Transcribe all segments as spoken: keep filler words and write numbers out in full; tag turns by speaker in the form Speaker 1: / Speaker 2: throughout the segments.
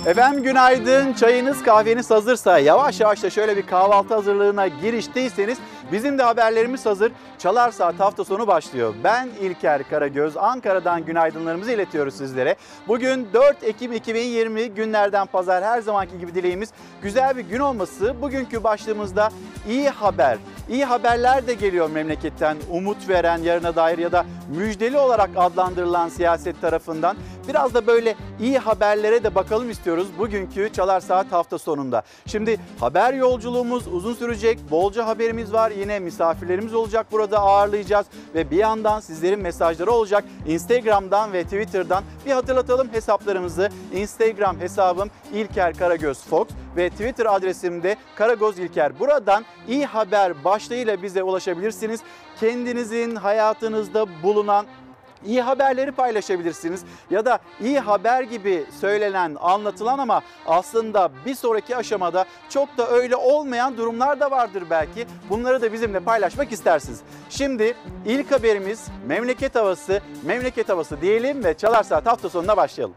Speaker 1: Efendim günaydın. Çayınız kahveniz hazırsa yavaş yavaş da şöyle bir kahvaltı hazırlığına girişteyseniz bizim de haberlerimiz hazır. Çalar Saat hafta sonu başlıyor. Ben İlker Karagöz. Ankara'dan günaydınlarımızı iletiyoruz sizlere. Bugün dört Ekim iki bin yirmi günlerden pazar, her zamanki gibi dileğimiz güzel bir gün olması. Bugünkü başlığımızda iyi haber. İyi haberler de geliyor memleketten, umut veren, yarına dair ya da müjdeli olarak adlandırılan siyaset tarafından. Biraz da böyle iyi haberlere de bakalım istiyoruz bugünkü Çalar Saat hafta sonunda. Şimdi haber yolculuğumuz uzun sürecek, bolca haberimiz var. Yine misafirlerimiz olacak, burada ağırlayacağız ve bir yandan sizlerin mesajları olacak. Instagram'dan ve Twitter'dan bir hatırlatalım hesaplarımızı. Instagram hesabım İlker Karagöz Fox ve Twitter adresim de Karagöz İlker. Buradan iyi haber başlığıyla bize ulaşabilirsiniz. Kendinizin hayatınızda bulunan İyi haberleri paylaşabilirsiniz ya da iyi haber gibi söylenen, anlatılan ama aslında bir sonraki aşamada çok da öyle olmayan durumlar da vardır belki. Bunları da bizimle paylaşmak istersiniz. Şimdi ilk haberimiz memleket havası, memleket havası diyelim ve Çalar Saat hafta sonuna başlayalım.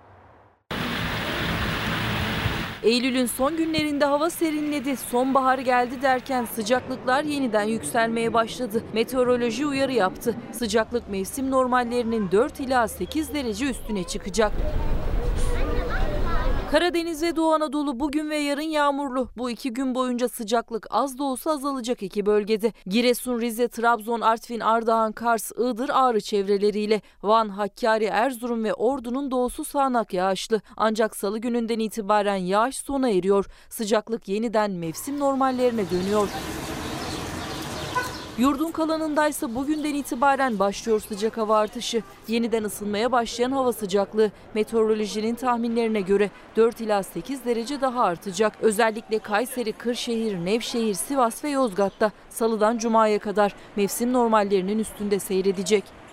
Speaker 2: Eylül'ün son günlerinde hava serinledi. Sonbahar geldi derken sıcaklıklar yeniden yükselmeye başladı. Meteoroloji uyarı yaptı. Sıcaklık mevsim normallerinin dört ila sekiz derece üstüne çıkacak. Karadeniz ve Doğu Anadolu bugün ve yarın yağmurlu. Bu iki gün boyunca sıcaklık az da olsa azalacak iki bölgede. Giresun, Rize, Trabzon, Artvin, Ardahan, Kars, Iğdır, Ağrı çevreleriyle Van, Hakkari, Erzurum ve Ordu'nun doğusu sağanak yağışlı. Ancak salı gününden itibaren yağış sona eriyor. Sıcaklık yeniden mevsim normallerine dönüyor. Yurdun kalanındaysa bugünden itibaren başlıyor sıcak hava artışı. Yeniden ısınmaya başlayan hava sıcaklığı meteorolojinin tahminlerine göre dört ila sekiz derece daha artacak. Özellikle Kayseri, Kırşehir, Nevşehir, Sivas ve Yozgat'ta salıdan cumaya kadar mevsim normallerinin üstünde seyredecek.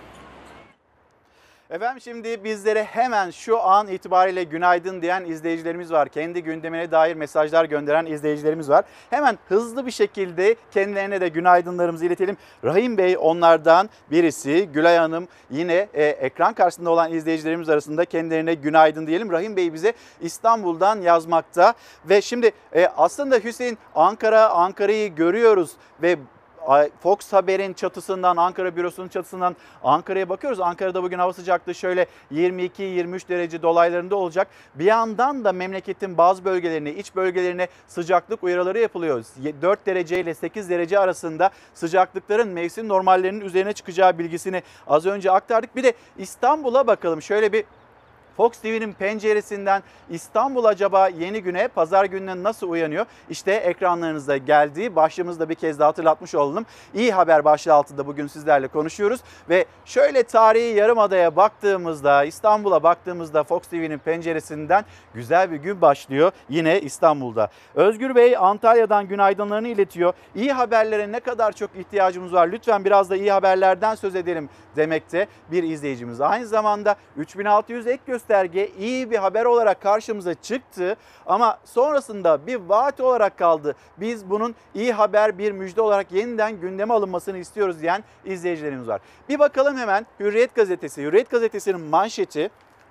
Speaker 1: Efendim şimdi bizlere hemen şu an itibariyle günaydın diyen izleyicilerimiz var. Kendi gündemine dair mesajlar gönderen izleyicilerimiz var. Hemen hızlı bir şekilde kendilerine de günaydınlarımızı iletelim. Rahim Bey onlardan birisi. Gülay Hanım yine e, ekran karşısında olan izleyicilerimiz arasında kendilerine günaydın diyelim. Rahim Bey bize İstanbul'dan yazmakta. Ve şimdi e, aslında Hüseyin Ankara, Ankara'yı görüyoruz ve Fox Haber'in çatısından, Ankara bürosunun çatısından Ankara'ya bakıyoruz. Ankara'da bugün hava sıcaklığı şöyle yirmi iki yirmi üç derece dolaylarında olacak. Bir yandan da memleketin bazı bölgelerine, iç bölgelerine sıcaklık uyarıları yapılıyor. dört derece ile sekiz derece arasında sıcaklıkların mevsim normallerinin üzerine çıkacağı bilgisini az önce aktardık. Bir de İstanbul'a bakalım. Şöyle bir Fox T V'nin penceresinden İstanbul acaba yeni güne, pazar gününe nasıl uyanıyor? İşte ekranlarınızda geldiği başlığımızı da bir kez daha hatırlatmış olalım. İyi haber başlığı altında bugün sizlerle konuşuyoruz. Ve şöyle tarihi Yarımada'ya baktığımızda, İstanbul'a baktığımızda Fox T V'nin penceresinden güzel bir gün başlıyor yine İstanbul'da. Özgür Bey Antalya'dan günaydınlarını iletiyor. İyi haberlere ne kadar çok ihtiyacımız var. Lütfen biraz da iyi haberlerden söz edelim demekte bir izleyicimiz. Aynı zamanda üç bin altı yüz ek gösterge iyi bir haber olarak karşımıza çıktı ama sonrasında bir vaat olarak kaldı. Biz bunun iyi haber, bir müjde olarak yeniden gündeme alınmasını istiyoruz diyen izleyicilerimiz var. Bir bakalım hemen Hürriyet Gazetesi. Hürriyet Gazetesi'nin manşeti: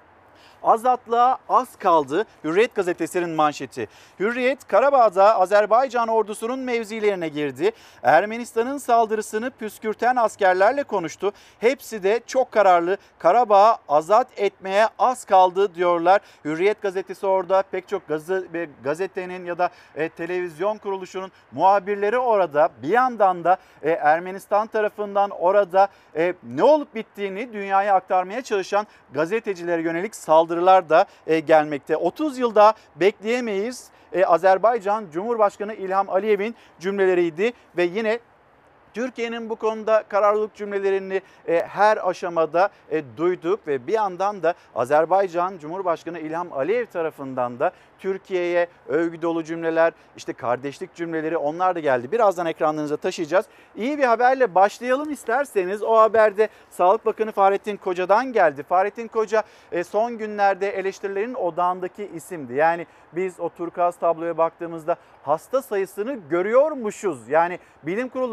Speaker 1: Azatlığa az kaldı. Hürriyet Gazetesi'nin manşeti. Hürriyet, Karabağ'da Azerbaycan ordusunun mevzilerine girdi. Ermenistan'ın saldırısını püskürten askerlerle konuştu. Hepsi de çok kararlı. Karabağ'ı azat etmeye az kaldı diyorlar. Hürriyet Gazetesi orada, pek çok gazetenin ya da e, televizyon kuruluşunun muhabirleri orada. Bir yandan da e, Ermenistan tarafından orada e, ne olup bittiğini dünyaya aktarmaya çalışan gazetecilere yönelik saldırı saldırılar da e, gelmekte. otuz yılda bekleyemeyiz. E, Azerbaycan Cumhurbaşkanı İlham Aliyev'in cümleleriydi ve yine Türkiye'nin bu konuda kararlılık cümlelerini e, her aşamada e, duyduk ve bir yandan da Azerbaycan Cumhurbaşkanı İlham Aliyev tarafından da Türkiye'ye övgü dolu cümleler, işte kardeşlik cümleleri, onlar da geldi. Birazdan ekranlarınıza taşıyacağız. İyi bir haberle başlayalım isterseniz. O haberde Sağlık Bakanı Fahrettin Koca'dan geldi. Fahrettin Koca e, son günlerde eleştirilerin odağındaki isimdi. Yani biz o turkuaz tabloya baktığımızda hasta sayısını görüyormuşuz. Yani bilim kurulu bizim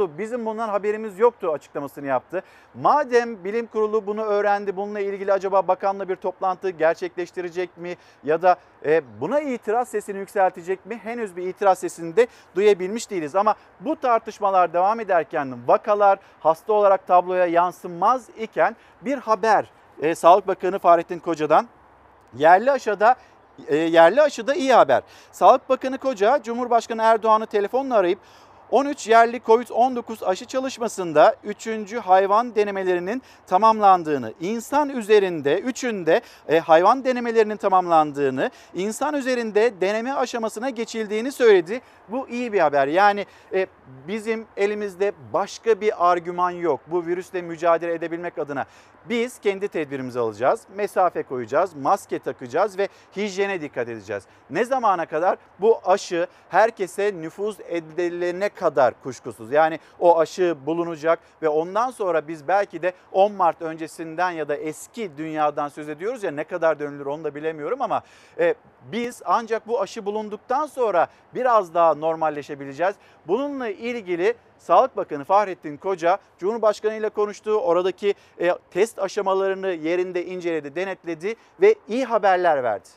Speaker 1: bundan haberimiz yoktu açıklamasını yaptı. Madem bilim kurulu bunu öğrendi, bununla ilgili acaba bakanla bir toplantı gerçekleştirecek mi? Ya da e, buna itiraz sesini yükseltecek mi? Henüz bir itiraz sesini de duyabilmiş değiliz. Ama bu tartışmalar devam ederken, vakalar hasta olarak tabloya yansınmaz iken bir haber e, Sağlık Bakanı Fahrettin Koca'dan. Yerli aşıda e, yerli aşıda iyi haber. Sağlık Bakanı Koca, Cumhurbaşkanı Erdoğan'ı telefonla arayıp on üç yerli Covid on dokuz aşı çalışmasında üçüncü hayvan denemelerinin tamamlandığını, insan üzerinde üçünde e, hayvan denemelerinin tamamlandığını, insan üzerinde deneme aşamasına geçildiğini söyledi. Bu iyi bir haber. Yani e, bizim elimizde başka bir argüman yok bu virüsle mücadele edebilmek adına. Biz kendi tedbirimizi alacağız, mesafe koyacağız, maske takacağız ve hijyene dikkat edeceğiz. Ne zamana kadar? Bu aşı herkese nüfuz edilene kadar kuşkusuz. Yani o aşı bulunacak ve ondan sonra biz belki de on Mart öncesinden ya da eski dünyadan söz ediyoruz ya, ne kadar dönülür onu da bilemiyorum ama e, biz ancak bu aşı bulunduktan sonra biraz daha normalleşebileceğiz. Bununla ilgili Sağlık Bakanı Fahrettin Koca Cumhurbaşkanı ile konuştu. Oradaki e, test aşamalarını yerinde inceledi, denetledi ve iyi haberler verdi.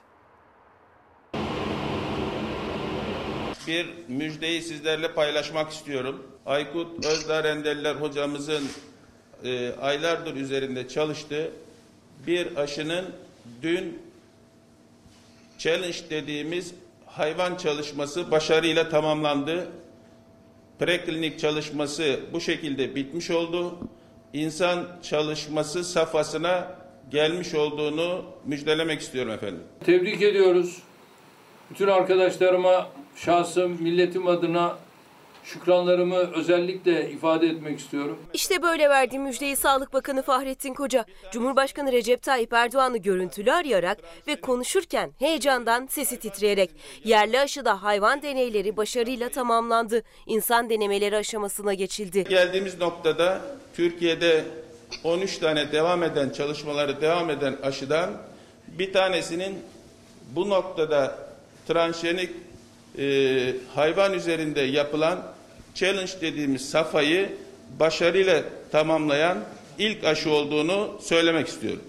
Speaker 3: Bir müjdeyi sizlerle paylaşmak istiyorum. Aykut Özdarendeliler hocamızın e, aylardır üzerinde çalıştığı bir aşının dün challenge dediğimiz hayvan çalışması başarıyla tamamlandı. Preklinik çalışması bu şekilde bitmiş oldu. İnsan çalışması safhasına gelmiş olduğunu müjdelemek istiyorum efendim.
Speaker 4: Tebrik ediyoruz. Bütün arkadaşlarıma, şahsım, milletim adına şükranlarımı özellikle ifade etmek istiyorum.
Speaker 5: İşte böyle verdiği müjdeyi Sağlık Bakanı Fahrettin Koca, Cumhurbaşkanı Recep Tayyip Erdoğan'ı görüntülü arayarak ve konuşurken heyecandan sesi titreyerek yerli aşıda hayvan deneyleri başarıyla tamamlandı. İnsan denemeleri aşamasına geçildi.
Speaker 3: Geldiğimiz noktada Türkiye'de on üç tane devam eden çalışmaları devam eden aşıdan bir tanesinin bu noktada transjenik e, hayvan üzerinde yapılan challenge dediğimiz safhayı başarıyla tamamlayan ilk aşı olduğunu söylemek istiyorum.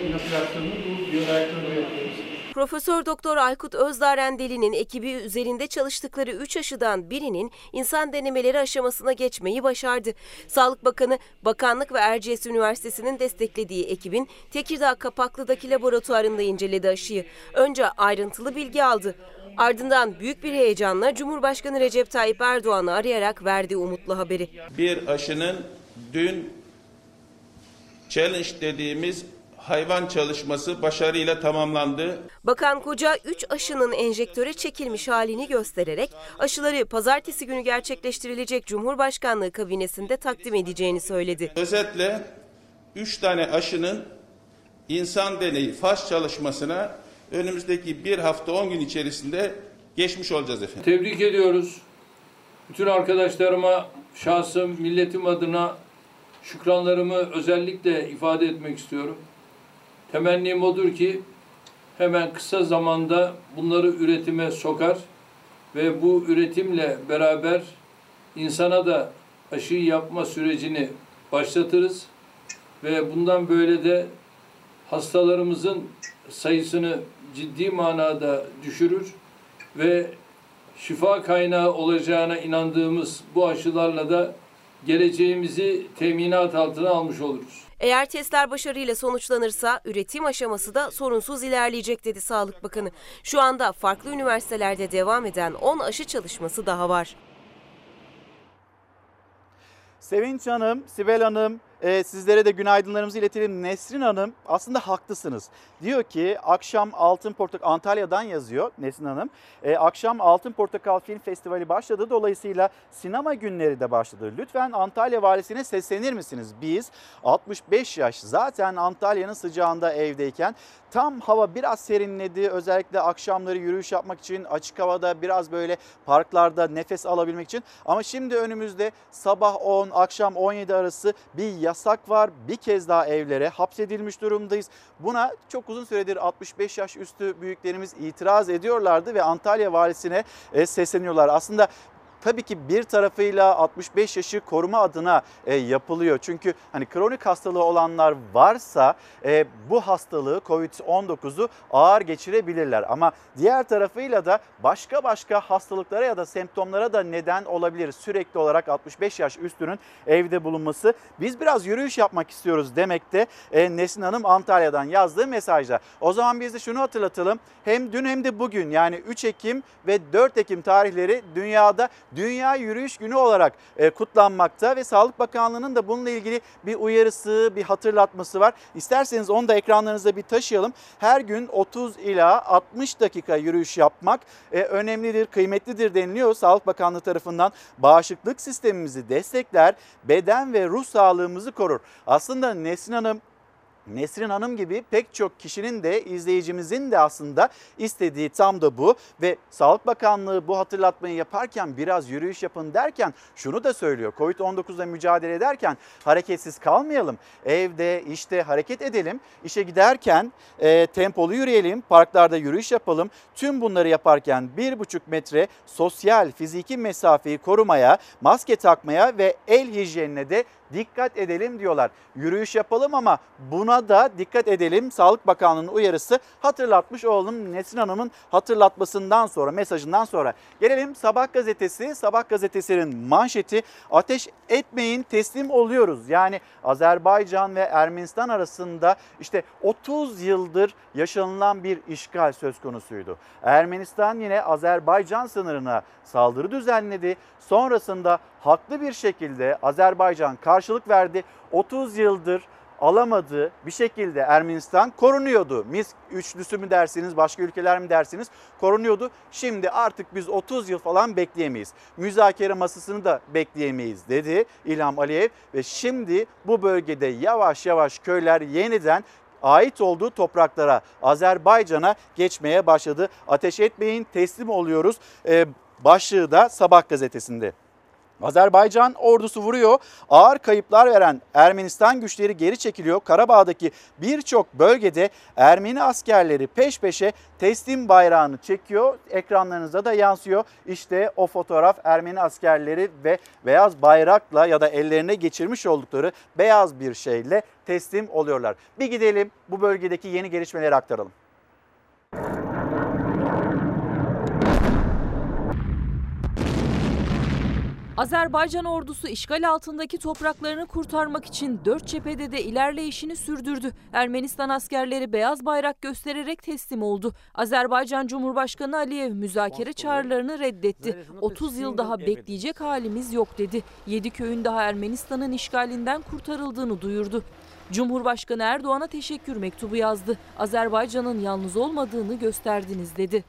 Speaker 5: Profesör Doktor Aykut Özdarendeli'nin ekibi üzerinde çalıştıkları üç aşıdan birinin insan denemeleri aşamasına geçmeyi başardı. Sağlık Bakanı, Bakanlık ve Erciyes Üniversitesi'nin desteklediği ekibin Tekirdağ Kapaklı'daki laboratuvarında inceledi aşıyı. Önce ayrıntılı bilgi aldı. Ardından büyük bir heyecanla Cumhurbaşkanı Recep Tayyip Erdoğan'ı arayarak verdiği umutlu haberi.
Speaker 3: Bir aşının dün challenge dediğimiz hayvan çalışması başarıyla tamamlandı.
Speaker 5: Bakan Koca üç aşının enjektöre çekilmiş halini göstererek aşıları pazartesi günü gerçekleştirilecek Cumhurbaşkanlığı kabinesinde takdim edeceğini söyledi.
Speaker 3: Özetle üç tane aşının insan deneyi faz çalışmasına önümüzdeki bir hafta on gün içerisinde geçmiş olacağız efendim.
Speaker 4: Tebrik ediyoruz. Bütün arkadaşlarıma, şahsım, milletim adına şükranlarımı özellikle ifade etmek istiyorum. Temennim odur ki hemen kısa zamanda bunları üretime sokar ve bu üretimle beraber insana da aşı yapma sürecini başlatırız ve bundan böyle de hastalarımızın sayısını ciddi manada düşürür ve şifa kaynağı olacağına inandığımız bu aşılarla da geleceğimizi teminat altına almış oluruz.
Speaker 5: Eğer testler başarıyla sonuçlanırsa üretim aşaması da sorunsuz ilerleyecek dedi Sağlık Bakanı. Şu anda farklı üniversitelerde devam eden on aşı çalışması daha var.
Speaker 1: Sevinç Hanım, Sibel Hanım, e, sizlere de günaydınlarımızı iletelim. Nesrin Hanım aslında haklısınız. Diyor ki akşam Altın Portakal, Antalya'dan yazıyor Nesrin Hanım. E, akşam Altın Portakal Film Festivali başladı. Dolayısıyla sinema günleri de başladı. Lütfen Antalya Valisi'ne seslenir misiniz? Biz altmış beş yaş zaten Antalya'nın sıcağında evdeyken tam hava biraz serinledi. Özellikle akşamları yürüyüş yapmak için açık havada biraz böyle parklarda nefes alabilmek için. Ama şimdi önümüzde sabah on, akşam on yedi arası bir yasak var. Bir kez daha evlere hapsedilmiş durumdayız. Buna çok uzun süredir altmış beş yaş üstü büyüklerimiz itiraz ediyorlardı ve Antalya Valisi'ne sesleniyorlar. Aslında tabii ki bir tarafıyla altmış beş yaşı koruma adına e, yapılıyor. Çünkü hani kronik hastalığı olanlar varsa e, bu hastalığı kovid on dokuzu ağır geçirebilirler. Ama diğer tarafıyla da başka başka hastalıklara ya da semptomlara da neden olabilir. Sürekli olarak altmış beş yaş üstünün evde bulunması. Biz biraz yürüyüş yapmak istiyoruz demekte e, Nesrin Hanım Antalya'dan yazdığı mesajda. O zaman biz de şunu hatırlatalım. Hem dün hem de bugün, yani üç Ekim ve dört Ekim tarihleri dünyada Dünya Yürüyüş Günü olarak e, kutlanmakta ve Sağlık Bakanlığı'nın da bununla ilgili bir uyarısı, bir hatırlatması var. İsterseniz onu da ekranlarınıza bir taşıyalım. Her gün otuz ila altmış dakika yürüyüş yapmak e, önemlidir, kıymetlidir deniliyor Sağlık Bakanlığı tarafından. Bağışıklık sistemimizi destekler, beden ve ruh sağlığımızı korur. Aslında Nesrin Hanım Nesrin Hanım gibi pek çok kişinin de, izleyicimizin de aslında istediği tam da bu ve Sağlık Bakanlığı bu hatırlatmayı yaparken biraz yürüyüş yapın derken şunu da söylüyor. kovid on dokuzla mücadele ederken hareketsiz kalmayalım. Evde, işte hareket edelim. İşe giderken e, tempolu yürüyelim, parklarda yürüyüş yapalım. Tüm bunları yaparken bir buçuk metre sosyal, fiziki mesafeyi korumaya, maske takmaya ve el hijyenine de dikkat edelim diyorlar. Yürüyüş yapalım ama buna da dikkat edelim. Sağlık Bakanlığı'nın uyarısı, hatırlatmış olalım Nesrin Hanım'ın hatırlatmasından sonra, mesajından sonra. Gelelim Sabah gazetesi. Sabah gazetesinin manşeti, ateş etmeyin teslim oluyoruz. Yani Azerbaycan ve Ermenistan arasında işte otuz yıldır yaşanılan bir işgal söz konusuydu. Ermenistan yine Azerbaycan sınırına saldırı düzenledi. Sonrasında haklı bir şekilde Azerbaycan karşılık verdi. otuz yıldır alamadığı bir şekilde Ermenistan korunuyordu. Minsk üçlüsü mü dersiniz, başka ülkeler mi dersiniz, korunuyordu. Şimdi artık biz otuz yıl falan bekleyemeyiz. Müzakere masasını da bekleyemeyiz dedi İlham Aliyev ve şimdi bu bölgede yavaş yavaş köyler yeniden ait olduğu topraklara, Azerbaycan'a geçmeye başladı. Ateş etmeyin, teslim oluyoruz ee, başlığı da Sabah gazetesinde. Azerbaycan ordusu vuruyor. Ağır kayıplar veren Ermenistan güçleri geri çekiliyor. Karabağ'daki birçok bölgede Ermeni askerleri peş peşe teslim bayrağını çekiyor. Ekranlarınıza da yansıyor. İşte o fotoğraf, Ermeni askerleri ve beyaz bayrakla ya da ellerine geçirmiş oldukları beyaz bir şeyle teslim oluyorlar. Bir gidelim, bu bölgedeki yeni gelişmeleri aktaralım.
Speaker 2: Azerbaycan ordusu işgal altındaki topraklarını kurtarmak için dört cephede de ilerleyişini sürdürdü. Ermenistan askerleri beyaz bayrak göstererek teslim oldu. Azerbaycan Cumhurbaşkanı Aliyev müzakere çağrılarını reddetti. otuz yıl daha bekleyecek halimiz yok dedi. yedi köyün daha Ermenistan'ın işgalinden kurtarıldığını duyurdu. Cumhurbaşkanı Erdoğan'a teşekkür mektubu yazdı. Azerbaycan'ın yalnız olmadığını gösterdiniz dedi.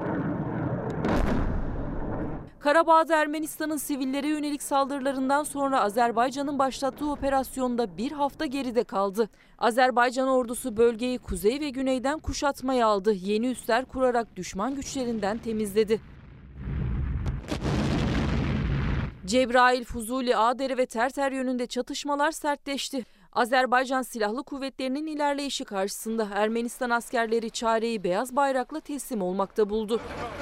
Speaker 2: Karabağ'da Ermenistan'ın sivillere yönelik saldırılarından sonra Azerbaycan'ın başlattığı operasyonda bir hafta geride kaldı. Azerbaycan ordusu bölgeyi kuzey ve güneyden kuşatmaya aldı. Yeni üsler kurarak düşman güçlerinden temizledi. Cebrail, Fuzuli, Ağdere ve Terter yönünde çatışmalar sertleşti. Azerbaycan Silahlı Kuvvetleri'nin ilerleyişi karşısında Ermenistan askerleri çareyi beyaz bayrakla teslim olmakta buldu.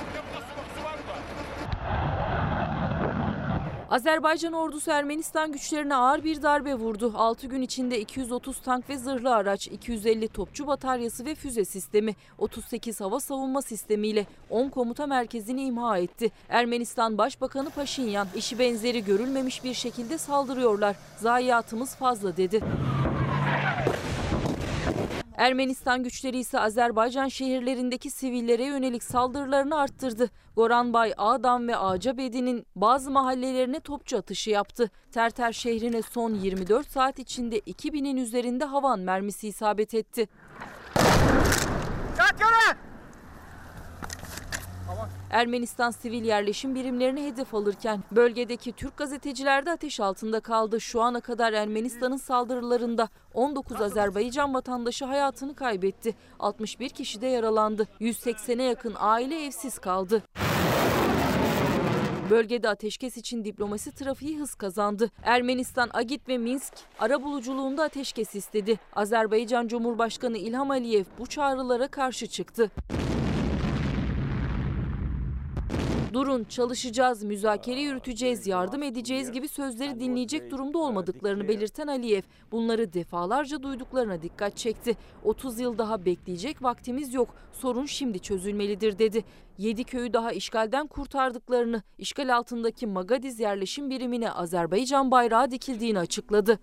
Speaker 2: Azerbaycan ordusu Ermenistan güçlerine ağır bir darbe vurdu. altı gün içinde iki yüz otuz tank ve zırhlı araç, iki yüz elli topçu bataryası ve füze sistemi, otuz sekiz hava savunma sistemiyle on komuta merkezini imha etti. Ermenistan Başbakanı Paşinyan, eşi benzeri görülmemiş bir şekilde saldırıyorlar. Zayiatımız fazla dedi. Ermenistan güçleri ise Azerbaycan şehirlerindeki sivillere yönelik saldırılarını arttırdı. Goranbay, Ağdam ve Ağcabedi'nin bazı mahallelerine topçu atışı yaptı. Terter şehrine son yirmi dört saat içinde iki binin üzerinde havan mermisi isabet etti. Ermenistan sivil yerleşim birimlerini hedef alırken bölgedeki Türk gazeteciler de ateş altında kaldı. Şu ana kadar Ermenistan'ın saldırılarında on dokuz Azerbaycan vatandaşı hayatını kaybetti. altmış bir kişi de yaralandı. yüz seksene yakın aile evsiz kaldı. Bölgede ateşkes için diplomasi trafiği hız kazandı. Ermenistan, Agit ve Minsk arabuluculuğunda ateşkes istedi. Azerbaycan Cumhurbaşkanı İlham Aliyev bu çağrılara karşı çıktı. Durun, çalışacağız, müzakere yürüteceğiz, yardım edeceğiz gibi sözleri dinleyecek durumda olmadıklarını belirten Aliyev, bunları defalarca duyduklarına dikkat çekti. otuz yıl daha bekleyecek vaktimiz yok, sorun şimdi çözülmelidir dedi. yedi köyü daha işgalden kurtardıklarını, işgal altındaki Magadiz yerleşim birimine Azerbaycan bayrağı dikildiğini açıkladı.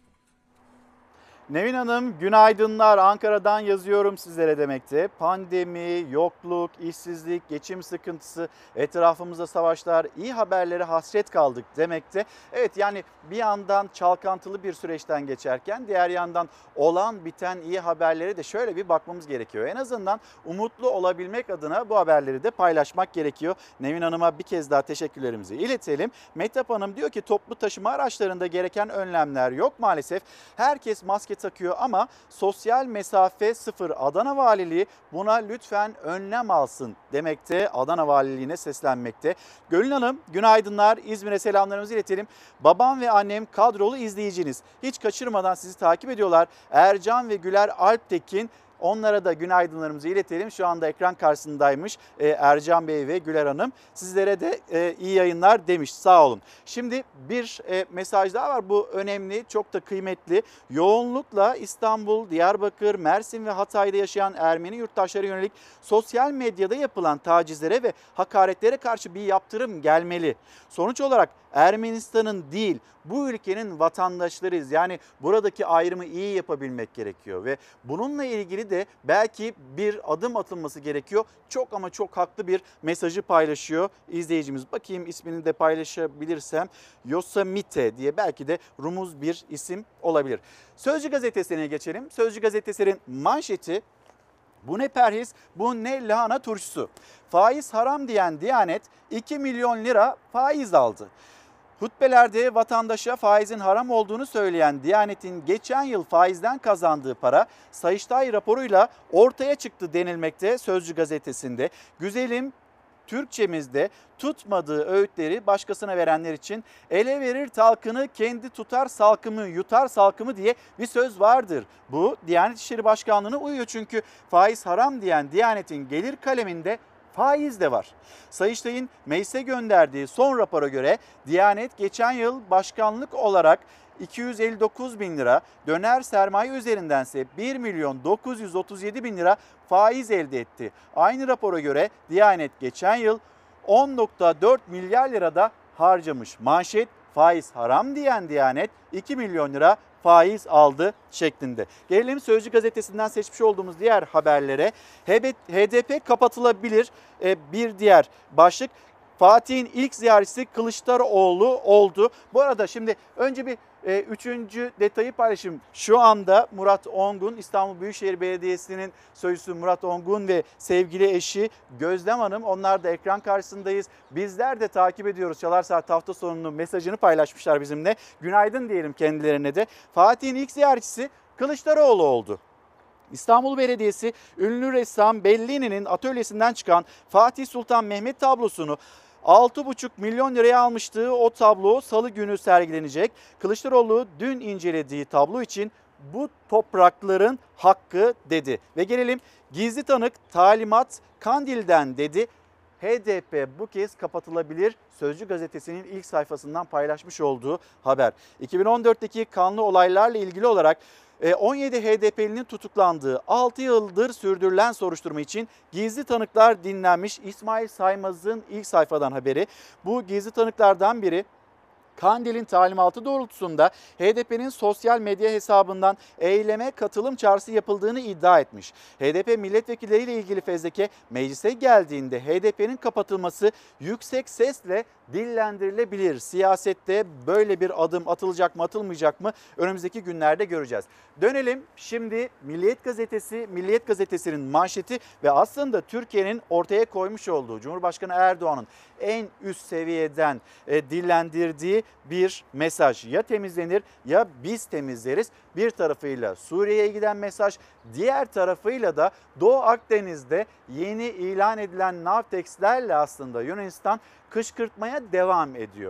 Speaker 1: Nevin Hanım, günaydınlar. Ankara'dan yazıyorum sizlere demekte. Pandemi, yokluk, işsizlik, geçim sıkıntısı, etrafımızda savaşlar, iyi haberlere hasret kaldık demekte. Evet, yani bir yandan çalkantılı bir süreçten geçerken diğer yandan olan biten iyi haberlere de şöyle bir bakmamız gerekiyor. En azından umutlu olabilmek adına bu haberleri de paylaşmak gerekiyor. Nevin Hanım'a bir kez daha teşekkürlerimizi iletelim. Mehtap Hanım diyor ki toplu taşıma araçlarında gereken önlemler yok maalesef. Herkes maske takıyor ama sosyal mesafe sıfır. Adana Valiliği buna lütfen önlem alsın demekte. Adana Valiliğine seslenmekte. Gönül Hanım, günaydınlar. İzmir'e selamlarımızı iletelim. Babam ve annem kadrolu izleyiciniz. Hiç kaçırmadan sizi takip ediyorlar. Ercan ve Güler Alptekin, onlara da günaydınlarımızı iletelim. Şu anda ekran karşısındaymış e, Ercan Bey ve Güler Hanım. Sizlere de e, iyi yayınlar demiş. Sağ olun. Şimdi bir e, mesaj daha var. Bu önemli, çok da kıymetli. Yoğunlukla İstanbul, Diyarbakır, Mersin ve Hatay'da yaşayan Ermeni yurttaşlara yönelik sosyal medyada yapılan tacizlere ve hakaretlere karşı bir yaptırım gelmeli. Sonuç olarak Ermenistan'ın değil, bu ülkenin vatandaşlarıyız. Yani buradaki ayrımı iyi yapabilmek gerekiyor ve bununla ilgili de belki bir adım atılması gerekiyor. Çok ama çok haklı bir mesajı paylaşıyor izleyicimiz. Bakayım ismini de paylaşabilirsem. Yosemite diye, belki de Rumuz bir isim olabilir. Sözcü gazetesine geçelim. Sözcü gazetesinin manşeti: bu ne perhiz, bu ne lahana turşusu. Faiz haram diyen Diyanet iki milyon lira faiz aldı. Hutbelerde vatandaşa faizin haram olduğunu söyleyen Diyanet'in geçen yıl faizden kazandığı para Sayıştay raporuyla ortaya çıktı denilmekte Sözcü gazetesinde. Güzelim Türkçemizde tutmadığı öğütleri başkasına verenler için ele verir talkını kendi tutar salkımı yutar salkımı diye bir söz vardır. Bu Diyanet İşleri Başkanlığı'na uyuyor çünkü faiz haram diyen Diyanet'in gelir kaleminde faiz de var. Sayıştay'ın meclise gönderdiği son rapora göre Diyanet geçen yıl başkanlık olarak iki yüz elli dokuz bin lira, döner sermaye üzerindense bir milyon dokuz yüz otuz yedi bin lira faiz elde etti. Aynı rapora göre Diyanet geçen yıl on nokta dört milyar lirada harcamış. Manşet: faiz haram diyen Diyanet iki milyon lira faiz aldı şeklinde. Gelelim Sözcü gazetesinden seçmiş olduğumuz diğer haberlere. H D P kapatılabilir bir diğer başlık. Fatih'in ilk ziyaretçisi Kılıçdaroğlu oldu. Bu arada şimdi önce bir e, üçüncü detayı paylaşayım. Şu anda Murat Ongun, İstanbul Büyükşehir Belediyesi'nin sözcüsü Murat Ongun ve sevgili eşi Gözlem Hanım, onlar da ekran karşısındayız. Bizler de takip ediyoruz. Çalar Saat hafta sonunun mesajını paylaşmışlar bizimle. Günaydın diyelim kendilerine de. Fatih'in ilk ziyaretçisi Kılıçdaroğlu oldu. İstanbul Belediyesi ünlü ressam Bellini'nin atölyesinden çıkan Fatih Sultan Mehmet tablosunu altı buçuk milyon liraya almıştığı o tablo salı günü sergilenecek. Kılıçdaroğlu dün incelediği tablo için bu toprakların hakkı dedi. Ve gelelim gizli tanık talimat Kandil'den dedi. H D P bu kez kapatılabilir. Sözcü gazetesinin ilk sayfasından paylaşmış olduğu haber. iki bin on dörtteki kanlı olaylarla ilgili olarak on yedi H D P'linin tutuklandığı altı yıldır sürdürülen soruşturma için gizli tanıklar dinlenmiş. İsmail Saymaz'ın ilk sayfadan haberi. Bu gizli tanıklardan biri Kandil'in talimatı doğrultusunda H D P'nin sosyal medya hesabından eyleme katılım çağrısı yapıldığını iddia etmiş. H D P milletvekilleriyle ilgili fezleke meclise geldiğinde H D P'nin kapatılması yüksek sesle dillendirilebilir. Siyasette böyle bir adım atılacak mı atılmayacak mı önümüzdeki günlerde göreceğiz. Dönelim şimdi Milliyet Gazetesi, Milliyet Gazetesi'nin manşeti ve aslında Türkiye'nin ortaya koymuş olduğu Cumhurbaşkanı Erdoğan'ın en üst seviyeden e, dillendirdiği bir mesaj. Ya temizlenir ya biz temizleriz. Bir tarafıyla Suriye'ye giden mesaj, diğer tarafıyla da Doğu Akdeniz'de yeni ilan edilen Navtex'lerle aslında Yunanistan kışkırtmaya devam ediyor.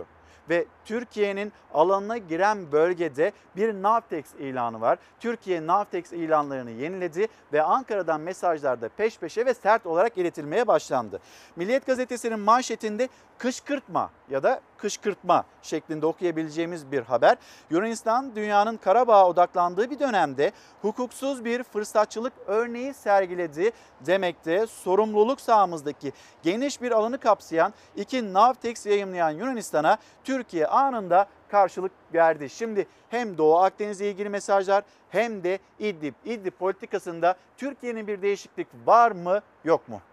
Speaker 1: ve Türkiye'nin alanına giren bölgede bir Navtex ilanı var. Türkiye Navtex ilanlarını yeniledi ve Ankara'dan mesajlar da peş peşe ve sert olarak iletilmeye başlandı. Milliyet gazetesinin manşetinde kışkırtma ya da kışkırtma şeklinde okuyabileceğimiz bir haber. Yunanistan dünyanın Karabağ'a odaklandığı bir dönemde hukuksuz bir fırsatçılık örneği sergiledi demekte. Sorumluluk sahamızdaki geniş bir alanı kapsayan iki Navtex yayımlayan Yunanistan'a Türkiye anında karşılık verdi. Şimdi hem Doğu Akdeniz'le ilgili mesajlar hem de İdlib. İdlib politikasında Türkiye'nin bir değişiklik var mı yok mu?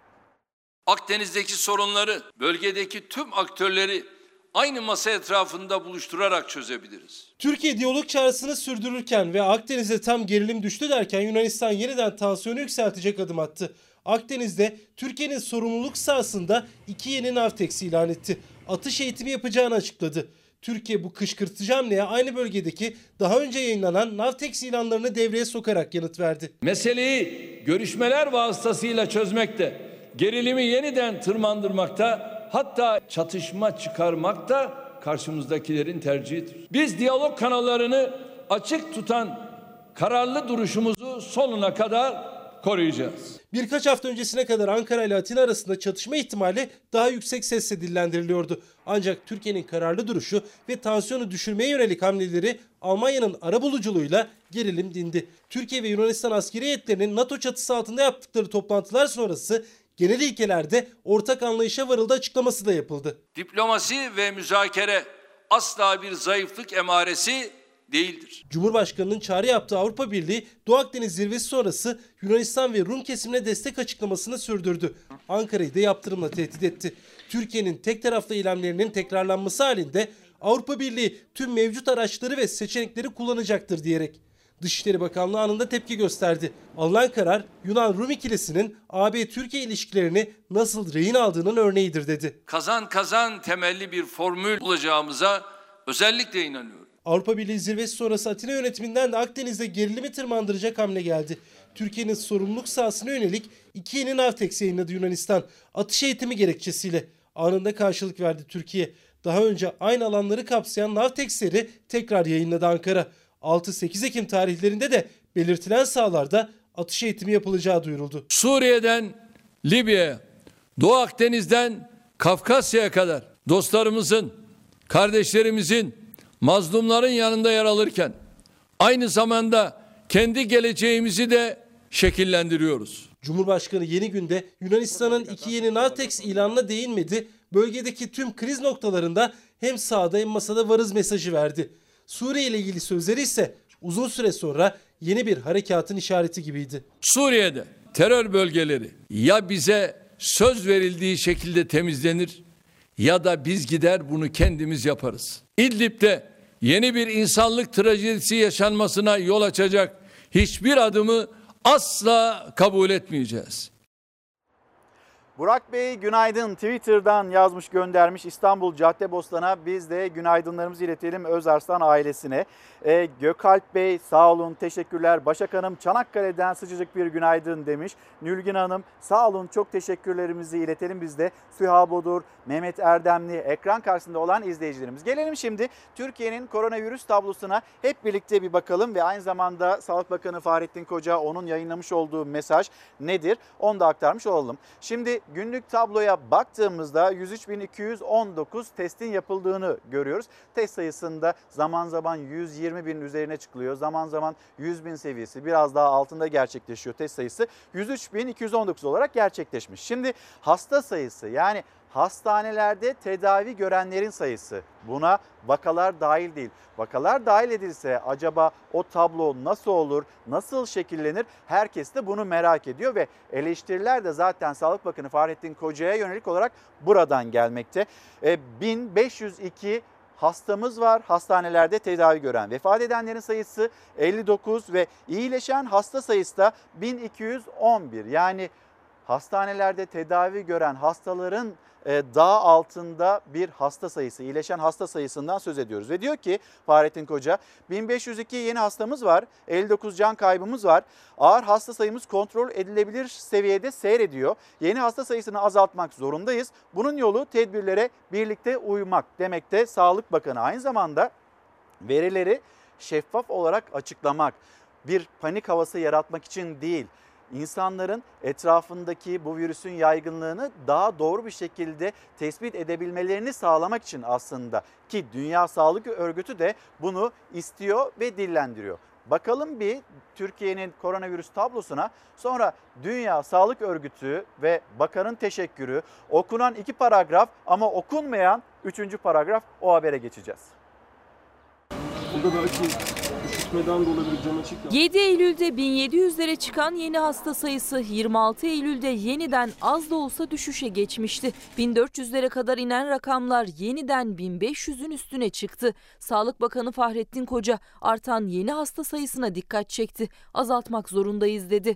Speaker 4: Akdeniz'deki sorunları, bölgedeki tüm aktörleri aynı masa etrafında buluşturarak çözebiliriz.
Speaker 6: Türkiye diyalog çağrısını sürdürürken ve Akdeniz'de tam gerilim düştü derken Yunanistan yeniden tansiyonu yükseltecek adım attı. Akdeniz'de Türkiye'nin sorumluluk sahasında iki yeni Navtex ilan etti. Atış eğitimi yapacağını açıkladı. Türkiye bu kışkırtıcı hamleye aynı bölgedeki daha önce yayınlanan Navtex ilanlarını devreye sokarak yanıt verdi.
Speaker 4: Meseleyi görüşmeler vasıtasıyla çözmekte, gerilimi yeniden tırmandırmakta, hatta çatışma çıkarmakta karşımızdakilerin tercihidir. Biz diyalog kanallarını açık tutan kararlı duruşumuzu sonuna kadar koruyacağız.
Speaker 6: Birkaç hafta öncesine kadar Ankara ile Atina arasında çatışma ihtimali daha yüksek sesle dillendiriliyordu. Ancak Türkiye'nin kararlı duruşu ve tansiyonu düşürmeye yönelik hamleleri Almanya'nın arabuluculuğuyla gerilim dindi. Türkiye ve Yunanistan askeri heyetlerinin NATO çatısı altında yaptıkları toplantılar sonrası genel ilkelerde ortak anlayışa varıldı açıklaması da yapıldı.
Speaker 4: Diplomasi ve müzakere asla bir zayıflık emaresi değildir.
Speaker 6: Cumhurbaşkanının çağrı yaptığı Avrupa Birliği Doğu Akdeniz zirvesi sonrası Yunanistan ve Rum kesimine destek açıklamasını sürdürdü. Ankara'yı da yaptırımla tehdit etti. Türkiye'nin tek taraflı eylemlerinin tekrarlanması halinde Avrupa Birliği tüm mevcut araçları ve seçenekleri kullanacaktır diyerek. Dışişleri Bakanlığı anında tepki gösterdi. Alınan karar Yunan-Rum ikilisinin A B-Türkiye ilişkilerini nasıl rehin aldığının örneğidir dedi.
Speaker 4: Kazan kazan temelli bir formül bulacağımıza özellikle inanıyorum.
Speaker 6: Avrupa Birliği zirvesi sonrası Atina yönetiminden de Akdeniz'de gerilimi tırmandıracak hamle geldi. Türkiye'nin sorumluluk sahasına yönelik iki yeni Navtex yayınladı Yunanistan. Atış eğitimi gerekçesiyle anında karşılık verdi Türkiye. Daha önce aynı alanları kapsayan Navtex'leri tekrar yayınladı Ankara. altı sekiz Ekim tarihlerinde de belirtilen sahalarda atış eğitimi yapılacağı duyuruldu.
Speaker 4: Suriye'den Libya'ya, Doğu Akdeniz'den Kafkasya'ya kadar dostlarımızın, kardeşlerimizin, mazlumların yanında yer alırken aynı zamanda kendi geleceğimizi de şekillendiriyoruz.
Speaker 6: Cumhurbaşkanı yeni günde Yunanistan'ın iki yeni Navtex ilanına değinmedi. Bölgedeki tüm kriz noktalarında hem sahada hem masada varız mesajı verdi. Suriye ile ilgili sözleri ise uzun süre sonra yeni bir harekatın işareti gibiydi.
Speaker 4: Suriye'de terör bölgeleri ya bize söz verildiği şekilde temizlenir ya da biz gider bunu kendimiz yaparız. İdlib'de yeni bir insanlık trajedisi yaşanmasına yol açacak hiçbir adımı asla kabul etmeyeceğiz.
Speaker 1: Burak Bey günaydın, Twitter'dan yazmış göndermiş İstanbul Caddebostan'a, biz de günaydınlarımızı iletelim Özarslan ailesine. Ee, Gökalp Bey sağ olun, teşekkürler. Başak Hanım Çanakkale'den sıcacık bir günaydın demiş. Nülgün Hanım sağ olun, çok teşekkürlerimizi iletelim biz de. Süha Bodur, Mehmet Erdemli, ekran karşısında olan izleyicilerimiz. Gelelim şimdi Türkiye'nin koronavirüs tablosuna hep birlikte bir bakalım ve aynı zamanda Sağlık Bakanı Fahrettin Koca onun yayınlamış olduğu mesaj nedir onu da aktarmış olalım. Şimdi günlük tabloya baktığımızda yüz üç bin iki yüz on dokuz testin yapıldığını görüyoruz. Test sayısında zaman zaman yüz yirmi bin üzerine çıkılıyor. Zaman zaman yüz bin seviyesi biraz daha altında gerçekleşiyor test sayısı. yüz üç bin iki yüz on dokuz olarak gerçekleşmiş. Şimdi hasta sayısı, yani hastanelerde tedavi görenlerin sayısı, buna vakalar dahil değil. Vakalar dahil edilse acaba o tablo nasıl olur, nasıl şekillenir? Herkes de bunu merak ediyor ve eleştiriler de zaten Sağlık Bakanı Fahrettin Koca'ya yönelik olarak buradan gelmekte. E, bin beş yüz iki hastamız var hastanelerde tedavi gören. Vefat edenlerin sayısı elli dokuz ve iyileşen hasta sayısı da bin iki yüz on bir. Yani hastanelerde tedavi gören hastaların e, daha altında bir hasta sayısı, iyileşen hasta sayısından söz ediyoruz. Ve diyor ki Fahrettin Koca, bin beş yüz iki yeni hastamız var, elli dokuz can kaybımız var. Ağır hasta sayımız kontrol edilebilir seviyede seyrediyor. Yeni hasta sayısını azaltmak zorundayız. Bunun yolu tedbirlere birlikte uymak demekte Sağlık Bakanı. Aynı zamanda verileri şeffaf olarak açıklamak, bir panik havası yaratmak için değil, İnsanların etrafındaki bu virüsün yaygınlığını daha doğru bir şekilde tespit edebilmelerini sağlamak için aslında, ki Dünya Sağlık Örgütü de bunu istiyor ve dillendiriyor. Bakalım bir Türkiye'nin koronavirüs tablosuna, sonra Dünya Sağlık Örgütü ve bakanın teşekkürü, okunan iki paragraf ama okunmayan üçüncü paragraf, o habere geçeceğiz.
Speaker 7: Burada belki üşütmeden de olabilir, cam açık ya.
Speaker 2: yedi Eylül'de bin yedi yüzlere çıkan yeni hasta sayısı yirmi altı Eylül'de yeniden az da olsa düşüşe geçmişti. bin dört yüzlere kadar inen rakamlar yeniden bin beş yüzün üstüne çıktı. Sağlık Bakanı Fahrettin Koca artan yeni hasta sayısına dikkat çekti. Azaltmak zorundayız dedi.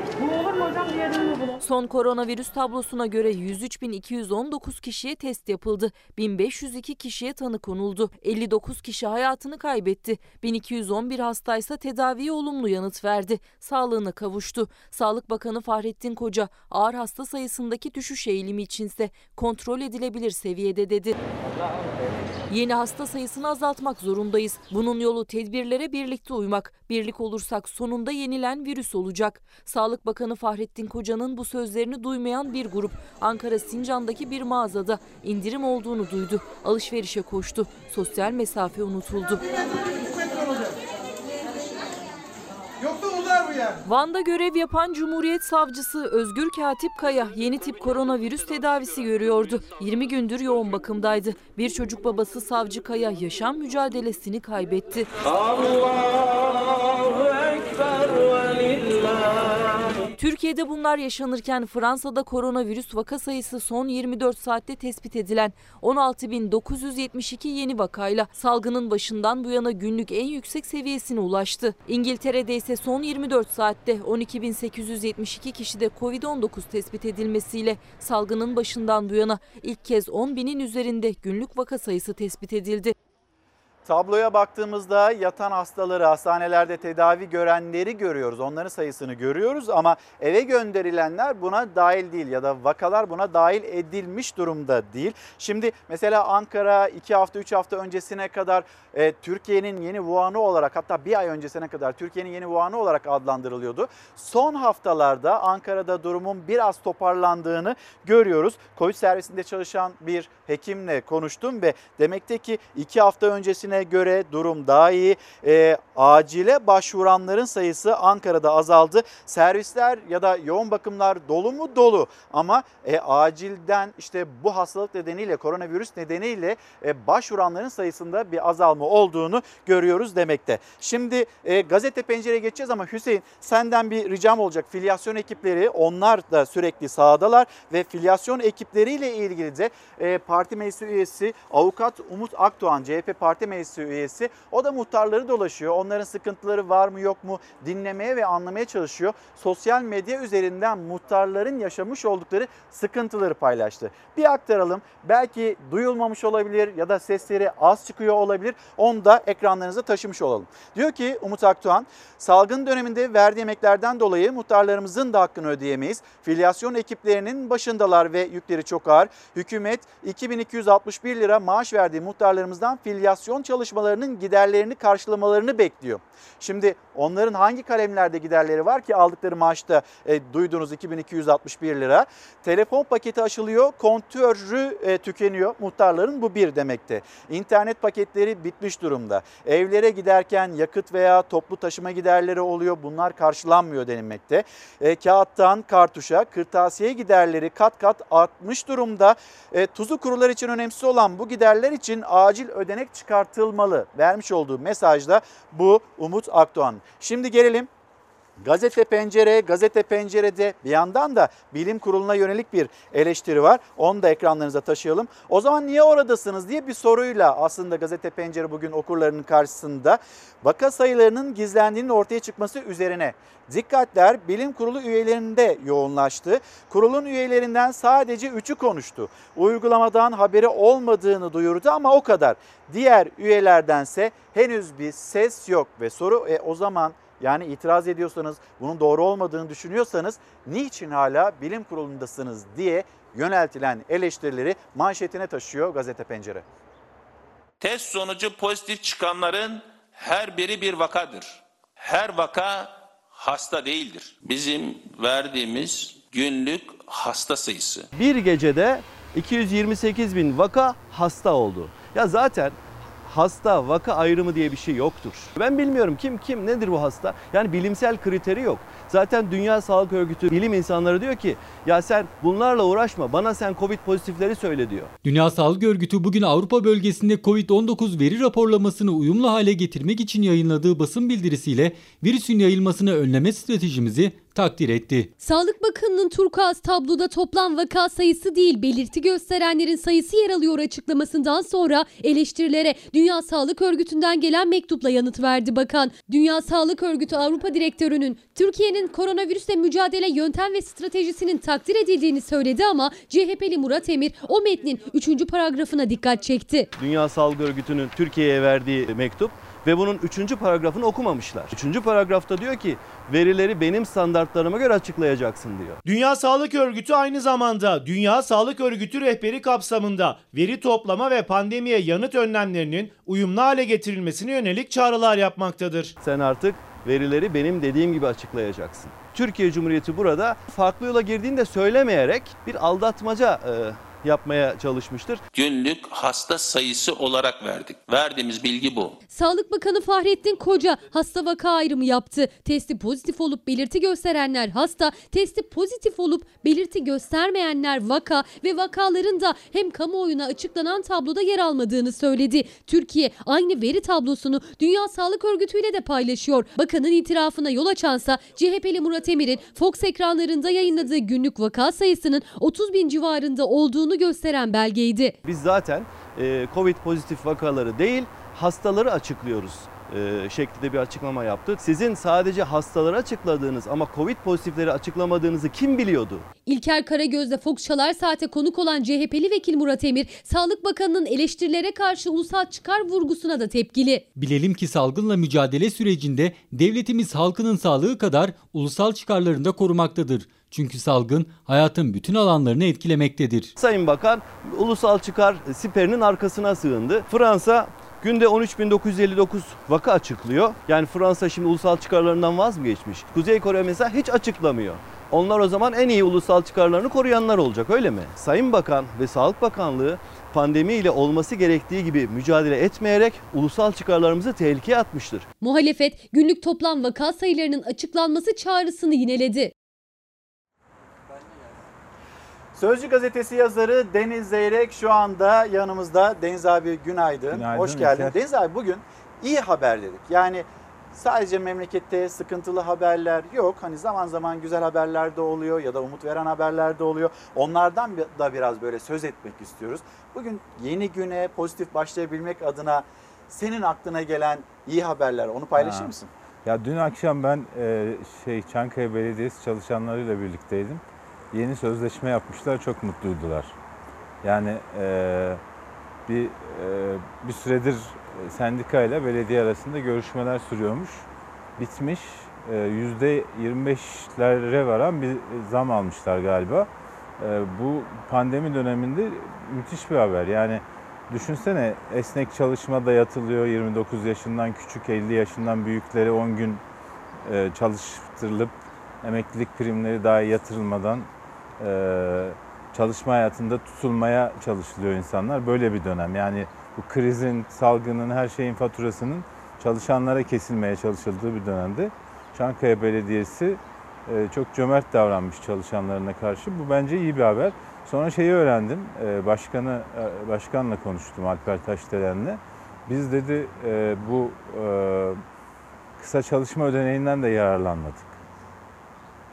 Speaker 2: Son koronavirüs tablosuna göre yüz üç bin iki yüz on dokuz kişiye test yapıldı. bin beş yüz iki kişiye tanı konuldu. elli dokuz kişi hayatını kaybetti. bin iki yüz on bir hastaysa tedaviye olumlu yanıt verdi. Sağlığına kavuştu. Sağlık Bakanı Fahrettin Koca ağır hasta sayısındaki düşüş eğilimi içinse kontrol edilebilir seviyede dedi. Yeni hasta sayısını azaltmak zorundayız. Bunun yolu tedbirlere birlikte uymak. Birlik olursak sonunda yenilen virüs olacak. Sağlık Bakanı Fahrettin Koca'nın bu sözlerini duymayan bir grup Ankara Sincan'daki bir mağazada indirim olduğunu duydu. Alışverişe koştu. Sosyal mesafe unutuldu. Van'da görev yapan Cumhuriyet Savcısı Özgür Katip Kaya yeni tip koronavirüs tedavisi görüyordu. yirmi gündür yoğun bakımdaydı. Bir çocuk babası Savcı Kaya yaşam mücadelesini kaybetti. Allahu Ekber ve lillah. Türkiye'de bunlar yaşanırken Fransa'da koronavirüs vaka sayısı son yirmi dört saatte tespit edilen on altı bin dokuz yüz yetmiş iki yeni vakayla salgının başından bu yana günlük en yüksek seviyesine ulaştı. İngiltere'de ise son yirmi dört saatte on iki bin sekiz yüz yetmiş iki kişide kovid on dokuz tespit edilmesiyle salgının başından bu yana ilk kez on binin üzerinde günlük vaka sayısı tespit edildi.
Speaker 1: Tabloya baktığımızda yatan hastaları, hastanelerde tedavi görenleri görüyoruz. Onların sayısını görüyoruz ama eve gönderilenler buna dahil değil ya da vakalar buna dahil edilmiş durumda değil. Şimdi mesela Ankara iki hafta üç hafta öncesine kadar e, Türkiye'nin yeni Wuhan'ı olarak, hatta bir ay öncesine kadar Türkiye'nin yeni Wuhan'ı olarak adlandırılıyordu. Son haftalarda Ankara'da durumun biraz toparlandığını görüyoruz. Covid servisinde çalışan bir hekimle konuştum ve demekte ki iki hafta öncesine göre durum daha iyi. E, acile başvuranların sayısı Ankara'da azaldı. Servisler ya da yoğun bakımlar dolu mu? Dolu. Ama e, acilden işte bu hastalık nedeniyle, koronavirüs nedeniyle e, başvuranların sayısında bir azalma olduğunu görüyoruz demekte. Şimdi e, gazete pencereye geçeceğiz ama Hüseyin, senden bir ricam olacak. Filyasyon ekipleri, onlar da sürekli sahadalar ve filyasyon ekipleriyle ilgili de e, parti meclisi üyesi avukat Umut Akdoğan, C H P parti meclisi üyesi, o da muhtarları dolaşıyor. Onların sıkıntıları var mı yok mu dinlemeye ve anlamaya çalışıyor. Sosyal medya üzerinden muhtarların yaşamış oldukları sıkıntıları paylaştı. Bir aktaralım. Belki duyulmamış olabilir ya da sesleri az çıkıyor olabilir. Onu da ekranlarınıza taşımış olalım. Diyor ki Umut Akdoğan, salgın döneminde verdiği emeklerden dolayı muhtarlarımızın da hakkını ödeyemeyiz. Filyasyon ekiplerinin başındalar ve yükleri çok ağır. Hükümet iki bin iki yüz altmış bir lira maaş verdiği muhtarlarımızdan filyasyon çalışmalarının giderlerini karşılamalarını bekliyor. Şimdi onların hangi kalemlerde giderleri var ki aldıkları maaşta e, duyduğunuz iki bin iki yüz altmış bir lira. Telefon paketi aşılıyor, kontörü e, tükeniyor muhtarların, bu bir demekte. İnternet paketleri bitmiş durumda. Evlere giderken yakıt veya toplu taşıma giderleri oluyor, bunlar karşılanmıyor denilmekte. E, kağıttan kartuşa, kırtasiye giderleri kat kat artmış durumda. E, tuzu kurular için önemsiz olan bu giderler için acil ödenek çıkartılmalı. Vermiş olduğu mesajda bu Umut Akdoğan. Şimdi gelelim Gazete Pencere, Gazete Pencere'de bir yandan da bilim kuruluna yönelik bir eleştiri var. Onu da ekranlarınıza taşıyalım. O zaman niye oradasınız diye bir soruyla aslında Gazete Pencere bugün okurlarının karşısında vaka sayılarının gizlendiğinin ortaya çıkması üzerine. Dikkatler bilim kurulu üyelerinde yoğunlaştı. Kurulun üyelerinden sadece üçü konuştu. Uygulamadan haberi olmadığını duyurdu ama o kadar. Diğer üyelerdense henüz bir ses yok ve soru e, o zaman yani itiraz ediyorsanız, bunun doğru olmadığını düşünüyorsanız niçin hala bilim kurulundasınız diye yöneltilen eleştirileri manşetine taşıyor Gazete Pencere.
Speaker 3: Test sonucu pozitif çıkanların her biri bir vakadır. Her vaka hasta değildir. Bizim verdiğimiz günlük hasta sayısı.
Speaker 8: Bir gecede iki yüz yirmi sekiz bin vaka hasta oldu. Ya zaten hasta vaka ayrımı diye bir şey yoktur. Ben bilmiyorum kim kim nedir bu hasta? Yani bilimsel kriteri yok. Zaten Dünya Sağlık Örgütü bilim insanları diyor ki ya sen bunlarla uğraşma, bana sen Covid pozitifleri söyle diyor.
Speaker 9: Dünya Sağlık Örgütü bugün Avrupa bölgesinde Covid on dokuz veri raporlamasını uyumlu hale getirmek için yayınladığı basın bildirisiyle virüsün yayılmasını önleme stratejimizi takdir etti.
Speaker 10: Sağlık Bakanı'nın turkuaz tabloda toplam vaka sayısı değil belirti gösterenlerin sayısı yer alıyor açıklamasından sonra eleştirilere Dünya Sağlık Örgütü'nden gelen mektupla yanıt verdi bakan. Dünya Sağlık Örgütü Avrupa Direktörü'nün Türkiye'nin koronavirüsle mücadele yöntem ve stratejisinin takdir edildiğini söyledi ama C H P'li Murat Emir o metnin üçüncü paragrafına dikkat çekti.
Speaker 8: Dünya Sağlık Örgütü'nün Türkiye'ye verdiği mektup ve bunun üçüncü paragrafını okumamışlar. Üçüncü paragrafta diyor ki verileri benim standartlarıma göre açıklayacaksın diyor.
Speaker 11: Dünya Sağlık Örgütü aynı zamanda Dünya Sağlık Örgütü rehberi kapsamında veri toplama ve pandemiye yanıt önlemlerinin uyumlu hale getirilmesine yönelik çağrılar yapmaktadır.
Speaker 8: Sen artık verileri benim dediğim gibi açıklayacaksın. Türkiye Cumhuriyeti burada farklı yola girdiğini de söylemeyerek bir aldatmaca e, yapmaya çalışmıştır.
Speaker 3: Günlük hasta sayısı olarak verdik. Verdiğimiz bilgi bu.
Speaker 10: Sağlık Bakanı Fahrettin Koca hasta vaka ayrımı yaptı. Testi pozitif olup belirti gösterenler hasta, testi pozitif olup belirti göstermeyenler vaka ve vakaların da hem kamuoyuna açıklanan tabloda yer almadığını söyledi. Türkiye aynı veri tablosunu Dünya Sağlık Örgütü ile de paylaşıyor. Bakanın itirafına yol açansa C H P'li Murat Emir'in Fox ekranlarında yayınladığı günlük vaka sayısının otuz bin civarında olduğunu gösteren belgeydi.
Speaker 8: Biz zaten e, Covid pozitif vakaları değil hastaları açıklıyoruz e, şeklinde bir açıklama yaptı. Sizin sadece hastaları açıkladığınız ama Covid pozitifleri açıklamadığınızı kim biliyordu?
Speaker 10: İlker Karagöz'de Fox Çalar Saat'e konuk olan C H P'li vekil Murat Emir, Sağlık Bakanı'nın eleştirilere karşı ulusal çıkar vurgusuna da tepkili.
Speaker 9: Bilelim ki salgınla mücadele sürecinde devletimiz halkının sağlığı kadar ulusal çıkarlarını da korumaktadır. Çünkü salgın hayatın bütün alanlarını etkilemektedir.
Speaker 8: Sayın Bakan ulusal çıkar siperinin arkasına sığındı. Fransa günde on üç bin dokuz yüz elli dokuz vaka açıklıyor. Yani Fransa şimdi ulusal çıkarlarından vaz mı geçmiş? Kuzey Kore mesela hiç açıklamıyor. Onlar o zaman en iyi ulusal çıkarlarını koruyanlar olacak, öyle mi? Sayın Bakan ve Sağlık Bakanlığı pandemiyle olması gerektiği gibi mücadele etmeyerek ulusal çıkarlarımızı tehlikeye atmıştır.
Speaker 10: Muhalefet günlük toplam vaka sayılarının açıklanması çağrısını yineledi.
Speaker 1: Sözcü gazetesi yazarı Deniz Zeyrek şu anda yanımızda. Deniz abi günaydın.
Speaker 12: Günaydın,
Speaker 1: Hoş geldin.
Speaker 12: İlker.
Speaker 1: Deniz abi bugün iyi haber dedik. Yani sadece memlekette sıkıntılı haberler yok. Hani zaman zaman güzel haberler de oluyor ya da umut veren haberler de oluyor. Onlardan da biraz böyle söz etmek istiyoruz. Bugün yeni güne pozitif başlayabilmek adına senin aklına gelen iyi haberler, onu paylaşır
Speaker 12: Ha.
Speaker 1: mısın?
Speaker 12: Ya dün akşam ben e, şey Çankaya Belediyesi çalışanlarıyla birlikteydim. Yeni sözleşme yapmışlar, çok mutluydular. Yani e, bir e, bir süredir sendikayla belediye arasında görüşmeler sürüyormuş. Bitmiş, e, yüzde yirmi beşlere varan bir zam almışlar galiba. E, bu pandemi döneminde müthiş bir haber. Yani düşünsene, esnek çalışmada yatılıyor, yirmi dokuz yaşından küçük, elli yaşından büyükleri on gün e, çalıştırılıp emeklilik primleri daha yatırılmadan e, çalışma hayatında tutulmaya çalışılıyor insanlar. Böyle bir dönem. Yani bu krizin, salgının, her şeyin faturasının çalışanlara kesilmeye çalışıldığı bir dönemde Çankaya Belediyesi e, çok cömert davranmış çalışanlarına karşı. Bu bence iyi bir haber. Sonra şeyi öğrendim, e, başkanı e, başkanla konuştum, Alper Taşdelen'le. Biz dedi e, bu e, kısa çalışma ödeneğinden de yararlanmadık.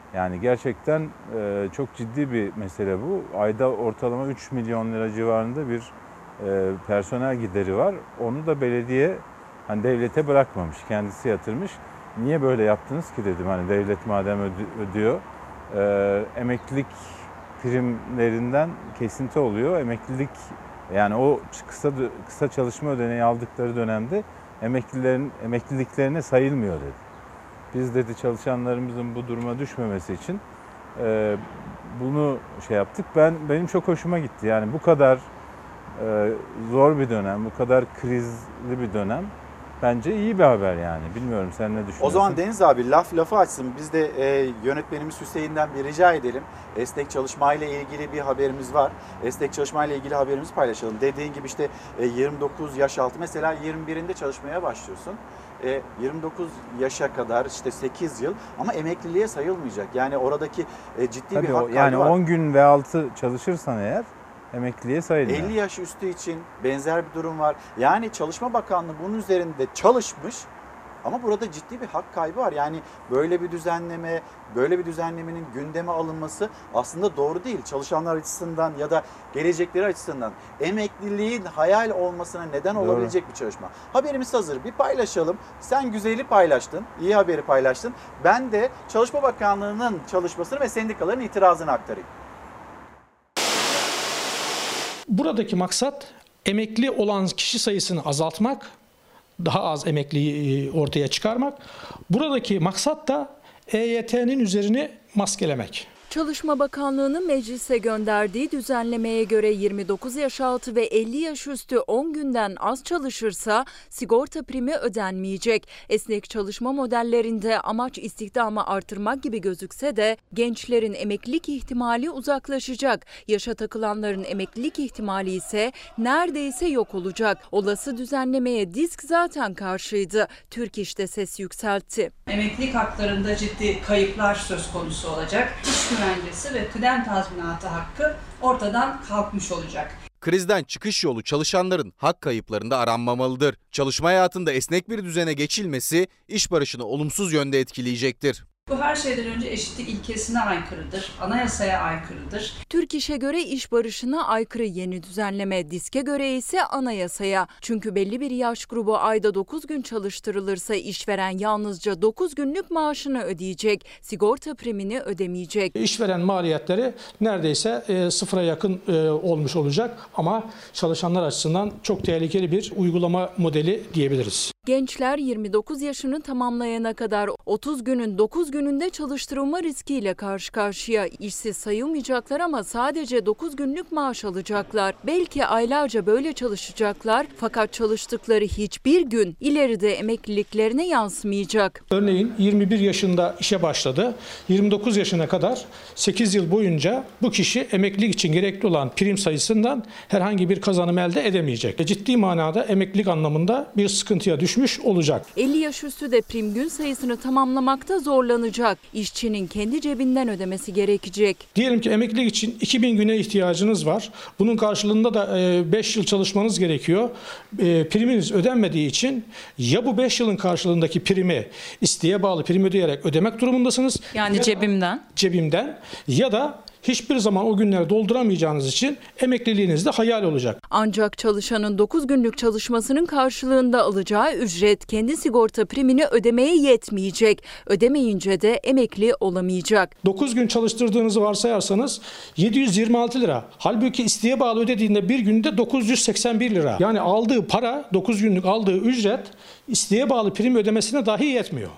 Speaker 12: Yani gerçekten e, çok ciddi bir mesele bu. Ayda ortalama üç milyon lira civarında bir e, personel gideri var. Onu da belediye hani devlete bırakmamış, kendisi yatırmış. Niye böyle yaptınız ki dedim, hani devlet madem öde- ödüyor. E, emeklilik primlerinden kesinti oluyor. Emeklilik, yani o kısa kısa çalışma ödeneği aldıkları dönemde emeklilerin emekliliklerine sayılmıyor dedi. Biz dedi çalışanlarımızın bu duruma düşmemesi için e, bunu şey yaptık. Ben benim çok hoşuma gitti. Yani bu kadar e, zor bir dönem, bu kadar krizli bir dönem bence iyi bir haber yani. Bilmiyorum, sen ne düşünüyorsun?
Speaker 1: O zaman Deniz abi laf lafı açsın. Biz de e, yönetmenimiz Hüseyin'den bir rica edelim. Esnek çalışmayla ilgili bir haberimiz var. Esnek çalışmayla ilgili haberimizi paylaşalım. Dediğin gibi işte e, yirmi dokuz yaş altı, mesela yirmi birinde çalışmaya başlıyorsun. E, yirmi dokuz yaşa kadar işte sekiz yıl ama emekliliğe sayılmayacak. Yani oradaki e, ciddi
Speaker 12: Tabii
Speaker 1: bir
Speaker 12: o,
Speaker 1: hak kaybı
Speaker 12: yani
Speaker 1: var.
Speaker 12: on gün ve altı çalışırsan eğer emekliliğe sayılmıyor.
Speaker 1: elli yaş üstü için benzer bir durum var. Yani Çalışma Bakanlığı bunun üzerinde çalışmış ama burada ciddi bir hak kaybı var. Yani böyle bir düzenleme, böyle bir düzenlemenin gündeme alınması aslında doğru değil. Çalışanlar açısından ya da gelecekleri açısından emekliliğin hayal olmasına neden
Speaker 12: Doğru.
Speaker 1: olabilecek bir çalışma. Haberimiz hazır. Bir paylaşalım. Sen güzeli paylaştın, iyi haberi paylaştın. Ben de Çalışma Bakanlığı'nın çalışmasını ve sendikaların itirazını aktarayım.
Speaker 13: Buradaki maksat emekli olan kişi sayısını azaltmak, daha az emekliyi ortaya çıkarmak. Buradaki maksat da E Y T'nin üzerini maskelemek.
Speaker 2: Çalışma Bakanlığı'nın meclise gönderdiği düzenlemeye göre yirmi dokuz yaş altı ve elli yaş üstü on günden az çalışırsa sigorta primi ödenmeyecek. Esnek çalışma modellerinde amaç istihdamı artırmak gibi gözükse de gençlerin emeklilik ihtimali uzaklaşacak. Yaşa takılanların emeklilik ihtimali ise neredeyse yok olacak. Olası düzenlemeye DİSK zaten karşıydı. Türk İş de ses yükseltti.
Speaker 14: Emeklilik haklarında ciddi kayıplar söz konusu olacak. İş güvencesi ve kıdem tazminatı hakkı ortadan kalkmış olacak.
Speaker 15: Krizden çıkış yolu çalışanların hak kayıplarında aranmamalıdır. Çalışma hayatında esnek bir düzene geçilmesi iş barışını olumsuz yönde etkileyecektir.
Speaker 14: Bu her şeyden önce eşitlik ilkesine aykırıdır, anayasaya aykırıdır.
Speaker 2: Türk İş'e göre iş barışına aykırı yeni düzenleme, DİSK'e göre ise anayasaya. Çünkü belli bir yaş grubu ayda dokuz gün çalıştırılırsa işveren yalnızca dokuz günlük maaşını ödeyecek, sigorta primini ödemeyecek.
Speaker 13: İşveren maliyetleri neredeyse e, sıfıra yakın e, olmuş olacak ama çalışanlar açısından çok tehlikeli bir uygulama modeli diyebiliriz.
Speaker 2: Gençler yirmi dokuz yaşını tamamlayana kadar otuz günün dokuz gününde çalıştırılma riskiyle karşı karşıya. İşsiz sayılmayacaklar ama sadece dokuz günlük maaş alacaklar. Belki aylarca böyle çalışacaklar fakat çalıştıkları hiçbir gün ileride emekliliklerine yansımayacak.
Speaker 13: Örneğin yirmi bir yaşında işe başladı. yirmi dokuz yaşına kadar sekiz yıl boyunca bu kişi emeklilik için gerekli olan prim sayısından herhangi bir kazanım elde edemeyecek. Ciddi manada emeklilik anlamında bir sıkıntıya düşmüş olacak.
Speaker 2: elli yaş üstü de prim gün sayısını tamamlamakta zorlanacak. İşçinin kendi cebinden ödemesi gerekecek.
Speaker 13: Diyelim ki emeklilik için iki bin güne ihtiyacınız var. Bunun karşılığında da beş yıl çalışmanız gerekiyor. Priminiz ödenmediği için ya bu beş yılın karşılığındaki primi isteğe bağlı prim ödeyerek ödemek durumundasınız.
Speaker 2: Yani cebimden.
Speaker 13: Cebimden ya da hiçbir zaman o günleri dolduramayacağınız için emekliliğiniz de hayal olacak.
Speaker 2: Ancak çalışanın dokuz günlük çalışmasının karşılığında alacağı ücret kendi sigorta primini ödemeye yetmeyecek. Ödemeyince de emekli olamayacak.
Speaker 13: dokuz gün çalıştırdığınızı varsayarsanız yedi yüz yirmi altı lira. Halbuki isteğe bağlı ödediğinde bir günde dokuz yüz seksen bir lira. Yani aldığı para, dokuz günlük aldığı ücret isteğe bağlı prim ödemesine dahi yetmiyor.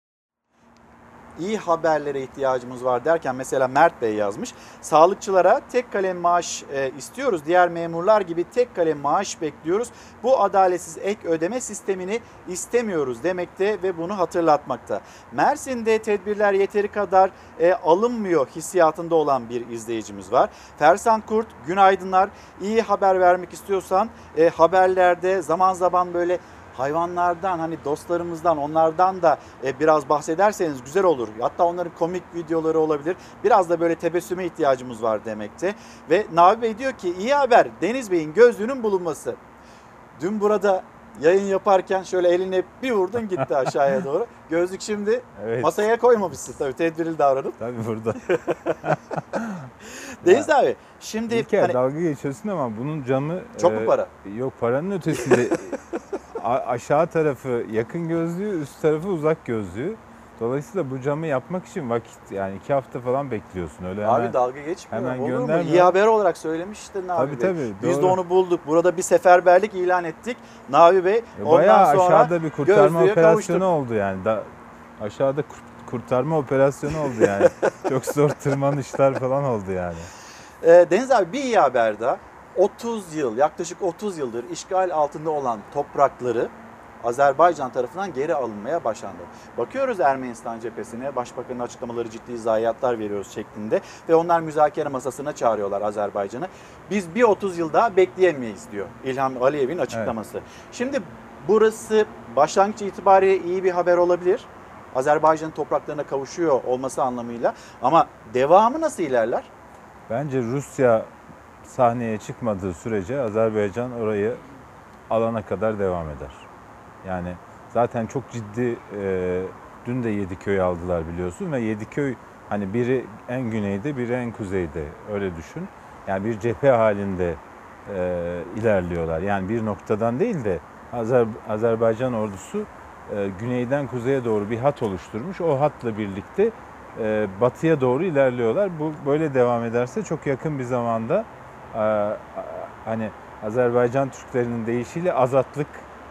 Speaker 1: İyi haberlere ihtiyacımız var derken mesela Mert Bey yazmış. Sağlıkçılara tek kalem maaş e, istiyoruz. Diğer memurlar gibi tek kalem maaş bekliyoruz. Bu adaletsiz ek ödeme sistemini istemiyoruz demekte ve bunu hatırlatmakta. Mersin'de tedbirler yeteri kadar e, alınmıyor hissiyatında olan bir izleyicimiz var. Fersan Kurt, günaydınlar. İyi haber vermek istiyorsan e, haberlerde zaman zaman böyle hayvanlardan, hani dostlarımızdan, onlardan da biraz bahsederseniz güzel olur. Hatta onların komik videoları olabilir. Biraz da böyle tebessüme ihtiyacımız var demekte. Ve Navi Bey diyor ki iyi haber Deniz Bey'in gözlüğünün bulunması. Dün burada yayın yaparken şöyle eline bir vurdun gitti aşağıya doğru. Gözlük şimdi
Speaker 12: Evet.
Speaker 1: masaya koymamışsın tabii, tedbirli davranıp.
Speaker 12: Tabii burada.
Speaker 1: Deniz abi şimdi
Speaker 12: İlker
Speaker 1: hani,
Speaker 12: dalga geçiyorsun ama bunun camı...
Speaker 1: Çok mu para?
Speaker 12: Yok, paranın ötesinde a- aşağı tarafı yakın gözlüğü, üst tarafı uzak gözlüğü. Dolayısıyla bu camı yapmak için vakit, yani iki hafta falan bekliyorsun. Öyle
Speaker 1: abi
Speaker 12: hemen,
Speaker 1: dalga geçmiyor.
Speaker 12: hemen
Speaker 1: Olur mu?
Speaker 12: gönderme.
Speaker 1: İyi haber olarak söylemiştin Navi
Speaker 12: Tabii
Speaker 1: Bey.
Speaker 12: tabii.
Speaker 1: Biz de
Speaker 12: doğru.
Speaker 1: onu bulduk. Burada bir seferberlik ilan ettik. Navi Bey
Speaker 12: Ya
Speaker 1: ondan
Speaker 12: bayağı
Speaker 1: sonra
Speaker 12: aşağıda bir kurtarma
Speaker 1: gözlüğe
Speaker 12: operasyonu
Speaker 1: kavuştuk.
Speaker 12: oldu yani. Da, aşağıda kurt- kurtarma operasyonu oldu yani. Çok zor tırmanışlar falan oldu yani.
Speaker 1: Ee, Deniz abi bir iyi haber daha. otuz yıl, yaklaşık otuz yıldır işgal altında olan toprakları Azerbaycan tarafından geri alınmaya başlandı. Bakıyoruz Ermenistan cephesine, Başbakanın açıklamaları ciddi zayiatlar veriyoruz şeklinde ve onlar müzakere masasına çağırıyorlar Azerbaycan'ı. Biz bir otuz yıl daha bekleyemeyiz diyor İlham Aliyev'in açıklaması. Evet. Şimdi burası başlangıç itibariyle iyi bir haber olabilir. Azerbaycan'ın topraklarına kavuşuyor olması anlamıyla, ama devamı nasıl ilerler?
Speaker 12: Bence Rusya sahneye çıkmadığı sürece Azerbaycan orayı alana kadar devam eder. Yani zaten çok ciddi, e, dün de Yediköy aldılar biliyorsun ve Yediköy hani biri en güneyde, biri en kuzeyde, öyle düşün. Yani bir cephe halinde e, ilerliyorlar. Yani bir noktadan değil de Azer, Azerbaycan ordusu e, güneyden kuzeye doğru bir hat oluşturmuş. O hatla birlikte e, batıya doğru ilerliyorlar. Bu böyle devam ederse çok yakın bir zamanda e, hani Azerbaycan Türklerinin deyişiyle azatlık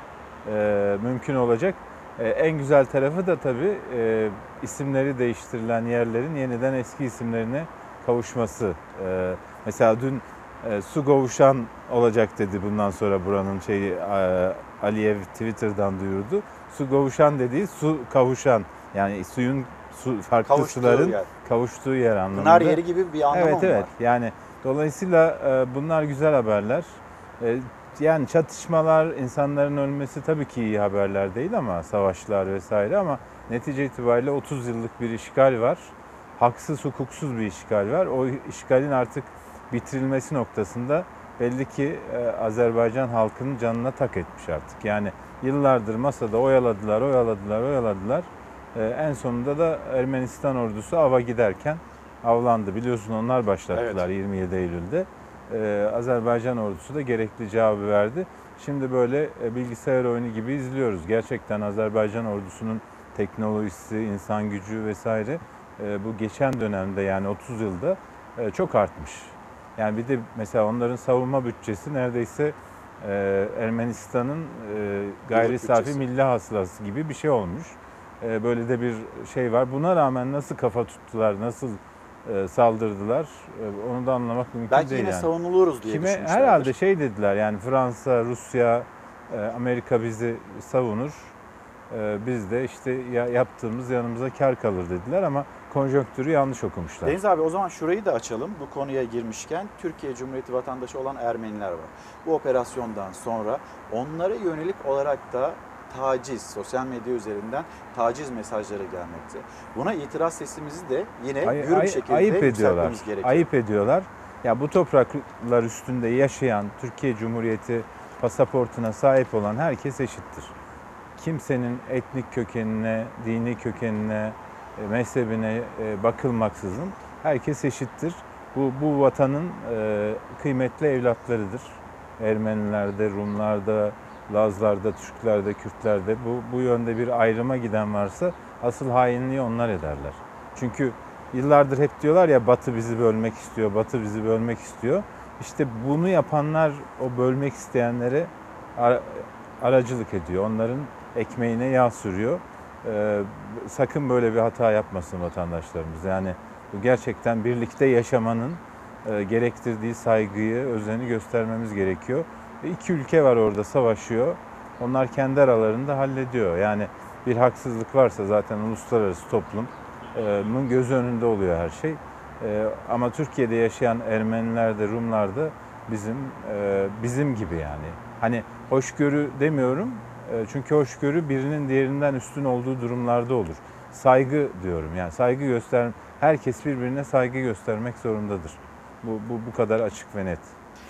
Speaker 12: e, mümkün olacak. E, en güzel tarafı da tabii e, isimleri değiştirilen yerlerin yeniden eski isimlerine kavuşması. E, mesela dün e, su kavuşan olacak dedi bundan sonra buranın şeyi, e, Aliyev Twitter'dan duyurdu. Su kavuşan dediği su kavuşan, yani suyun su, farklı
Speaker 1: Kavuştuğu
Speaker 12: suların
Speaker 1: yer.
Speaker 12: kavuştuğu yer anlamında.
Speaker 1: Pınar yeri gibi bir anlamı
Speaker 12: evet,
Speaker 1: mı
Speaker 12: evet.
Speaker 1: var?
Speaker 12: Yani dolayısıyla e, bunlar güzel haberler. E, yani çatışmalar, insanların ölmesi tabii ki iyi haberler değil ama savaşlar vesaire, ama netice itibariyle otuz yıllık bir işgal var. Haksız, hukuksuz bir işgal var. O işgalin artık bitirilmesi noktasında belli ki e, Azerbaycan halkının canına tak etmiş artık. Yani yıllardır masada oyaladılar, oyaladılar, oyaladılar. E, en sonunda da Ermenistan ordusu ava giderken avlandı. Biliyorsun onlar başlattılar, evet. yirmi yedi Eylül'de. Ee, Azerbaycan ordusu da gerekli cevabı verdi. Şimdi böyle e, bilgisayar oyunu gibi izliyoruz. Gerçekten Azerbaycan ordusunun teknolojisi, insan gücü vesaire e, bu geçen dönemde, yani otuz yılda e, çok artmış. Yani bir de mesela onların savunma bütçesi neredeyse e, Ermenistan'ın e, gayri safi milli hasılası gibi bir şey olmuş. E, böyle de bir şey var. Buna rağmen nasıl kafa tuttular, nasıl saldırdılar, onu da anlamak mümkün
Speaker 1: Belki
Speaker 12: değil.
Speaker 1: Belki yine
Speaker 12: yani.
Speaker 1: savunuluruz diye
Speaker 12: Kime,
Speaker 1: düşünmüşlerdir.
Speaker 12: herhalde şey dediler, yani Fransa, Rusya, Amerika bizi savunur, biz de işte yaptığımız yanımıza kar kalır dediler, ama konjonktürü yanlış okumuşlar.
Speaker 1: Deniz abi, o zaman şurayı da açalım. Bu konuya girmişken Türkiye Cumhuriyeti vatandaşı olan Ermeniler var. Bu operasyondan sonra onlara yönelik olarak da taciz, sosyal medya üzerinden taciz mesajları gelmekte. Buna itiraz sesimizi de yine
Speaker 12: ay,
Speaker 1: gür
Speaker 12: ay,
Speaker 1: bir şekilde
Speaker 12: ayıp ediyorlar.
Speaker 1: yükseltmemiz gerekiyor.
Speaker 12: Ayıp ediyorlar. Ya bu topraklar üstünde yaşayan, Türkiye Cumhuriyeti pasaportuna sahip olan herkes eşittir. Kimsenin etnik kökenine, dini kökenine, mezhebine bakılmaksızın herkes eşittir. Bu, bu vatanın kıymetli evlatlarıdır. Ermenilerde, Rumlarda, Lazlarda, Türklerde, Kürtlerde bu, bu yönde bir ayrıma giden varsa asıl hainliği onlar ederler. Çünkü yıllardır hep diyorlar ya, Batı bizi bölmek istiyor, Batı bizi bölmek istiyor. İşte bunu yapanlar o bölmek isteyenlere aracılık ediyor. Onların ekmeğine yağ sürüyor. Ee, sakın böyle bir hata yapmasın vatandaşlarımız. Yani bu gerçekten birlikte yaşamanın e, gerektirdiği saygıyı, özeni göstermemiz gerekiyor. İki ülke var orada savaşıyor. Onlar kendi aralarında hallediyor. Yani bir haksızlık varsa zaten uluslararası toplumun göz önünde oluyor her şey. Ama Türkiye'de yaşayan Ermeniler de, Rumlar da bizim bizim gibi yani. Hani hoşgörü demiyorum. Çünkü hoşgörü birinin diğerinden üstün olduğu durumlarda olur. Saygı diyorum. Yani saygı göster, herkes birbirine saygı göstermek zorundadır. Bu bu bu kadar açık ve net.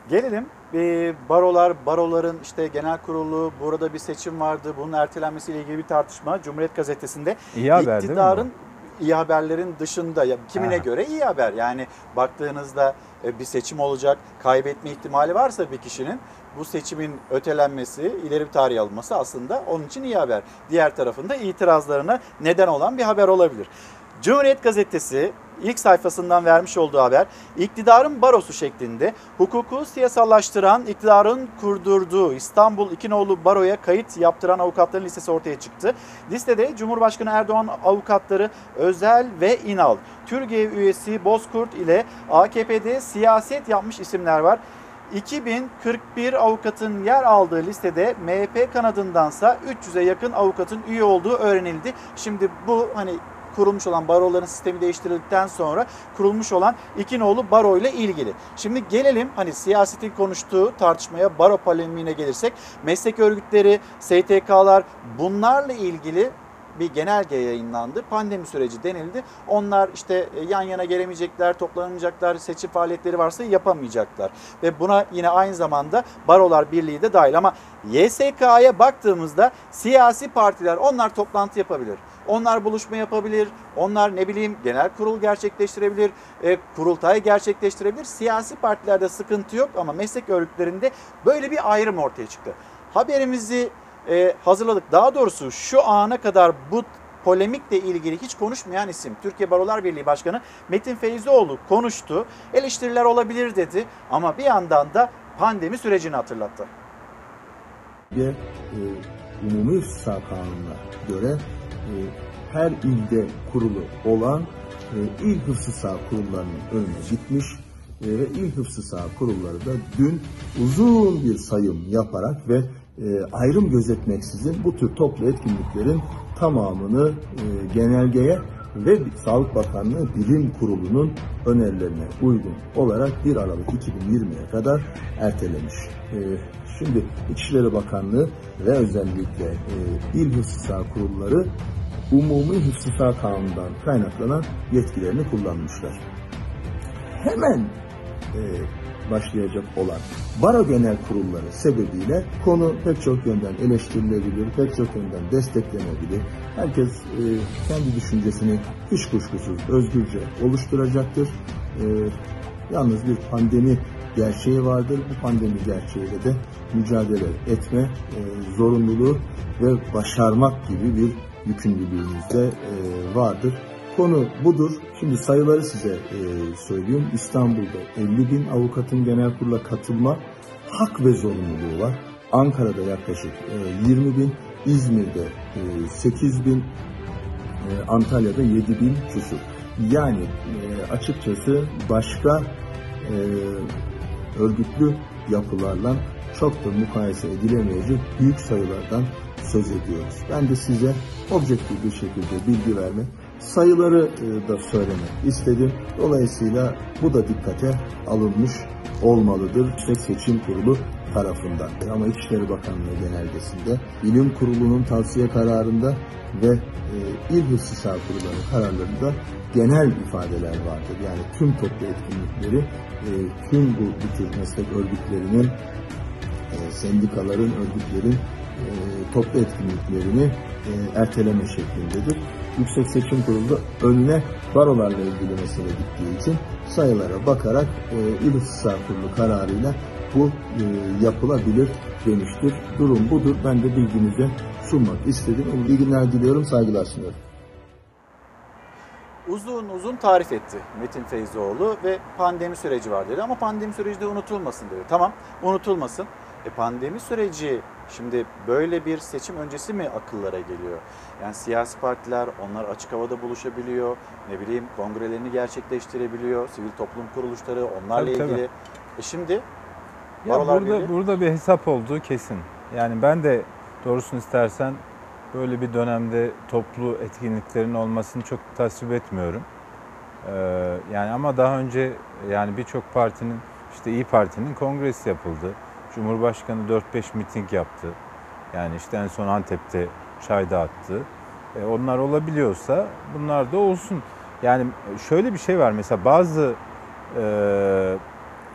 Speaker 1: Gelelim e, barolar, baroların işte genel kurulu, burada bir seçim vardı. Bunun ertelenmesiyle ilgili bir tartışma Cumhuriyet Gazetesi'nde.
Speaker 12: İyi haber
Speaker 1: İktidarın,
Speaker 12: değil mi bu?
Speaker 1: iyi haberlerin dışında, ya kimine
Speaker 12: Aha.
Speaker 1: göre iyi haber. Yani baktığınızda e, bir seçim olacak, kaybetme ihtimali varsa bir kişinin bu seçimin ötelenmesi, ileri bir tarihe alınması aslında onun için iyi haber. Diğer tarafında itirazlarına neden olan bir haber olabilir. Cumhuriyet Gazetesi ilk sayfasından vermiş olduğu haber, iktidarın barosu şeklinde hukuku siyasallaştıran, iktidarın kurdurduğu İstanbul İkinoğlu Baro'ya kayıt yaptıran avukatların listesi ortaya çıktı. Listede Cumhurbaşkanı Erdoğan avukatları Özel ve İnal, TÜRGEV üyesi Bozkurt ile A K P'de siyaset yapmış isimler var. iki bin kırk bir avukatın yer aldığı listede M H P kanadındansa üç yüze yakın avukatın üye olduğu öğrenildi. Şimdi bu hani kurulmuş olan baroların sistemi değiştirildikten sonra kurulmuş olan İkinoğlu Baro ile ilgili. Şimdi gelelim hani siyasetin konuştuğu tartışmaya, baro polemiğine gelirsek, meslek örgütleri, S T K'lar, bunlarla ilgili bir genelge yayınlandı. Pandemi süreci denildi. Onlar işte yan yana gelemeyecekler, toplanamayacaklar, seçim faaliyetleri varsa yapamayacaklar. Ve buna yine aynı zamanda Barolar Birliği de dahil. Ama Y S K'ya baktığımızda siyasi partiler, onlar toplantı yapabilir. Onlar buluşma yapabilir, onlar ne bileyim genel kurul gerçekleştirebilir, e, kurultay gerçekleştirebilir. Siyasi partilerde sıkıntı yok ama meslek örgütlerinde böyle bir ayrım ortaya çıktı. Haberimizi e, hazırladık. Daha doğrusu şu ana kadar bu polemikle ilgili hiç konuşmayan isim Türkiye Barolar Birliği Başkanı Metin Feyzioğlu konuştu. Eleştiriler olabilir dedi ama bir yandan da pandemi sürecini hatırlattı.
Speaker 16: Ve e, Umumi İhtisas Kanunu'na göre e, her ilde kurulu olan e, il hıfzı saha kurullarının önüne gitmiş e, ve il hıfzı saha kurulları da dün uzun bir sayım yaparak ve e, ayrım gözetmeksizin bu tür toplu etkinliklerin tamamını e, genelgeye ve Sağlık Bakanlığı Bilim Kurulu'nun önerilerine uygun olarak bir Aralık iki bin yirmiye kadar ertelemiş. E, Şimdi İçişleri Bakanlığı ve özellikle e, il hıfzı saha kurulları Umumi Hıfzı Saha Kanunu'ndan kaynaklanan yetkilerini kullanmışlar. Hemen e, başlayacak olan baro genel kurulları sebebiyle konu pek çok yönden eleştirilebilir, pek çok yönden desteklenebilir. Herkes e, kendi düşüncesini hiç kuşkusuz özgürce oluşturacaktır. E, yalnız bir pandemi gerçeği vardır. Bu pandemi gerçeğiyle de mücadele etme e, zorunluluğu ve başarmak gibi bir yükümlülüğümüz de e, vardır. Konu budur. Şimdi sayıları size e, söyleyeyim. İstanbul'da elli bin avukatın genel kurula katılma hak ve zorunluluğu var. Ankara'da yaklaşık e, yirmi bin, İzmir'de e, sekiz bin, e, Antalya'da yedi bin küsur. Yani e, açıkçası başka e, örgütlü yapılarla çok da mukayese edilemeyecek büyük sayılardan söz ediyoruz. Ben de size objektif bir şekilde bilgi vermek, sayıları da söylemek istedim. Dolayısıyla bu da dikkate alınmış olmalıdır Yüksek Seçim Kurulu tarafından. Ama İçişleri Bakanlığı genelgesinde, Bilim Kurulu'nun tavsiye kararında ve e, İl Hıfzı Saha Kurulları kararlarında genel ifadeler vardır. Yani tüm toplu etkinlikleri, e, tüm bu, bu tür meslek örgütlerinin, e, sendikaların, örgütlerin e, toplu etkinliklerini e, erteleme şeklindedir. Yüksek Seçim Kurulu önüne barolarla ilgili mesele gittiği için sayılara bakarak e, İl Hıfzı Saha Kurulu kararıyla bu e, yapılabilir demiştir. Durum budur. Ben de bilginize sunmak istedim. İyi günler diliyorum, saygılar sunuyorum.
Speaker 1: Uzun uzun tarif etti Metin Feyzioğlu ve pandemi süreci var dedi ama pandemi süreci de unutulmasın dedi. Tamam, unutulmasın. E pandemi süreci şimdi böyle bir seçim öncesi mi akıllara geliyor? Yani siyasi partiler, onlar açık havada buluşabiliyor, ne bileyim kongrelerini gerçekleştirebiliyor, sivil toplum kuruluşları onlarla
Speaker 12: tabii,
Speaker 1: ilgili.
Speaker 12: Tabii.
Speaker 1: E şimdi
Speaker 12: ya burada, burada bir hesap olduğu kesin. Yani ben de doğrusunu istersen böyle bir dönemde toplu etkinliklerin olmasını çok tasvip etmiyorum. Ee, yani ama daha önce yani birçok partinin, işte İYİ Parti'nin kongresi yapıldı. Cumhurbaşkanı dört beş miting yaptı. Yani işte en son Antep'te çay dağıttı. E onlar olabiliyorsa bunlar da olsun. Yani şöyle bir şey var, mesela bazı e,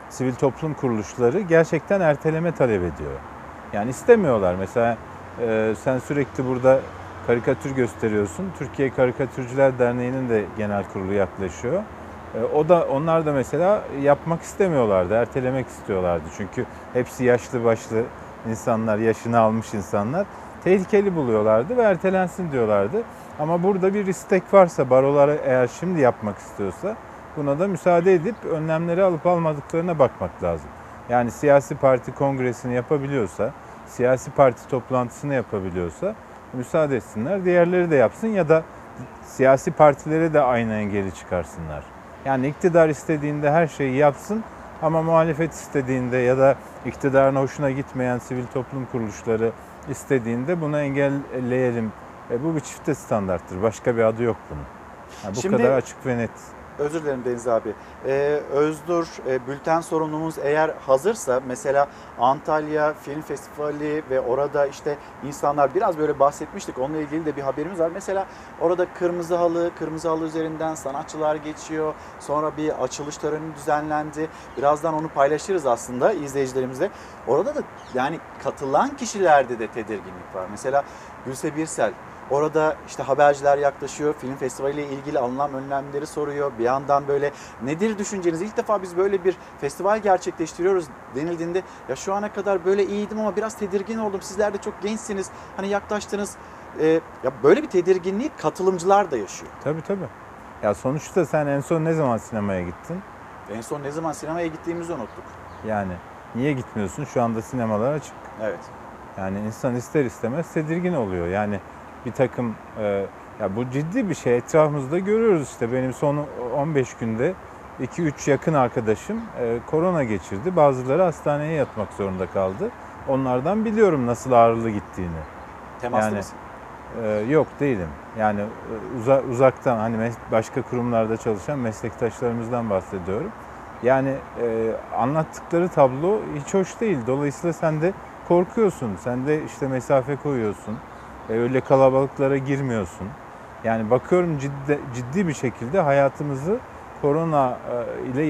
Speaker 12: sivil toplum kuruluşları gerçekten erteleme talep ediyor. Yani istemiyorlar. Mesela e, sen sürekli burada karikatür gösteriyorsun. Türkiye Karikatürcüler Derneği'nin de genel kurulu yaklaşıyor. E, o da onlar da mesela yapmak istemiyorlardı, ertelemek istiyorlardı. Çünkü hepsi yaşlı başlı insanlar, yaşını almış insanlar. Tehlikeli buluyorlardı ve ertelensin diyorlardı. Ama burada bir istek varsa, barolar eğer şimdi yapmak istiyorsa buna da müsaade edip önlemleri alıp almadıklarına bakmak lazım. Yani siyasi parti kongresini yapabiliyorsa, siyasi parti toplantısını yapabiliyorsa müsaade etsinler. Diğerleri de yapsın ya da siyasi partilere de aynı engeli çıkarsınlar. Yani iktidar istediğinde her şeyi yapsın ama muhalefet istediğinde ya da iktidarın hoşuna gitmeyen sivil toplum kuruluşları istediğinde bunu engelleyelim. E, bu bir çifte standarttır. Başka bir adı yok bunun. Yani bu
Speaker 1: Şimdi,
Speaker 12: kadar açık ve net.
Speaker 1: Özür dilerim Deniz abi. Ee, Özdur, e, bülten sorumlumuz eğer hazırsa mesela Antalya Film Festivali ve orada işte insanlar biraz böyle bahsetmiştik. Onunla ilgili de bir haberimiz var. Mesela orada kırmızı halı, kırmızı halı üzerinden sanatçılar geçiyor. Sonra bir açılış töreni düzenlendi. Birazdan onu paylaşırız aslında izleyicilerimizle. Orada da yani katılan kişilerde de tedirginlik var. Mesela Gülse Birsel. Orada işte haberciler yaklaşıyor, film festivaliyle ilgili alınan önlemleri soruyor. Bir yandan böyle nedir düşünceniz? İlk defa biz böyle bir festival gerçekleştiriyoruz denildiğinde ya şu ana kadar böyle iyiydim ama biraz tedirgin oldum. Sizler de çok gençsiniz. Hani yaklaştınız. Ee, ya böyle bir tedirginliği katılımcılar da yaşıyor.
Speaker 12: Tabii tabii. Ya sonuçta sen en son ne zaman sinemaya gittin?
Speaker 1: En son ne zaman sinemaya gittiğimizi unuttuk.
Speaker 12: Yani niye gitmiyorsun? Şu anda sinemalar açık.
Speaker 1: Evet.
Speaker 12: Yani insan ister istemez tedirgin oluyor. Yani bir takım e, ya bu ciddi bir şey, etrafımızda görüyoruz işte. Benim son on beş günde iki üç yakın arkadaşım e, korona geçirdi. Bazıları hastaneye yatmak zorunda kaldı. Onlardan biliyorum nasıl ağrılı gittiğini.
Speaker 1: Temaslı
Speaker 12: yani,
Speaker 1: mısın?
Speaker 12: E, yok değilim. Yani uza, uzaktan hani başka kurumlarda çalışan meslektaşlarımızdan bahsediyorum. Yani e, anlattıkları tablo hiç hoş değil. Dolayısıyla sen de korkuyorsun. Sen de işte mesafe koyuyorsun. Öyle kalabalıklara girmiyorsun. Yani bakıyorum ciddi, ciddi bir şekilde hayatımızı korona ile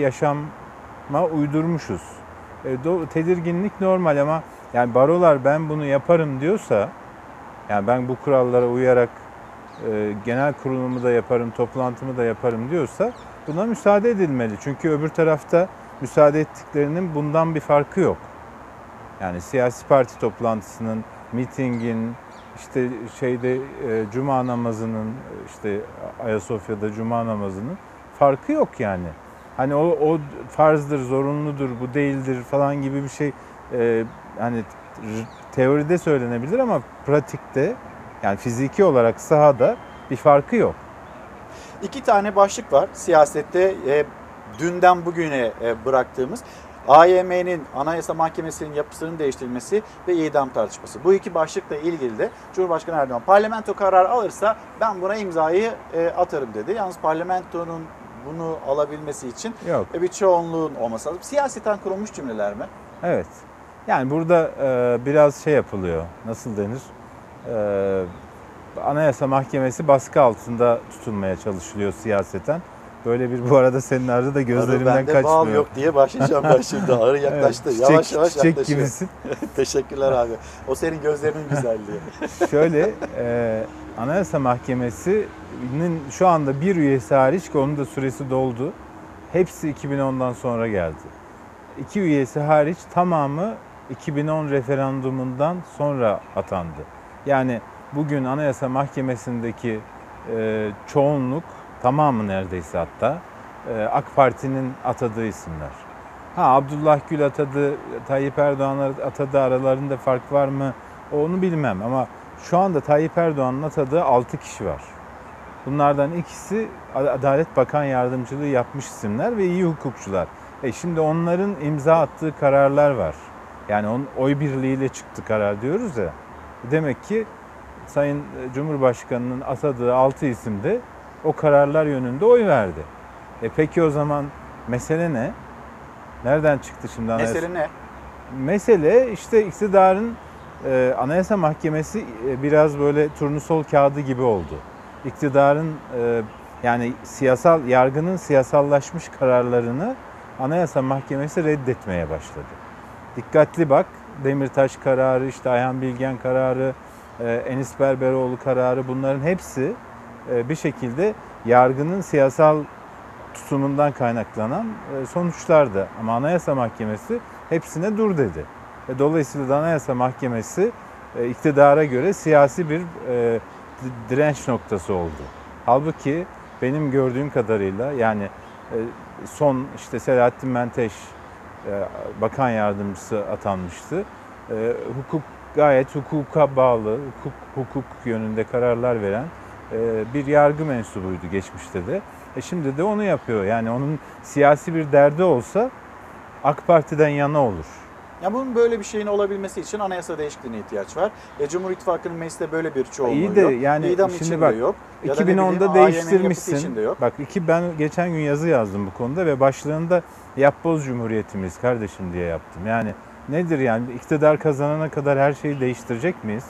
Speaker 12: yaşama uydurmuşuz. Tedirginlik normal ama yani barolar ben bunu yaparım diyorsa, yani ben bu kurallara uyarak genel kurulumu da yaparım, toplantımı da yaparım diyorsa buna müsaade edilmeli. Çünkü öbür tarafta müsaade ettiklerinin bundan bir farkı yok. Yani siyasi parti toplantısının, mitingin, İşte şeyde e, cuma namazının, işte Ayasofya'da cuma namazının farkı yok yani. Hani o, o farzdır, zorunludur, bu değildir falan gibi bir şey e, hani teoride söylenebilir ama pratikte yani fiziki olarak sahada bir farkı yok.
Speaker 1: İki tane başlık var siyasette e, dünden bugüne e, bıraktığımız. A Y M'nin Anayasa Mahkemesi'nin yapısının değiştirilmesi ve idam tartışması. Bu iki başlıkla ilgili de Cumhurbaşkanı Erdoğan parlamento karar alırsa ben buna imzayı e, atarım dedi. Yalnız parlamentonun bunu alabilmesi için e, bir çoğunluğun olması lazım. Siyaseten kurulmuş cümleler mi?
Speaker 12: Evet. Yani burada e, biraz şey yapılıyor. Nasıl denir? E, Anayasa Mahkemesi baskı altında tutulmaya çalışılıyor siyaseten. Böyle bir bu arada senin arada da gözlerimden
Speaker 1: Arı bende
Speaker 12: kaçmıyor.
Speaker 1: bal yok diye başlayacağım ben şimdi. Arı yaklaştı.
Speaker 12: Evet,
Speaker 1: yavaş
Speaker 12: çiçek,
Speaker 1: yavaş
Speaker 12: çiçek
Speaker 1: yaklaşıyor.
Speaker 12: gibisin.
Speaker 1: Teşekkürler abi. O senin gözlerinin güzelliği.
Speaker 12: Şöyle e, Anayasa Mahkemesi'nin şu anda bir üyesi hariç ki onun da süresi doldu. Hepsi iki bin ondan sonra geldi. İki üyesi hariç tamamı iki bin on referandumundan sonra atandı. Yani bugün Anayasa Mahkemesi'ndeki e, çoğunluk tamamı neredeyse hatta e, AK Parti'nin atadığı isimler. Ha Abdullah Gül atadı, Tayyip Erdoğan atadı, aralarında fark var mı onu bilmem ama şu anda Tayyip Erdoğan'ın atadığı altı kişi var. Bunlardan ikisi Adalet Bakan Yardımcılığı yapmış isimler ve iyi hukukçular. E şimdi onların imza attığı kararlar var. Yani onun oy birliğiyle çıktı karar diyoruz ya. Demek ki Sayın Cumhurbaşkanı'nın atadığı altı isim de o kararlar yönünde oy verdi. E peki o zaman mesele ne? Nereden çıktı şimdi anayasa?
Speaker 1: Mesele ne?
Speaker 12: Mesele işte iktidarın e, Anayasa Mahkemesi e, biraz böyle turnusol kağıdı gibi oldu. İktidarın e, yani siyasal yargının siyasallaşmış kararlarını Anayasa Mahkemesi reddetmeye başladı. Dikkatli bak, Demirtaş kararı, işte Ayhan Bilgen kararı, Enis Berberoğlu kararı, bunların hepsi bir şekilde yargının siyasal tutumundan kaynaklanan sonuçlardı. Ama Anayasa Mahkemesi hepsine dur dedi. Ve dolayısıyla da Anayasa Mahkemesi iktidara göre siyasi bir direnç noktası oldu. Halbuki benim gördüğüm kadarıyla, yani son işte Selahattin Menteş bakan yardımcısı atanmıştı. Hukuk gayet hukuka bağlı, hukuk, hukuk yönünde kararlar veren bir yargı mensubuydu geçmişte de. E şimdi de onu yapıyor. Yani onun siyasi bir derdi olsa AK Parti'den yana olur.
Speaker 1: Ya bunun böyle bir şeyin olabilmesi için anayasa değişikliğine ihtiyaç var. E, Cumhur İttifakı'nın mecliste böyle bir çoğunluğu
Speaker 12: İyi de,
Speaker 1: yok.
Speaker 12: yani
Speaker 1: İdam
Speaker 12: şimdi
Speaker 1: için
Speaker 12: bak,
Speaker 1: de yok. Ya
Speaker 12: iki bin onda değiştirmişsin.
Speaker 1: için de yok.
Speaker 12: Bak iki ben geçen gün yazı yazdım bu konuda ve başlığında yapboz cumhuriyetimiz kardeşim diye yaptım. Yani nedir yani, iktidar kazanana kadar her şeyi değiştirecek miyiz?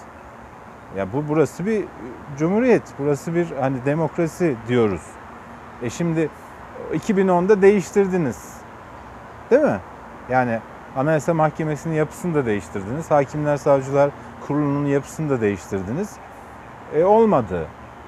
Speaker 12: Ya bu burası bir cumhuriyet, burası bir hani demokrasi diyoruz. E şimdi iki bin onda değiştirdiniz. Değil mi? Yani Anayasa Mahkemesi'nin yapısını da değiştirdiniz. Hakimler Savcılar Kurulu'nun yapısını da değiştirdiniz. E olmadı.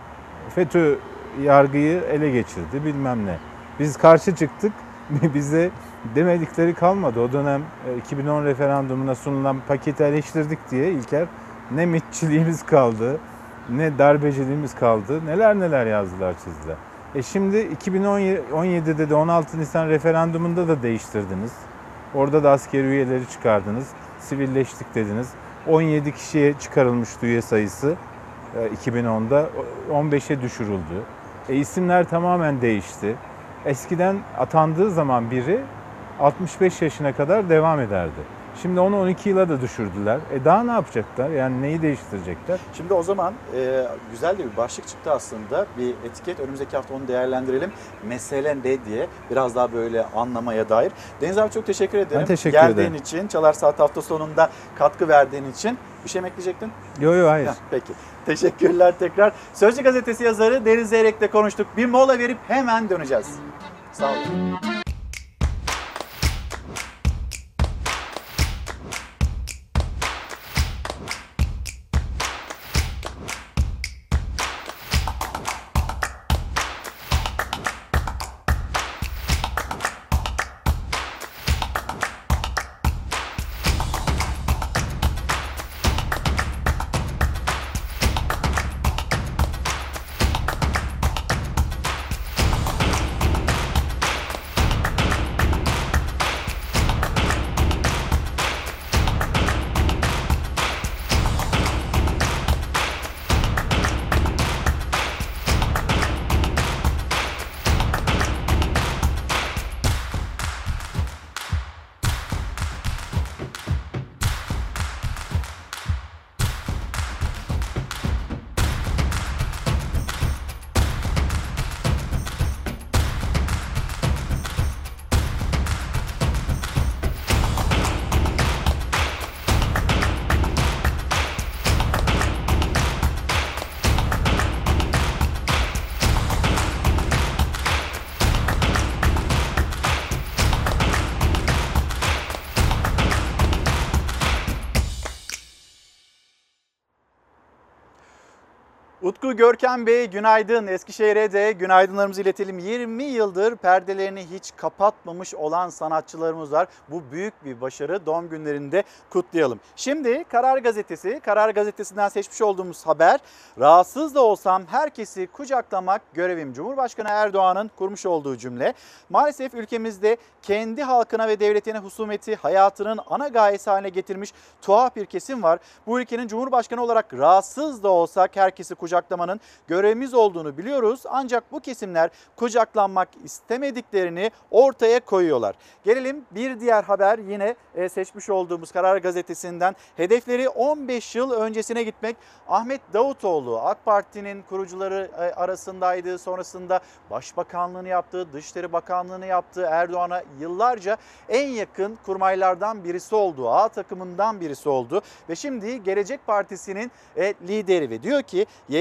Speaker 12: FETÖ yargıyı ele geçirdi, bilmem ne. Biz karşı çıktık. Bize demedikleri kalmadı. O dönem iki bin on referandumuna sunulan paketi eleştirdik diye İlker, ne mitçiliğimiz kaldı, ne darbeciliğimiz kaldı. Neler neler yazdılar, çizdiler. E şimdi iki bin on yedide de on altı Nisan referandumunda da değiştirdiniz. Orada da askeri üyeleri çıkardınız. Sivilleştik dediniz. on yedi kişiye çıkarılmıştı üye sayısı iki bin onda. on beşe düşürüldü. E isimler tamamen değişti. Eskiden atandığı zaman biri altmış beş yaşına kadar devam ederdi. Şimdi onu on iki yıla da düşürdüler. E daha ne yapacaklar? Yani neyi değiştirecekler?
Speaker 1: Şimdi o zaman e, güzel de bir başlık çıktı aslında. Bir etiket. Önümüzdeki hafta onu değerlendirelim. Mesele ne diye biraz daha böyle anlamaya dair. Deniz abi çok teşekkür ederim.
Speaker 12: Ben teşekkür
Speaker 1: Geldiğin
Speaker 12: ederim.
Speaker 1: için, Çalar Saat hafta sonunda katkı verdiğin için. Bir şey mi ekleyecektin?
Speaker 12: Yok yok hayır.
Speaker 1: Heh, peki. Teşekkürler tekrar. Sözcü Gazetesi yazarı Deniz Zeyrek'le konuştuk. Bir mola verip hemen döneceğiz. Sağ olun. Utku Görkem Bey günaydın. Eskişehir'e de günaydınlarımızı iletelim. yirmi yıldır perdelerini hiç kapatmamış olan sanatçılarımız var. Bu büyük bir başarı. Doğum günlerinde kutlayalım. Şimdi Karar Gazetesi, Karar Gazetesi'nden seçmiş olduğumuz haber. Rahatsız da olsam herkesi kucaklamak görevim. Cumhurbaşkanı Erdoğan'ın kurmuş olduğu cümle. Maalesef ülkemizde kendi halkına ve devletine husumeti hayatının ana gayesi haline getirmiş tuhaf bir kesim var. Bu ülkenin Cumhurbaşkanı olarak rahatsız da olsak herkesi kucaklamanın görevimiz olduğunu biliyoruz. Ancak bu kesimler kucaklanmak istemediklerini ortaya koyuyorlar. Gelelim bir diğer haber, yine seçmiş olduğumuz Karar Gazetesi'nden. Hedefleri on beş yıl öncesine gitmek. Ahmet Davutoğlu AK Parti'nin kurucuları arasındaydı. Sonrasında Başbakanlığını yaptı, Dışişleri Bakanlığını yaptı. Erdoğan'a yıllarca en yakın kurmaylardan birisi oldu. A takımından birisi oldu. Ve şimdi Gelecek Partisi'nin lideri ve diyor ki Y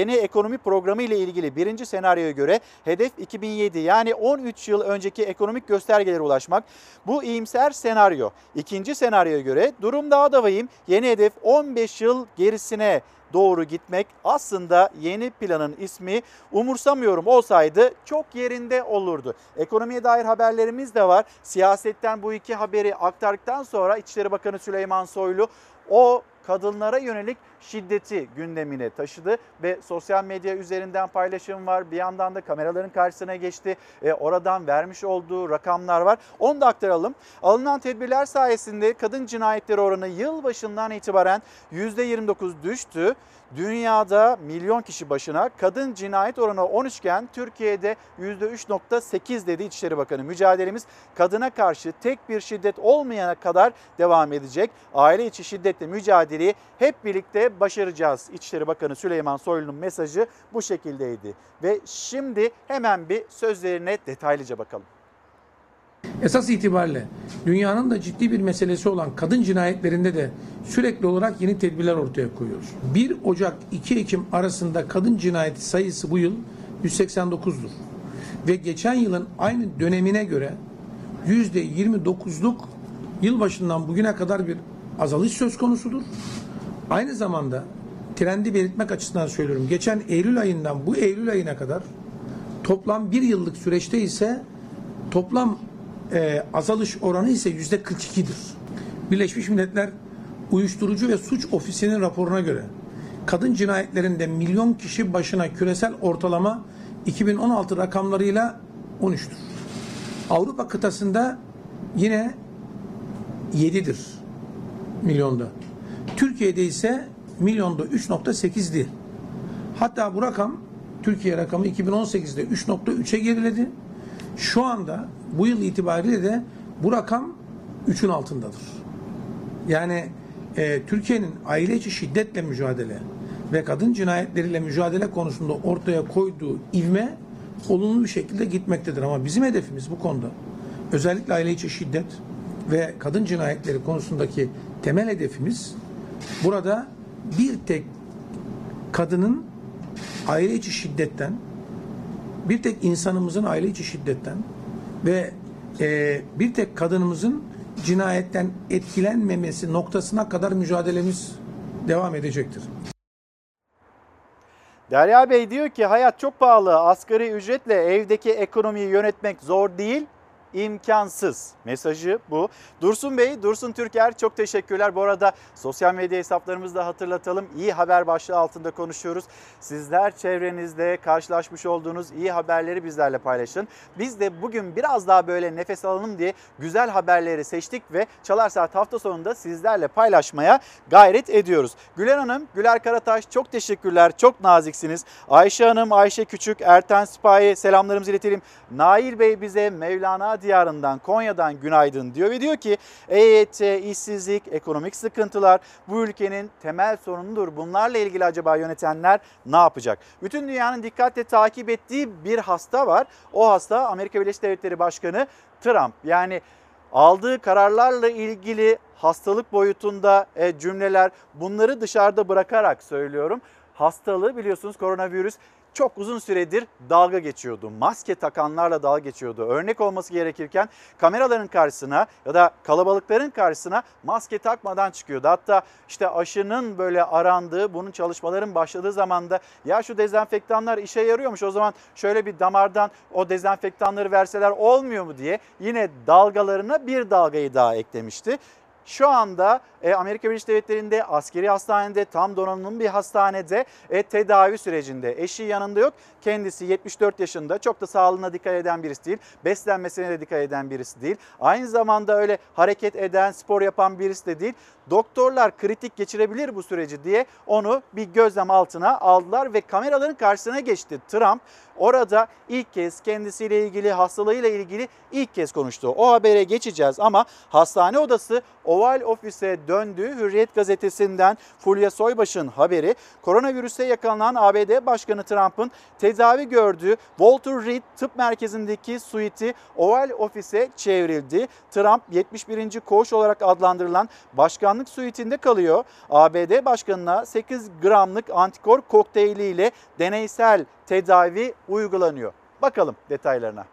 Speaker 1: yeni ekonomi programı ile ilgili birinci senaryoya göre hedef iki bin yedi yani on üç yıl önceki ekonomik göstergelere ulaşmak. Bu iyimser senaryo. İkinci senaryoya göre durum daha da vahim. Yeni hedef on beş yıl gerisine doğru gitmek. Aslında yeni planın ismi umursamıyorum olsaydı çok yerinde olurdu. Ekonomiye dair haberlerimiz de var. Siyasetten bu iki haberi aktardıktan sonra İçişleri Bakanı Süleyman Soylu o kadınlara yönelik şiddeti gündemine taşıdı ve sosyal medya üzerinden paylaşım var. Bir yandan da kameraların karşısına geçti. E, oradan vermiş olduğu rakamlar var. Onu da aktaralım. Alınan tedbirler sayesinde kadın cinayetleri oranı yılbaşından itibaren yüzde yirmi dokuz düştü. Dünyada milyon kişi başına kadın cinayet oranı on üç iken Türkiye'de yüzde üç virgül sekiz dedi İçişleri Bakanı. Mücadelemiz kadına karşı tek bir şiddet olmayana kadar devam edecek. Aile içi şiddetle mücadeleyi hep birlikte başaracağız. İçişleri Bakanı Süleyman Soylu'nun mesajı bu şekildeydi. Ve şimdi hemen bir sözlerine detaylıca bakalım.
Speaker 17: Esas itibariyle dünyanın da ciddi bir meselesi olan kadın cinayetlerinde de sürekli olarak yeni tedbirler ortaya koyuyoruz. bir Ocak iki Ekim arasında kadın cinayeti sayısı bu yıl yüz seksen dokuzdur. Ve geçen yılın aynı dönemine göre yüzde yirmi dokuzluk yılbaşından bugüne kadar bir azalış söz konusudur. Aynı zamanda trendi belirtmek açısından söylüyorum. Geçen Eylül ayından bu Eylül ayına kadar toplam bir yıllık süreçte ise toplam e, azalış oranı ise yüzde kırk ikidir. Birleşmiş Milletler Uyuşturucu ve Suç Ofisi'nin raporuna göre kadın cinayetlerinde milyon kişi başına küresel ortalama iki bin on altı rakamlarıyla on üçtür. Avrupa kıtasında yine yedidir milyonda. Türkiye'de ise milyonda üç virgül sekizdi. Hatta bu rakam Türkiye rakamı iki bin on sekizde üç virgül üçe geriledi. Şu anda bu yıl itibariyle de bu rakam üçün altındadır. Yani e, Türkiye'nin aile içi şiddetle mücadele ve kadın cinayetleriyle mücadele konusunda ortaya koyduğu ivme olumlu bir şekilde gitmektedir. Ama bizim hedefimiz bu konuda özellikle aile içi şiddet ve kadın cinayetleri konusundaki temel hedefimiz burada bir tek kadının aile içi şiddetten, bir tek insanımızın aile içi şiddetten ve e, bir tek kadınımızın cinayetten etkilenmemesi noktasına kadar mücadelemiz devam edecektir.
Speaker 1: Derya Bey diyor ki hayat çok pahalı. Asgari ücretle evdeki ekonomiyi yönetmek zor değil, imkansız. Mesajı bu. Dursun Bey, Dursun Türker çok teşekkürler. Bu arada sosyal medya hesaplarımızı da hatırlatalım. İyi haber başlığı altında konuşuyoruz. Sizler çevrenizde karşılaşmış olduğunuz iyi haberleri bizlerle paylaşın. Biz de bugün biraz daha böyle nefes alalım diye güzel haberleri seçtik ve Çalar Saat hafta sonunda sizlerle paylaşmaya gayret ediyoruz. Güler Hanım, Güler Karataş çok teşekkürler. Çok naziksiniz. Ayşe Hanım, Ayşe Küçük, Erten Sipahi selamlarımızı iletelim. Nail Bey bize Mevlana diyarından, Konya'dan günaydın diyor ve diyor ki E Y T, işsizlik, ekonomik sıkıntılar bu ülkenin temel sorunudur. Bunlarla ilgili acaba yönetenler ne yapacak? Bütün dünyanın dikkatle takip ettiği bir hasta var. O hasta Amerika Birleşik Devletleri Başkanı Trump. Yani aldığı kararlarla ilgili hastalık boyutunda e, cümleler, bunları dışarıda bırakarak söylüyorum. Hastalığı biliyorsunuz, koronavirüs çok uzun süredir dalga geçiyordu. Maske takanlarla dalga geçiyordu. Örnek olması gerekirken kameraların karşısına ya da kalabalıkların karşısına maske takmadan çıkıyordu. Hatta işte aşının böyle arandığı, bunun çalışmaların başladığı zamanda ya şu dezenfektanlar işe yarıyormuş, o zaman şöyle bir damardan o dezenfektanları verseler olmuyor mu diye yine dalgalarına bir dalgayı daha eklemişti. Şu anda e, Amerika Birleşik Devletleri'nde askeri hastanede, tam donanımlı bir hastanede e, tedavi sürecinde. Eşi yanında yok. Kendisi yetmiş dört yaşında, çok da sağlığına dikkat eden birisi değil. Beslenmesine de dikkat eden birisi değil. Aynı zamanda öyle hareket eden, spor yapan birisi de değil. Doktorlar kritik geçirebilir bu süreci diye onu bir gözlem altına aldılar ve kameraların karşısına geçti Trump. Orada ilk kez kendisiyle ilgili, hastalığıyla ilgili ilk kez konuştu. O habere geçeceğiz ama hastane odası Oval Ofis'e döndü. Hürriyet gazetesinden Fulya Soybaş'ın haberi. Koronavirüse yakalanan A B D Başkanı Trump'ın tedavi gördüğü Walter Reed Tıp Merkezi'ndeki suiti Oval Ofis'e çevrildi. Trump yetmiş birinci koğuş olarak adlandırılan başkanlık suitinde kalıyor. A B D Başkanı'na sekiz gramlık antikor kokteyli ile deneysel tedavi uygulanıyor. Bakalım detaylarına.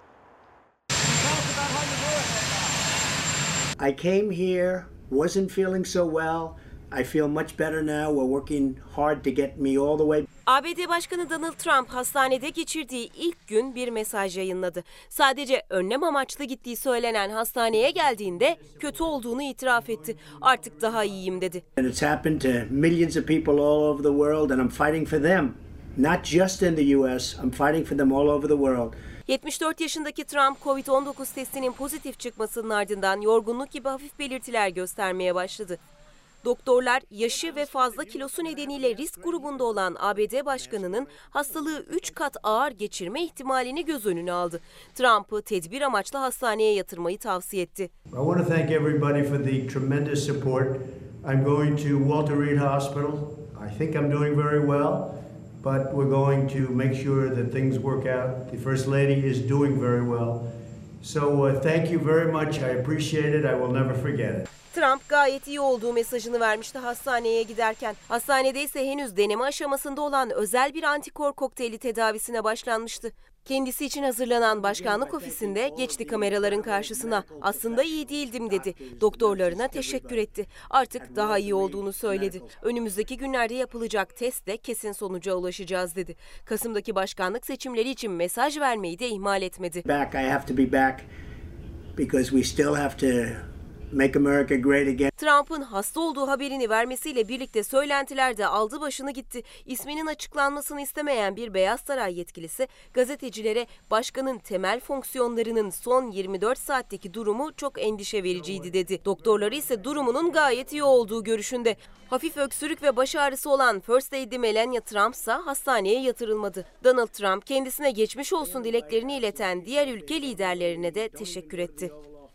Speaker 18: I came here, wasn't feeling so well. I feel much better now. We're working hard to get me all the way.
Speaker 5: A B D Başkanı Donald Trump hastanede geçirdiği ilk gün bir mesaj yayınladı. Sadece önlem amaçlı gittiği söylenen hastaneye geldiğinde kötü olduğunu itiraf etti. Artık daha iyiyim dedi.
Speaker 18: And it's happened to millions of people all over the world and I'm fighting for them. Not just in the U S, I'm fighting for them all over the world.
Speaker 5: yetmiş dört yaşındaki Trump, Covid on dokuz testinin pozitif çıkmasının ardından yorgunluk gibi hafif belirtiler göstermeye başladı. Doktorlar yaşı ve fazla kilosu nedeniyle risk grubunda olan A B D Başkanı'nın hastalığı üç kat ağır geçirme ihtimalini göz önüne aldı. Trump'ı tedbir amaçlı hastaneye yatırmayı tavsiye etti.
Speaker 19: I want to thank everybody for the tremendous support. I'm going to Walter Reed Hospital. I think I'm doing very well, but we're going to make sure that things work out. The First Lady is doing very well. So uh, thank you very much. I appreciate it. I will never forget it.
Speaker 5: Trump gayet iyi olduğu mesajını vermişti hastaneye giderken. Hastanede ise henüz deneme aşamasında olan özel bir antikor kokteyli tedavisine başlanmıştı. Kendisi için hazırlanan başkanlık ofisinde geçti kameraların karşısına. Aslında iyi değildim dedi. Doktorlarına teşekkür etti. Artık daha iyi olduğunu söyledi. Önümüzdeki günlerde yapılacak testle kesin sonuca ulaşacağız dedi. Kasım'daki başkanlık seçimleri için mesaj vermeyi de ihmal etmedi.
Speaker 18: Back, I have to be back because we still have to make America great again.
Speaker 5: Trump'ın hasta olduğu haberini vermesiyle birlikte söylentiler de aldı başını gitti. İsminin açıklanmasını istemeyen bir Beyaz Saray yetkilisi gazetecilere başkanın temel fonksiyonlarının son yirmi dört saatteki durumu çok endişe vericiydi dedi. Doktorları ise durumunun gayet iyi olduğu görüşünde. Hafif öksürük ve baş ağrısı olan First Lady Melania Trump ise hastaneye yatırılmadı. Donald Trump kendisine geçmiş olsun dileklerini ileten diğer ülke liderlerine de teşekkür etti.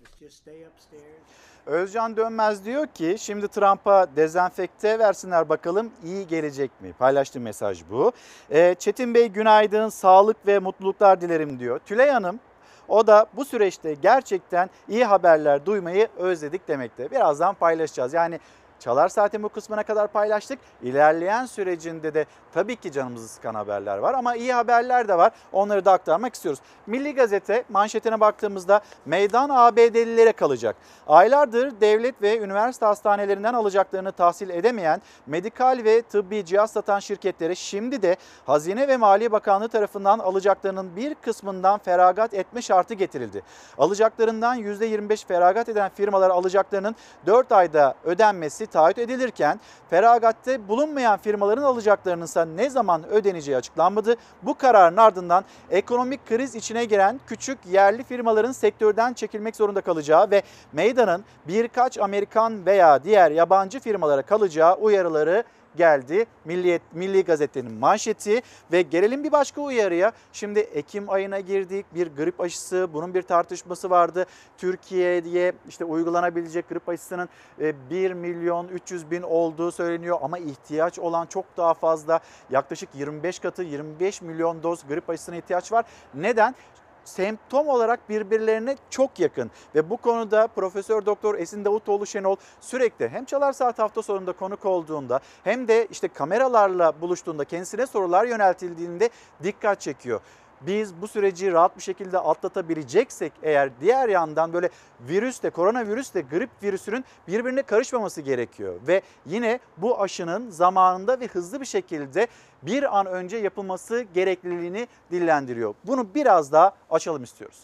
Speaker 1: Özcan Dönmez diyor ki şimdi Trump'a dezenfekte versinler bakalım iyi gelecek mi? Paylaştığım mesaj bu. E, Çetin Bey günaydın, sağlık ve mutluluklar dilerim diyor. Tülay Hanım o da bu süreçte gerçekten iyi haberler duymayı özledik demekte. Birazdan paylaşacağız. Yani Çalar Saat'in bu kısmına kadar paylaştık. İlerleyen sürecinde de tabii ki canımızı sıkan haberler var ama iyi haberler de var. Onları da aktarmak istiyoruz. Milli Gazete manşetine baktığımızda meydan A B D'lilere kalacak. Aylardır devlet ve üniversite hastanelerinden alacaklarını tahsil edemeyen medikal ve tıbbi cihaz satan şirketlere şimdi de Hazine ve Maliye Bakanlığı tarafından alacaklarının bir kısmından feragat etme şartı getirildi. Alacaklarından yüzde yirmi beş feragat eden firmalar alacaklarının dört ayda ödenmesi taahhüt edilirken feragatte bulunmayan firmaların alacaklarının ise ne zaman ödeneceği açıklanmadı. Bu kararın ardından ekonomik kriz içine giren küçük yerli firmaların sektörden çekilmek zorunda kalacağı ve meydanın birkaç Amerikan veya diğer yabancı firmalara kalacağı uyarıları geldi. Milliyet, Milli Gazete'nin manşeti ve gelelim bir başka uyarıya. Şimdi Ekim ayına girdik. Bir grip aşısı, bunun bir tartışması vardı. Türkiye'ye işte uygulanabilecek grip aşısının bir milyon üç yüz bin olduğu söyleniyor ama ihtiyaç olan çok daha fazla. Yaklaşık yirmi beş katı yirmi beş milyon doz grip aşısına ihtiyaç var. Neden? Semptom olarak birbirlerine çok yakın ve bu konuda Profesör Doktor Esin Davutoğlu Şenol sürekli hem Çalar Saat hafta sonunda konuk olduğunda hem de işte kameralarla buluştuğunda kendisine sorular yöneltildiğinde dikkat çekiyor. Biz bu süreci rahat bir şekilde atlatabileceksek eğer diğer yandan böyle virüsle, koronavirüsle grip virüsünün birbirine karışmaması gerekiyor. Ve yine bu aşının zamanında ve hızlı bir şekilde bir an önce yapılması gerekliliğini dillendiriyor. Bunu biraz daha açalım istiyoruz.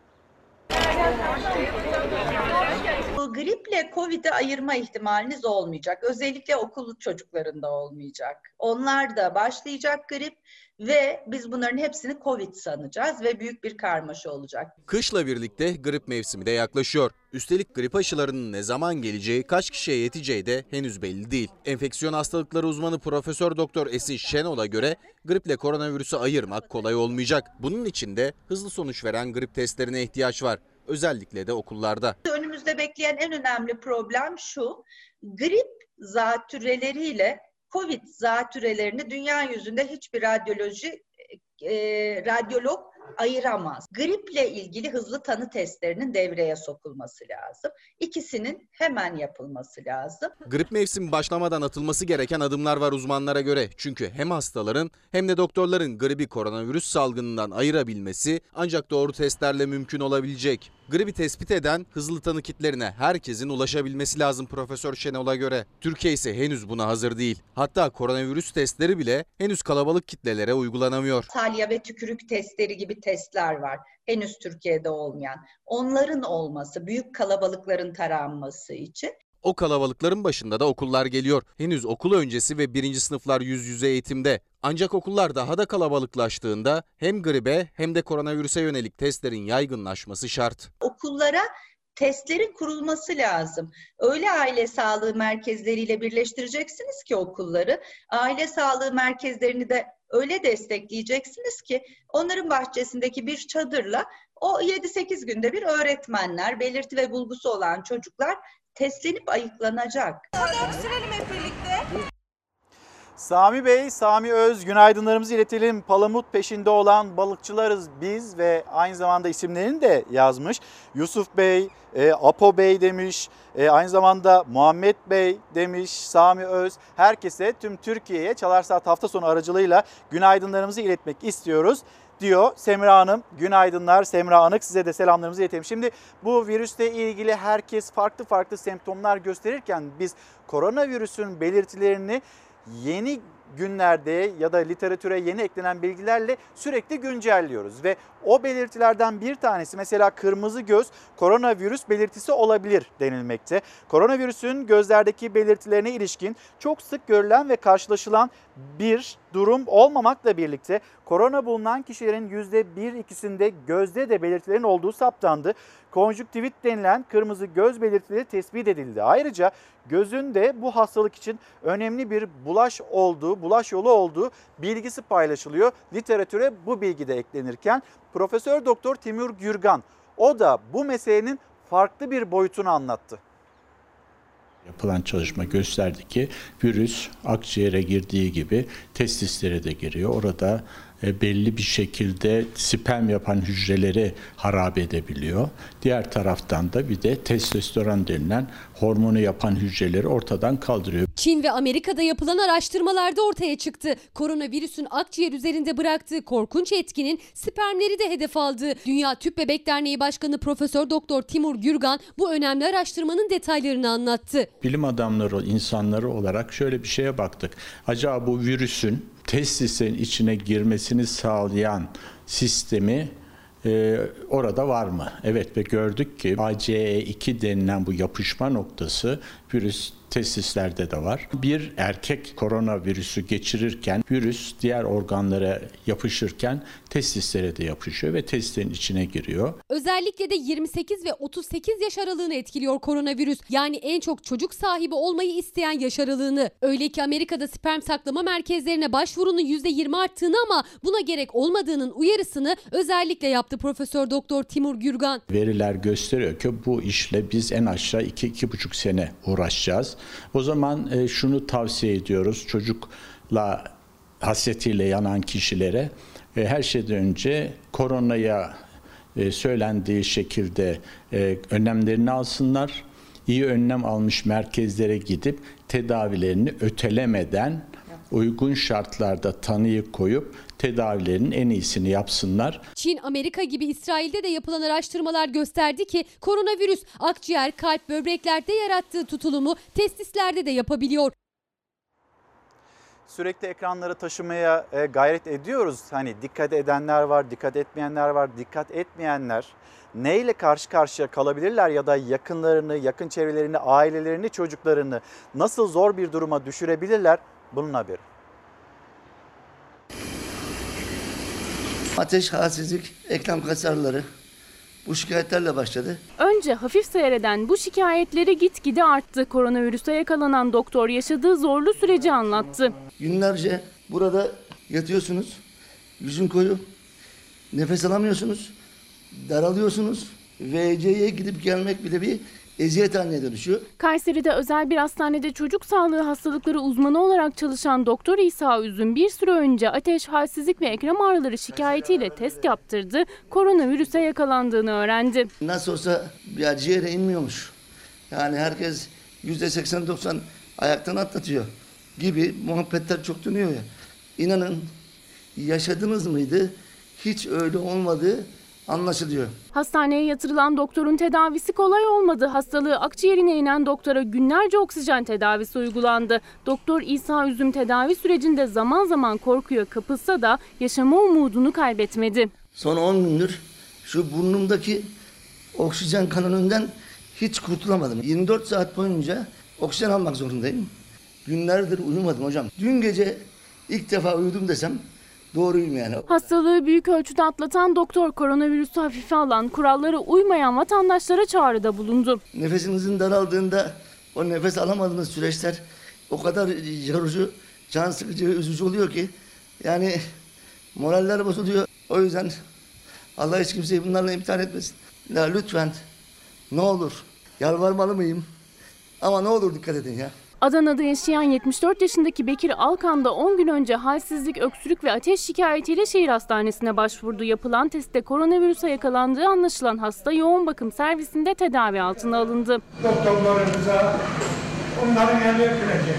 Speaker 20: Bu griple Covid'i ayırma ihtimaliniz olmayacak. Özellikle okul çocuklarında olmayacak. Onlar da başlayacak grip ve biz bunların hepsini Covid sanacağız ve büyük bir karmaşa olacak.
Speaker 15: Kışla birlikte grip mevsimi de yaklaşıyor. Üstelik grip aşılarının ne zaman geleceği, kaç kişiye yeteceği de henüz belli değil. Enfeksiyon hastalıkları uzmanı Profesör Doktor Esin Şenol'a göre griple koronavirüsü ayırmak kolay olmayacak. Bunun için de hızlı sonuç veren grip testlerine ihtiyaç var. özellikle de okullarda.
Speaker 20: Önümüzde bekleyen en önemli problem şu: grip zatürreleriyle Covid zatürrelerini dünya yüzünde hiçbir radyoloji, e, radyolog ayıramaz. Griple ilgili hızlı tanı testlerinin devreye sokulması lazım. İkisinin hemen yapılması lazım.
Speaker 15: Grip mevsimi başlamadan atılması gereken adımlar var uzmanlara göre. Çünkü hem hastaların hem de doktorların gribi koronavirüs salgınından ayırabilmesi ancak doğru testlerle mümkün olabilecek. Gribi tespit eden hızlı tanı kitlerine herkesin ulaşabilmesi lazım Profesör Şenol'a göre. Türkiye ise henüz buna hazır değil. Hatta koronavirüs testleri bile henüz kalabalık kitlelere uygulanamıyor.
Speaker 20: Salya ve tükürük testleri gibi testler var. Henüz Türkiye'de olmayan. Onların olması, büyük kalabalıkların taranması için.
Speaker 15: O kalabalıkların başında da okullar geliyor. Henüz okul öncesi ve birinci sınıflar yüz yüze eğitimde. Ancak okullar daha da kalabalıklaştığında hem gribe hem de koronavirüse yönelik testlerin yaygınlaşması şart.
Speaker 20: Okullara testlerin kurulması lazım. Öyle aile sağlığı merkezleriyle birleştireceksiniz ki okulları, aile sağlığı merkezlerini de öyle destekleyeceksiniz ki onların bahçesindeki bir çadırla o yedi sekiz günde bir öğretmenler, belirti ve bulgusu olan çocuklar testlenip ayıklanacak.
Speaker 21: Hadi öksürelim hep birlikte.
Speaker 1: Sami Bey, Sami Öz, günaydınlarımızı iletelim. Palamut peşinde olan balıkçılarız biz ve aynı zamanda isimlerini de yazmış. Yusuf Bey, e, Apo Bey demiş, e, aynı zamanda Muhammed Bey demiş, Sami Öz. Herkese, tüm Türkiye'ye Çalar Saat hafta sonu aracılığıyla günaydınlarımızı iletmek istiyoruz diyor Semra Hanım. Günaydınlar Semra Anık, size de selamlarımızı iletelim. Şimdi bu virüsle ilgili herkes farklı farklı semptomlar gösterirken biz koronavirüsün belirtilerini yeni günlerde ya da literatüre yeni eklenen bilgilerle sürekli güncelliyoruz ve o belirtilerden bir tanesi mesela kırmızı göz koronavirüs belirtisi olabilir denilmekte. Koronavirüsün gözlerdeki belirtilerine ilişkin çok sık görülen ve karşılaşılan bir durum olmamakla birlikte korona bulunan kişilerin yüzde bir ikisinde gözde de belirtilerin olduğu saptandı. Konjüktivit denilen kırmızı göz belirtileri tespit edildi. Ayrıca gözün de bu hastalık için önemli bir bulaş olduğu, bulaş yolu olduğu bilgisi paylaşılıyor. Literatüre bu bilgi de eklenirken Profesör Doktor Timur Gürgan, o da bu meselenin farklı bir boyutunu anlattı.
Speaker 22: Yapılan çalışma gösterdi ki virüs akciğere girdiği gibi testislere de giriyor. Orada belli bir şekilde sperm yapan hücreleri harap edebiliyor. Diğer taraftan da bir de testosteron denilen hormonu yapan hücreleri ortadan kaldırıyor.
Speaker 10: Çin ve Amerika'da yapılan araştırmalarda ortaya çıktı. Koronavirüsün akciğer üzerinde bıraktığı korkunç etkinin spermleri de hedef aldı. Dünya Tüp Bebek Derneği Başkanı Profesör Doktor Timur Gürgan bu önemli araştırmanın detaylarını anlattı.
Speaker 22: Bilim adamları, insanları olarak şöyle bir şeye baktık. Acaba bu virüsün testisin içine girmesini sağlayan sistemi e, orada var mı? Evet, ve gördük ki A C E iki denilen bu yapışma noktası virüs testislerde de var. Bir erkek koronavirüsü geçirirken virüs diğer organlara yapışırken testislere de yapışıyor ve testislerin içine giriyor.
Speaker 10: Özellikle de yirmi sekiz ve otuz sekiz yaş aralığını etkiliyor koronavirüs. Yani en çok çocuk sahibi olmayı isteyen yaş aralığını. Öyle ki Amerika'da sperm saklama merkezlerine başvurunun yüzde yirmi arttığını ama buna gerek olmadığının uyarısını özellikle yaptı Profesör Doktor Timur Gürgan.
Speaker 22: Veriler gösteriyor ki bu işle biz en aşağı iki iki buçuk sene uğraşacağız. O zaman e, şunu tavsiye ediyoruz çocukla hasretiyle yanan kişilere e, her şeyden önce koronaya e, söylendiği şekilde e, önlemlerini alsınlar. İyi önlem almış merkezlere gidip tedavilerini ötelemeden uygun şartlarda tanıyı koyup tedavilerinin en iyisini yapsınlar.
Speaker 10: Çin, Amerika gibi İsrail'de de yapılan araştırmalar gösterdi ki koronavirüs akciğer, kalp, böbreklerde yarattığı tutulumu testislerde de yapabiliyor.
Speaker 1: Sürekli ekranları taşımaya gayret ediyoruz. Hani dikkat edenler var, dikkat etmeyenler var, dikkat etmeyenler neyle karşı karşıya kalabilirler ya da yakınlarını, yakın çevrelerini, ailelerini, çocuklarını nasıl zor bir duruma düşürebilirler? Bunun haberi.
Speaker 23: Ateş, halsizlik, eklem kasarları bu şikayetlerle başladı.
Speaker 24: Önce hafif seyreden bu şikayetleri gitgide arttı. Koronavirüse yakalanan doktor yaşadığı zorlu süreci anlattı.
Speaker 23: Günlerce burada yatıyorsunuz, yüzün koyu, nefes alamıyorsunuz, daralıyorsunuz, V C'ye gidip gelmek bile bir eziyet haline dönüşüyor.
Speaker 24: Kayseri'de özel bir hastanede çocuk sağlığı hastalıkları uzmanı olarak çalışan Doktor İsa Üzüm bir süre önce ateş, halsizlik ve ekrem ağrıları şikayetiyle test yaptırdı. Koronavirüse yakalandığını öğrendi.
Speaker 23: Nasıl olsa ya ciğere inmiyormuş. Yani herkes yüzde seksen doksan ayaktan atlatıyor gibi muhabbetler çok dönüyor ya. İnanın yaşadınız mıydı? Hiç öyle olmadığı anlaşılıyor.
Speaker 24: Hastaneye yatırılan doktorun tedavisi kolay olmadı. Hastalığı akciğerine inen doktora günlerce oksijen tedavisi uygulandı. Doktor İsa Üzüm tedavi sürecinde zaman zaman korkuya kapılsa da yaşama umudunu kaybetmedi.
Speaker 23: Son on gündür şu burnumdaki oksijen kanalından hiç kurtulamadım. yirmi dört saat boyunca oksijen almak zorundayım. Günlerdir uyumadım hocam. Dün gece ilk defa uyudum desem doğruyum yani.
Speaker 24: Hastalığı büyük ölçüde atlatan doktor koronavirüsü hafife alan, kurallara uymayan vatandaşlara çağrıda bulundu.
Speaker 23: Nefesinizin daraldığında o nefes alamadığınız süreçler o kadar yorucu, can sıkıcı ve üzücü oluyor ki yani moraller bozuluyor. O yüzden Allah hiç kimseyi bunlarla imtihan etmesin. Ya lütfen ne olur yalvarmalı mıyım? Ama ne olur dikkat edin ya.
Speaker 24: Adana'da yaşayan yetmiş dört yaşındaki Bekir Alkan da on gün önce halsizlik, öksürük ve ateş şikayetiyle şehir hastanesine başvurdu. Yapılan testte koronavirüse yakalandığı anlaşılan hasta yoğun bakım servisinde tedavi altına alındı.
Speaker 4: Doktorlarımıza onların eli öpülecek.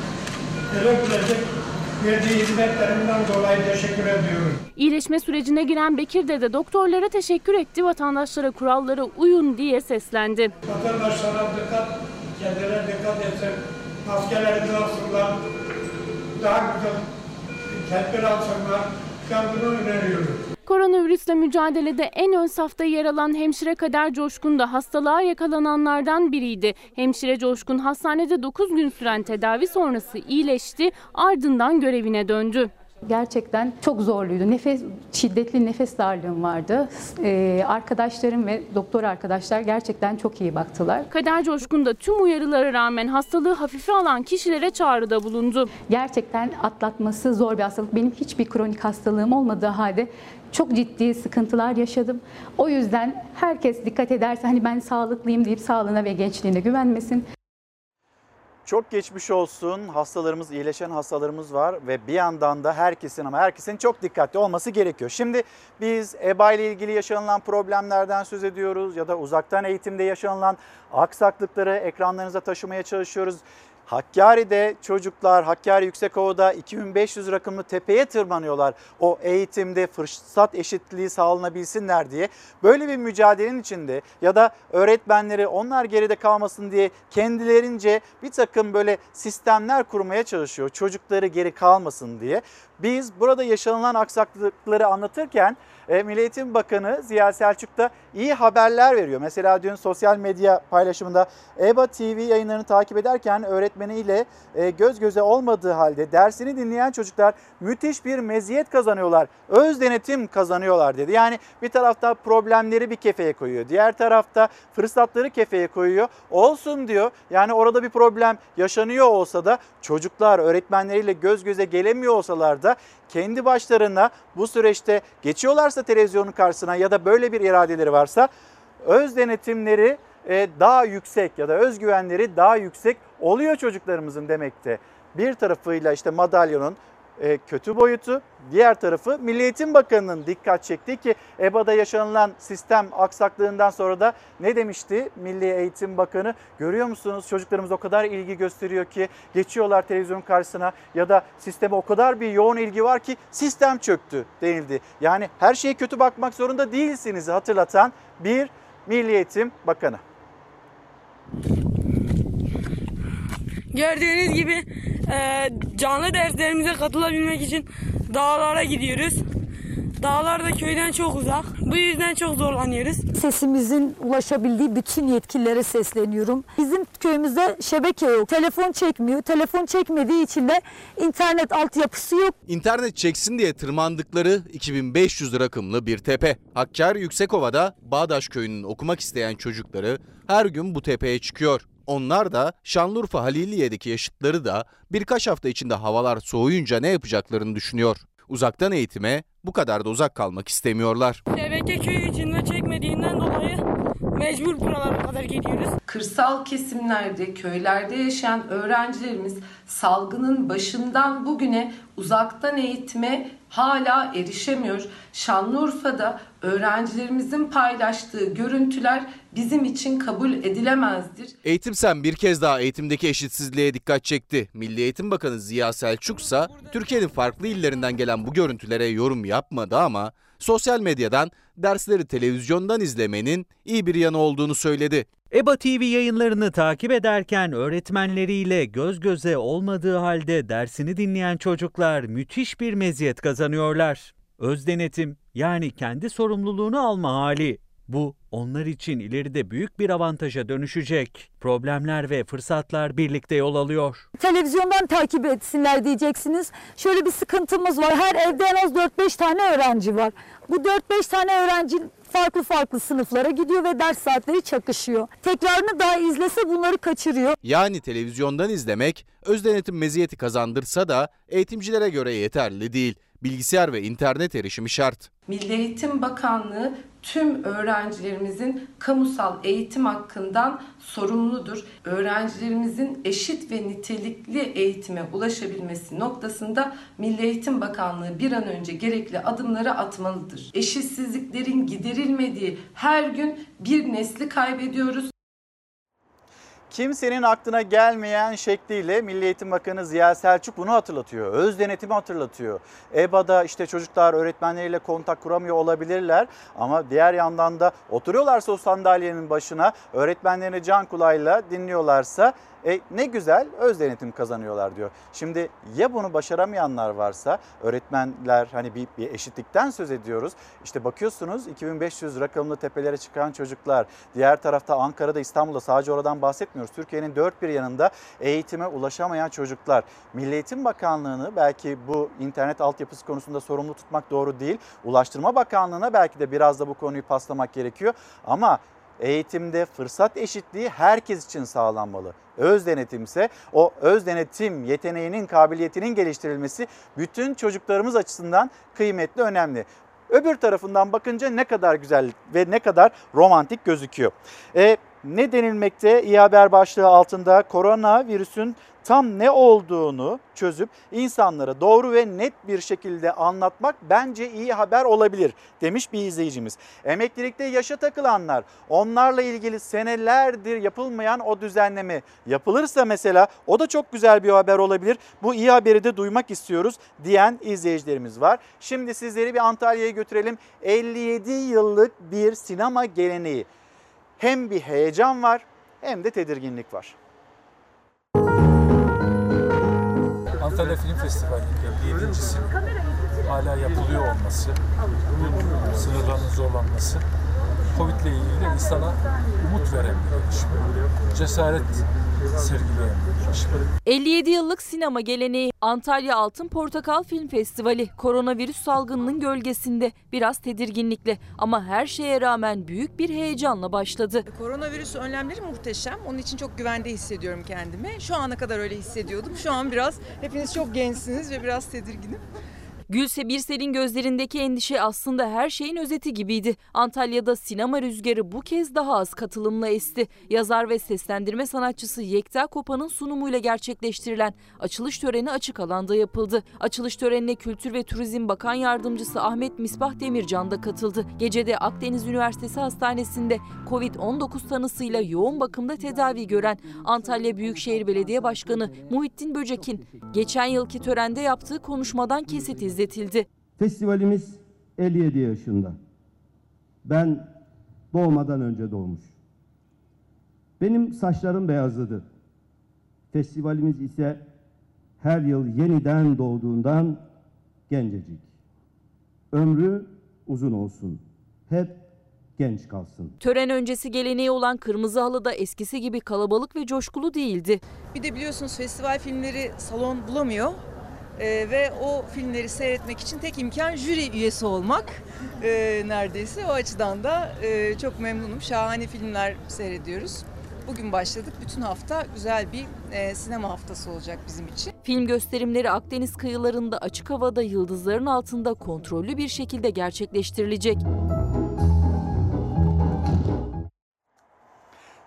Speaker 4: Eli öpülecek. Verdiği hizmetlerinden dolayı teşekkür ediyorum.
Speaker 24: İyileşme sürecine giren Bekir de doktorlara teşekkür etti. Vatandaşlara kurallara uyun diye seslendi.
Speaker 4: Vatandaşlara dikkat, kendilerine dikkat etsin. Maskeleri alsınlar, daha güzel tedbir alsınlar. Ben bunu öneriyorum.
Speaker 24: Koronavirüsle mücadelede en ön safta yer alan hemşire Kader Coşkun da hastalığa yakalananlardan biriydi. Hemşire Coşkun hastanede dokuz gün süren tedavi sonrası iyileşti, ardından görevine döndü.
Speaker 6: Gerçekten çok zorluydu. Nefes, şiddetli nefes darlığım vardı. Ee, arkadaşlarım ve doktor arkadaşlar gerçekten çok iyi baktılar.
Speaker 24: Kader Coşkun da tüm uyarılara rağmen hastalığı hafife alan kişilere çağrıda bulundu.
Speaker 6: Gerçekten atlatması zor bir hastalık. Benim hiçbir kronik hastalığım olmadığı halde çok ciddi sıkıntılar yaşadım. O yüzden herkes dikkat ederse hani ben sağlıklıyım deyip sağlığına ve gençliğine güvenmesin.
Speaker 1: Çok geçmiş olsun. Hastalarımız, iyileşen hastalarımız var ve bir yandan da herkesin ama herkesin çok dikkatli olması gerekiyor. Şimdi biz E B A ile ilgili yaşanılan problemlerden söz ediyoruz ya da uzaktan eğitimde yaşanılan aksaklıkları ekranlarınıza taşımaya çalışıyoruz. Hakkari'de çocuklar Hakkari Yüksekova'da iki bin beş yüz rakımlı tepeye tırmanıyorlar. O eğitimde fırsat eşitliği sağlanabilsinler diye. Böyle bir mücadelenin içinde ya da öğretmenleri onlar geride kalmasın diye kendilerince bir takım böyle sistemler kurmaya çalışıyor. Çocukları geri kalmasın diye. Biz burada yaşanılan aksaklıkları anlatırken e, Milli Eğitim Bakanı Ziya Selçuk da iyi haberler veriyor. Mesela dün sosyal medya paylaşımında E B A T V yayınlarını takip ederken öğretmeniyle e, göz göze olmadığı halde dersini dinleyen çocuklar müthiş bir meziyet kazanıyorlar. Öz denetim kazanıyorlar dedi. Yani bir tarafta problemleri bir kefeye koyuyor. Diğer tarafta fırsatları kefeye koyuyor. Olsun diyor. Yani orada bir problem yaşanıyor olsa da çocuklar öğretmenleriyle göz göze gelemiyor olsalar da kendi başlarına bu süreçte geçiyorlarsa televizyonun karşısına ya da böyle bir iradeleri varsa öz denetimleri daha yüksek ya da özgüvenleri daha yüksek oluyor çocuklarımızın demekte. Bir tarafıyla işte madalyonun kötü boyutu, diğer tarafı Milli Eğitim Bakanı'nın dikkat çektiği ki E B A'da yaşanılan sistem aksaklığından sonra da ne demişti Milli Eğitim Bakanı? Görüyor musunuz çocuklarımız o kadar ilgi gösteriyor ki geçiyorlar televizyonun karşısına ya da sisteme o kadar bir yoğun ilgi var ki sistem çöktü denildi. Yani her şeye kötü bakmak zorunda değilsiniz hatırlatan bir Milli Eğitim Bakanı.
Speaker 7: Gördüğünüz gibi e, canlı derslerimize katılabilmek için dağlara gidiyoruz. Dağlar da köyden çok uzak. Bu yüzden çok zorlanıyoruz.
Speaker 11: Sesimizin ulaşabildiği bütün yetkililere sesleniyorum. Bizim köyümüzde şebeke yok. Telefon çekmiyor. Telefon çekmediği için de internet altyapısı yok.
Speaker 15: İnternet çeksin diye tırmandıkları iki bin beş yüz rakımlı bir tepe. Hakkari Yüksekova'da Bağdaş Köyü'nün okumak isteyen çocukları her gün bu tepeye çıkıyor. Onlar da Şanlıurfa Haliliye'deki yaşıtları da birkaç hafta içinde havalar soğuyunca ne yapacaklarını düşünüyor. Uzaktan eğitime bu kadar da uzak kalmak istemiyorlar.
Speaker 7: Şebeke köy içinde çekmediğinden dolayı Mecbur buralara kadar geliyoruz.
Speaker 3: Kırsal kesimlerde, köylerde yaşayan öğrencilerimiz salgının başından bugüne uzaktan eğitime hala erişemiyor. Şanlıurfa'da öğrencilerimizin paylaştığı görüntüler bizim için kabul edilemezdir.
Speaker 15: Eğitim Sen bir kez daha eğitimdeki eşitsizliğe dikkat çekti. Milli Eğitim Bakanı Ziya Selçuk ise Türkiye'nin farklı illerinden gelen bu görüntülere yorum yapmadı ama sosyal medyadan dersleri televizyondan izlemenin iyi bir yanı olduğunu söyledi.
Speaker 8: E B A T V yayınlarını takip ederken öğretmenleriyle göz göze olmadığı halde dersini dinleyen çocuklar müthiş bir meziyet kazanıyorlar. Öz denetim, yani kendi sorumluluğunu alma hali. Bu onlar için ileride büyük bir avantaja dönüşecek. Problemler ve fırsatlar birlikte yol alıyor.
Speaker 11: Televizyondan takip etsinler diyeceksiniz. Şöyle bir sıkıntımız var. Her evde en az dört beş tane öğrenci var. Bu dört beş tane öğrenci farklı farklı sınıflara gidiyor ve ders saatleri çakışıyor. Tekrarını daha izlese bunları kaçırıyor.
Speaker 15: Yani televizyondan izlemek öz denetim meziyeti kazandırsa da eğitimcilere göre yeterli değil. Bilgisayar ve internet erişimi şart.
Speaker 3: Milli Eğitim Bakanlığı tüm öğrencilerimizin kamusal eğitim hakkından sorumludur. Öğrencilerimizin eşit ve nitelikli eğitime ulaşabilmesi noktasında Milli Eğitim Bakanlığı bir an önce gerekli adımları atmalıdır. Eşitsizliklerin giderilmediği her gün bir nesli kaybediyoruz.
Speaker 1: Kimsenin aklına gelmeyen şekliyle Milli Eğitim Bakanı Ziya Selçuk bunu hatırlatıyor. Öz denetimi hatırlatıyor. E B A'da işte çocuklar öğretmenleriyle kontak kuramıyor olabilirler ama diğer yandan da oturuyorlarsa o sandalyenin başına öğretmenlerini can kulağıyla dinliyorlarsa E, ne güzel öz denetim kazanıyorlar diyor. Şimdi ya bunu başaramayanlar varsa öğretmenler, hani bir, bir eşitlikten söz ediyoruz. İşte bakıyorsunuz iki bin beş yüz rakamlı tepelere çıkan çocuklar. Diğer tarafta Ankara'da, İstanbul'da, sadece oradan bahsetmiyoruz. Türkiye'nin dört bir yanında eğitime ulaşamayan çocuklar. Milli Eğitim Bakanlığı'nı belki bu internet altyapısı konusunda sorumlu tutmak doğru değil. Ulaştırma Bakanlığı'na belki de biraz da bu konuyu paslamak gerekiyor. Ama eğitimde fırsat eşitliği herkes için sağlanmalı. Öz denetimse o öz denetim yeteneğinin, kabiliyetinin geliştirilmesi bütün çocuklarımız açısından kıymetli, önemli. Öbür tarafından bakınca ne kadar güzel ve ne kadar romantik gözüküyor. E, ne denilmekte İyi Haber başlığı altında? Koronavirüsün tam ne olduğunu çözüp insanlara doğru ve net bir şekilde anlatmak bence iyi haber olabilir demiş bir izleyicimiz. Emeklilikte yaşa takılanlar, onlarla ilgili senelerdir yapılmayan o düzenleme yapılırsa mesela o da çok güzel bir haber olabilir. Bu iyi haberi de duymak istiyoruz diyen izleyicilerimiz var. Şimdi sizleri bir Antalya'ya götürelim. elli yedi yıllık bir sinema geleneği. Hem bir heyecan var hem de tedirginlik var.
Speaker 9: Antalya Film Festivali'nin yedincisi hala yapılıyor olması, bunun sınırlarının zorlanması, Covid ile ilgili insana umut veren bir gelişme, cesaret sergileyen bir gelişme.
Speaker 2: elli yedi yıllık sinema geleneği Antalya Altın Portakal Film Festivali koronavirüs salgınının gölgesinde biraz tedirginlikle ama her şeye rağmen büyük bir heyecanla başladı.
Speaker 14: Koronavirüs önlemleri muhteşem. Onun için çok güvende hissediyorum kendimi. Şu ana kadar öyle hissediyordum. Şu an biraz, hepiniz çok gençsiniz ve biraz tedirginim.
Speaker 2: Gülse Birsel'in gözlerindeki endişe aslında her şeyin özeti gibiydi. Antalya'da sinema rüzgarı bu kez daha az katılımla esti. Yazar ve seslendirme sanatçısı Yekta Kopan'ın sunumuyla gerçekleştirilen açılış töreni açık alanda yapıldı. Açılış törenine Kültür ve Turizm Bakan Yardımcısı Ahmet Misbah Demircan da katıldı. Gecede Akdeniz Üniversitesi Hastanesi'nde kovid on dokuz tanısıyla yoğun bakımda tedavi gören Antalya Büyükşehir Belediye Başkanı Muhittin Böcek'in geçen yılki törende yaptığı konuşmadan kesit izletildi.
Speaker 25: Festivalimiz elli yedi yaşında. Ben doğmadan önce doğmuş. Benim saçlarım beyazladı. Festivalimiz ise her yıl yeniden doğduğundan gencecik. Ömrü uzun olsun. Hep genç kalsın.
Speaker 2: Tören öncesi geleneği olan kırmızı halıda eskisi gibi kalabalık ve coşkulu değildi.
Speaker 14: Bir de biliyorsunuz festival filmleri salon bulamıyor. Ee, ve o filmleri seyretmek için tek imkan jüri üyesi olmak ee, neredeyse. O açıdan da e, çok memnunum. Şahane filmler seyrediyoruz. Bugün başladık. Bütün hafta güzel bir e, sinema haftası olacak bizim için.
Speaker 2: Film gösterimleri Akdeniz kıyılarında açık havada yıldızların altında kontrollü bir şekilde gerçekleştirilecek.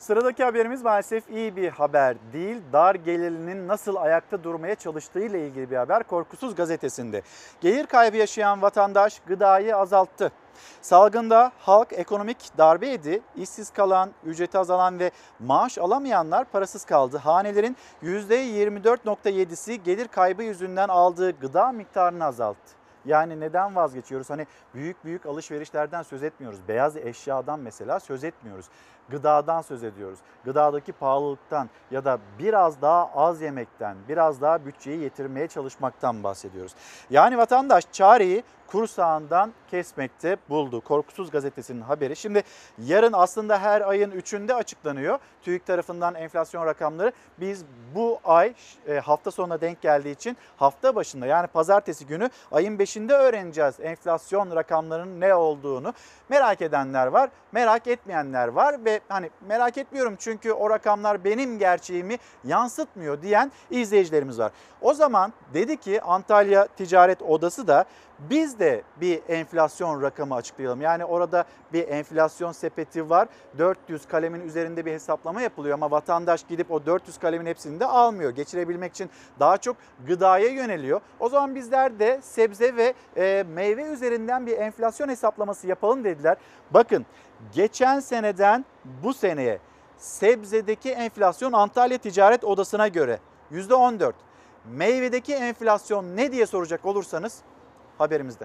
Speaker 1: Sıradaki haberimiz maalesef iyi bir haber değil. Dar gelirlinin nasıl ayakta durmaya çalıştığı ile ilgili bir haber. Korkusuz gazetesinde. Gelir kaybı yaşayan vatandaş gıdayı azalttı. Salgında halk ekonomik darbe yedi. İşsiz kalan, ücreti azalan ve maaş alamayanlar parasız kaldı. Hanelerin yüzde yirmi dört virgül yedisi gelir kaybı yüzünden aldığı gıda miktarını azalttı. Yani neden vazgeçiyoruz? Hani büyük büyük alışverişlerden söz etmiyoruz. Beyaz eşyadan mesela söz etmiyoruz. Gıdadan söz ediyoruz. Gıdadaki pahalılıktan ya da biraz daha az yemekten, biraz daha bütçeyi yetirmeye çalışmaktan bahsediyoruz. Yani vatandaş çareyi kursağından kesmekte buldu. Korkusuz gazetesinin haberi. Şimdi yarın aslında her ayın üçünde açıklanıyor. TÜİK tarafından enflasyon rakamları. Biz bu ay hafta sonuna denk geldiği için hafta başında yani pazartesi günü ayın beşinde öğreneceğiz enflasyon rakamlarının ne olduğunu. Merak edenler var, merak etmeyenler var ve hani merak etmiyorum çünkü o rakamlar benim gerçeğimi yansıtmıyor diyen izleyicilerimiz var. O zaman dedi ki Antalya Ticaret Odası da biz de bir enflasyon rakamı açıklayalım. Yani orada bir enflasyon sepeti var. dört yüz kalemin üzerinde bir hesaplama yapılıyor ama vatandaş gidip o dört yüz kalemin hepsini de almıyor. Geçirebilmek için daha çok gıdaya yöneliyor. O zaman bizler de sebze ve e, meyve üzerinden bir enflasyon hesaplaması yapalım dediler. Bakın geçen seneden bu seneye sebzedeki enflasyon Antalya Ticaret Odası'na göre yüzde on dört. Meyvedeki enflasyon ne diye soracak olursanız haberimizde.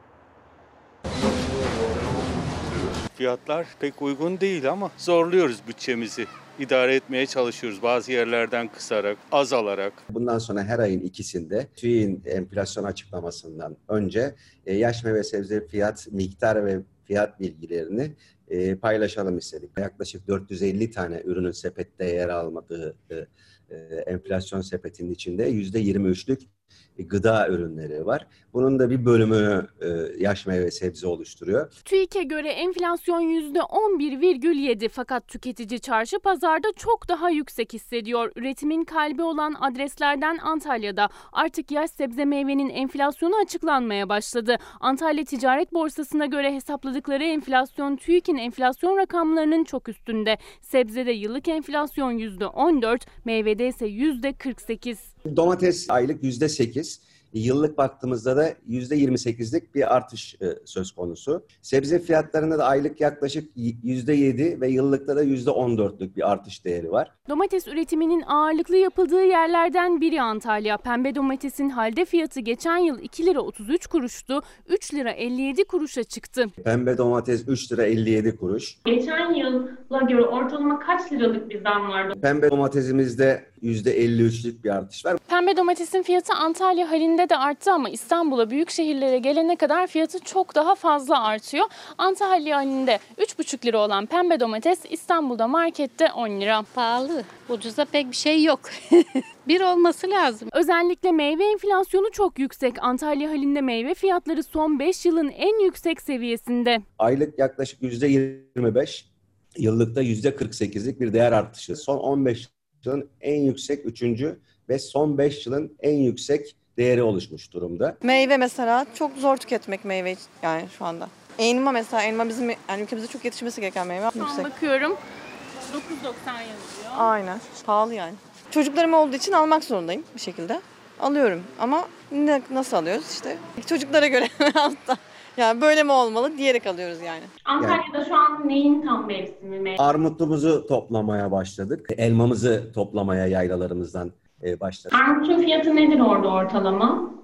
Speaker 12: Fiyatlar pek uygun değil ama zorluyoruz bütçemizi. İdare etmeye çalışıyoruz bazı yerlerden kısarak, azalarak.
Speaker 13: Bundan sonra her ayın ikisinde TÜİK'in enflasyon açıklamasından önce yaş meyve sebze fiyat, miktar ve fiyat bilgilerini paylaşalım istedik. Yaklaşık dört yüz elli tane ürünün sepette yer almadığı enflasyon sepetinin içinde yüzde yirmi üçlük gıda ürünleri var. Bunun da bir bölümünü yaş meyve sebze oluşturuyor.
Speaker 24: TÜİK'e göre enflasyon yüzde on bir virgül yedi fakat tüketici çarşı pazarda çok daha yüksek hissediyor. Üretimin kalbi olan adreslerden Antalya'da artık yaş sebze meyvenin enflasyonu açıklanmaya başladı. Antalya Ticaret Borsası'na göre hesapladıkları enflasyon TÜİK'in enflasyon rakamlarının çok üstünde. Sebzede yıllık enflasyon yüzde on dört, meyvede ise yüzde kırk sekiz.
Speaker 13: Domates aylık yüzde sekiz, yıllık baktığımızda da yüzde yirmi sekizlik bir artış söz konusu. Sebze fiyatlarında da aylık yaklaşık yüzde yedi ve yıllıkta da yüzde on dörtlük bir artış değeri var.
Speaker 24: Domates üretiminin ağırlıklı yapıldığı yerlerden biri Antalya. Pembe domatesin halde fiyatı geçen yıl iki lira otuz üç kuruştu, üç lira elli yedi kuruşa çıktı.
Speaker 13: Pembe domates üç lira elli yedi kuruş.
Speaker 24: Geçen yıla göre ortalama kaç liralık bir zam vardı?
Speaker 13: Pembe domatesimizde yüzde elli üçlük bir artış var.
Speaker 24: Pembe domatesin fiyatı Antalya halinde de arttı ama İstanbul'a, büyük şehirlere gelene kadar fiyatı çok daha fazla artıyor. Antalya halinde üç buçuk lira olan pembe domates İstanbul'da markette on lira.
Speaker 16: Pahalı. Ucuza pek bir şey yok. Bir olması lazım.
Speaker 24: Özellikle meyve enflasyonu çok yüksek. Antalya halinde meyve fiyatları son beş yılın en yüksek seviyesinde.
Speaker 13: Aylık yaklaşık yüzde yirmi beş, yıllıkta yüzde kırk sekizlik bir değer artışı. Son on beş yılın en yüksek üçüncü ve son beş yılın en yüksek değeri oluşmuş durumda.
Speaker 17: Meyve mesela çok zor tüketmek meyve yani şu anda. Elma mesela, elma bizim yani ülkemizde çok yetişmesi gereken meyve.
Speaker 24: Şu an bakıyorum dokuz doksan yazıyor.
Speaker 17: Aynen, pahalı yani. Çocuklarım olduğu için almak zorundayım bir şekilde. Alıyorum ama ne, nasıl alıyoruz işte çocuklara göre altta. Yani böyle mi olmalı diyerek alıyoruz yani.
Speaker 24: Antalya'da yani, şu an neyin tam mevsimi?
Speaker 13: Armutumuzu toplamaya başladık. Elmamızı toplamaya yaylalarımızdan e, başladık.
Speaker 24: Armutun fiyatı nedir orada ortalama?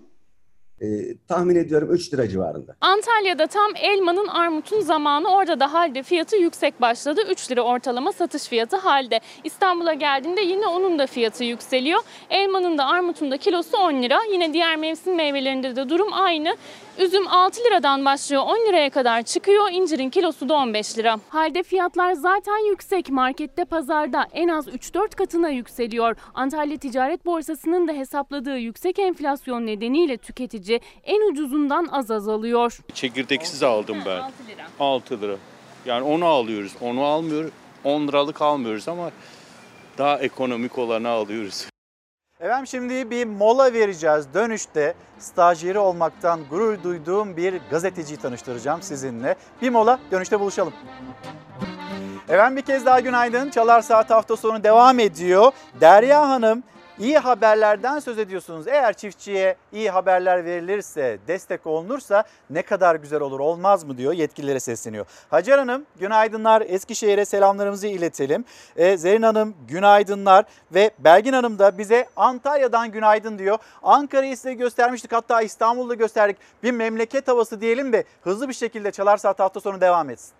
Speaker 13: Ee, tahmin ediyorum üç lira civarında.
Speaker 24: Antalya'da tam elmanın, armutun zamanı. Orada da halde fiyatı yüksek başladı. üç lira ortalama satış fiyatı halde. İstanbul'a geldiğinde yine onun da fiyatı yükseliyor. Elmanın da armutun da kilosu on lira. Yine diğer mevsim meyvelerinde de durum aynı. Üzüm altı liradan başlıyor, on liraya kadar çıkıyor. İncirin kilosu da on beş lira. Halde fiyatlar zaten yüksek. Markette, pazarda en az üç dört katına yükseliyor. Antalya Ticaret Borsası'nın da hesapladığı yüksek enflasyon nedeniyle tüketici en ucuzundan az az alıyor.
Speaker 12: Çekirdeksiz aldım ben. altı lira. altı lira. Yani onu alıyoruz. Onu almıyoruz. on liralık almıyoruz ama daha ekonomik olanı alıyoruz.
Speaker 1: Efendim şimdi bir mola vereceğiz. Dönüşte stajyeri olmaktan gurur duyduğum bir gazeteciyi tanıştıracağım sizinle. Bir mola, dönüşte buluşalım. Efendim bir kez daha günaydın. Çalar Saat hafta sonu devam ediyor. Derya Hanım, iyi haberlerden söz ediyorsunuz. Eğer çiftçiye iyi haberler verilirse, destek olunursa ne kadar güzel olur, olmaz mı diyor, yetkililere sesleniyor. Hacer Hanım günaydınlar, Eskişehir'e selamlarımızı iletelim. Ee, Zerrin Hanım günaydınlar ve Belgin Hanım da bize Antalya'dan günaydın diyor. Ankara'yı size göstermiştik, hatta İstanbul'da gösterdik. Bir memleket havası diyelim de hızlı bir şekilde Çalar Saat hafta sonu devam etsin.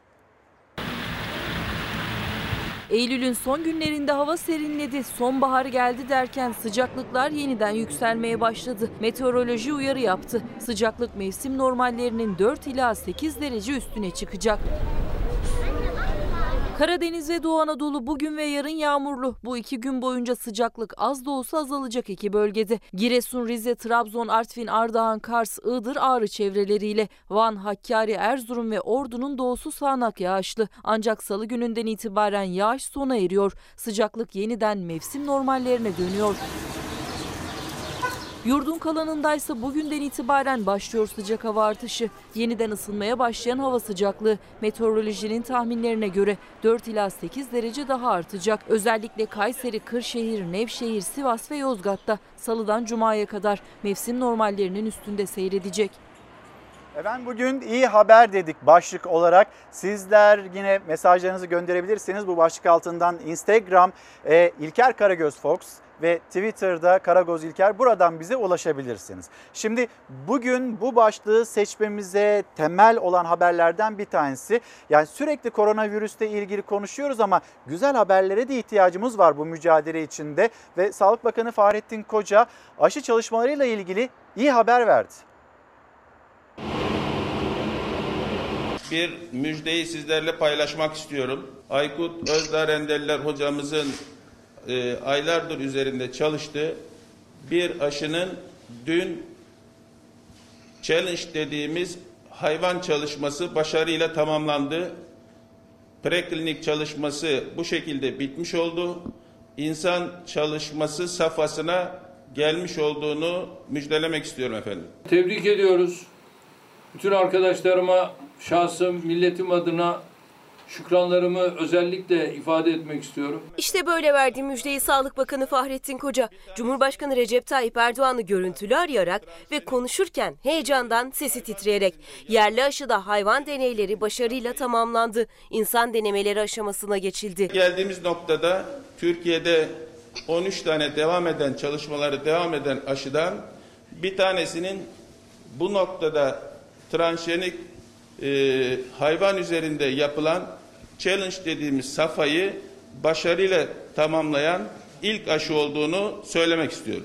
Speaker 2: Eylül'ün son günlerinde hava serinledi. Sonbahar geldi derken sıcaklıklar yeniden yükselmeye başladı. Meteoroloji uyarı yaptı. Sıcaklık mevsim normallerinin dört ila sekiz derece üstüne çıkacak. Karadeniz ve Doğu Anadolu bugün ve yarın yağmurlu. Bu iki gün boyunca sıcaklık az da olsa azalacak iki bölgede. Giresun, Rize, Trabzon, Artvin, Ardahan, Kars, Iğdır, Ağrı çevreleriyle Van, Hakkari, Erzurum ve Ordu'nun doğusu sağanak yağışlı. Ancak salı gününden itibaren yağış sona eriyor. Sıcaklık yeniden mevsim normallerine dönüyor. Yurdun kalanındaysa bugünden itibaren başlıyor sıcak hava artışı. Yeniden ısınmaya başlayan hava sıcaklığı meteorolojinin tahminlerine göre dört ila sekiz derece daha artacak. Özellikle Kayseri, Kırşehir, Nevşehir, Sivas ve Yozgat'ta salıdan cumaya kadar mevsim normallerinin üstünde seyredecek.
Speaker 1: Efendim bugün iyi haber dedik başlık olarak. Sizler yine mesajlarınızı gönderebilirsiniz. Bu başlık altından Instagram e, İlker Karagöz Fox ve Twitter'da Karagöz İlker, buradan bize ulaşabilirsiniz. Şimdi bugün bu başlığı seçmemize temel olan haberlerden bir tanesi. Yani sürekli koronavirüsle ilgili konuşuyoruz ama güzel haberlere de ihtiyacımız var bu mücadele içinde. Ve Sağlık Bakanı Fahrettin Koca aşı çalışmalarıyla ilgili iyi haber verdi.
Speaker 5: Bir müjdeyi sizlerle paylaşmak istiyorum. Aykut Özdarendeliler hocamızın e, aylardır üzerinde çalıştığı bir aşının dün challenge dediğimiz hayvan çalışması başarıyla tamamlandı. Preklinik çalışması bu şekilde bitmiş oldu. İnsan çalışması safhasına gelmiş olduğunu müjdelemek istiyorum efendim.
Speaker 18: Tebrik ediyoruz. Bütün arkadaşlarıma şahsım, milletim adına şükranlarımı özellikle ifade etmek istiyorum.
Speaker 19: İşte böyle verdiği müjdeyi Sağlık Bakanı Fahrettin Koca, Cumhurbaşkanı Recep Tayyip Erdoğan'ı görüntülü arayarak ve konuşurken heyecandan sesi titreyerek yerli aşıda hayvan deneyleri başarıyla tamamlandı. İnsan denemeleri aşamasına geçildi.
Speaker 5: Geldiğimiz noktada Türkiye'de on üç tane devam eden çalışmaları devam eden aşıdan bir tanesinin bu noktada transjenik e, hayvan üzerinde yapılan challenge dediğimiz safhayı başarıyla tamamlayan ilk aşı olduğunu söylemek istiyorum.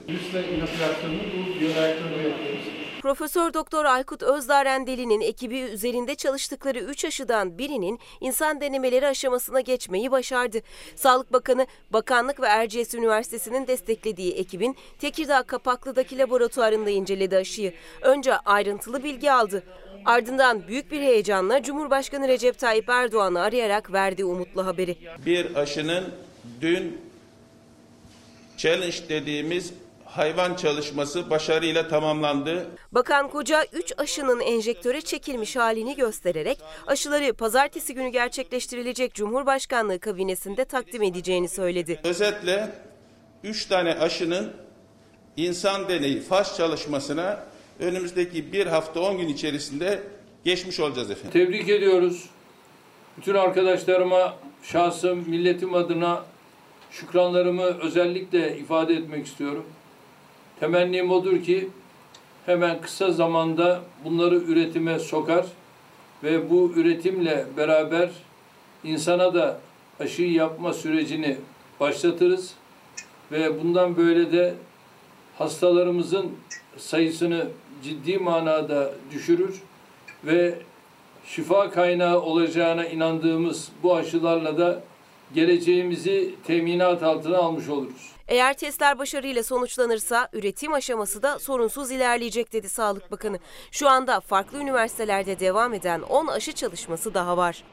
Speaker 19: Profesör Doktor Aykut Özdarendeli'nin ekibi üzerinde çalıştıkları üç aşıdan birinin insan denemeleri aşamasına geçmeyi başardı. Sağlık Bakanı, Bakanlık ve Erciyes Üniversitesi'nin desteklediği ekibin Tekirdağ Kapaklı'daki laboratuvarında inceledi aşıyı. Önce ayrıntılı bilgi aldı. Ardından büyük bir heyecanla Cumhurbaşkanı Recep Tayyip Erdoğan'ı arayarak verdiği umutlu haberi.
Speaker 5: Bir aşının dün challenge dediğimiz hayvan çalışması başarıyla tamamlandı.
Speaker 19: Bakan Koca üç aşının enjektöre çekilmiş halini göstererek aşıları pazartesi günü gerçekleştirilecek Cumhurbaşkanlığı kabinesinde takdim edeceğini söyledi.
Speaker 5: Özetle üç tane aşının insan deneyi faz çalışmasına önümüzdeki bir hafta on gün içerisinde geçmiş olacağız efendim.
Speaker 18: Tebrik ediyoruz. Bütün arkadaşlarıma şahsım, milletim adına şükranlarımı özellikle ifade etmek istiyorum. Temennim odur ki hemen kısa zamanda bunları üretime sokar ve bu üretimle beraber insana da aşıyı yapma sürecini başlatırız ve bundan böyle de hastalarımızın sayısını ciddi manada düşürür ve şifa kaynağı olacağına inandığımız bu aşılarla da geleceğimizi teminat altına almış oluruz.
Speaker 19: Eğer testler başarıyla sonuçlanırsa üretim aşaması da sorunsuz ilerleyecek dedi Sağlık Bakanı. Şu anda farklı üniversitelerde devam eden on aşı çalışması daha var.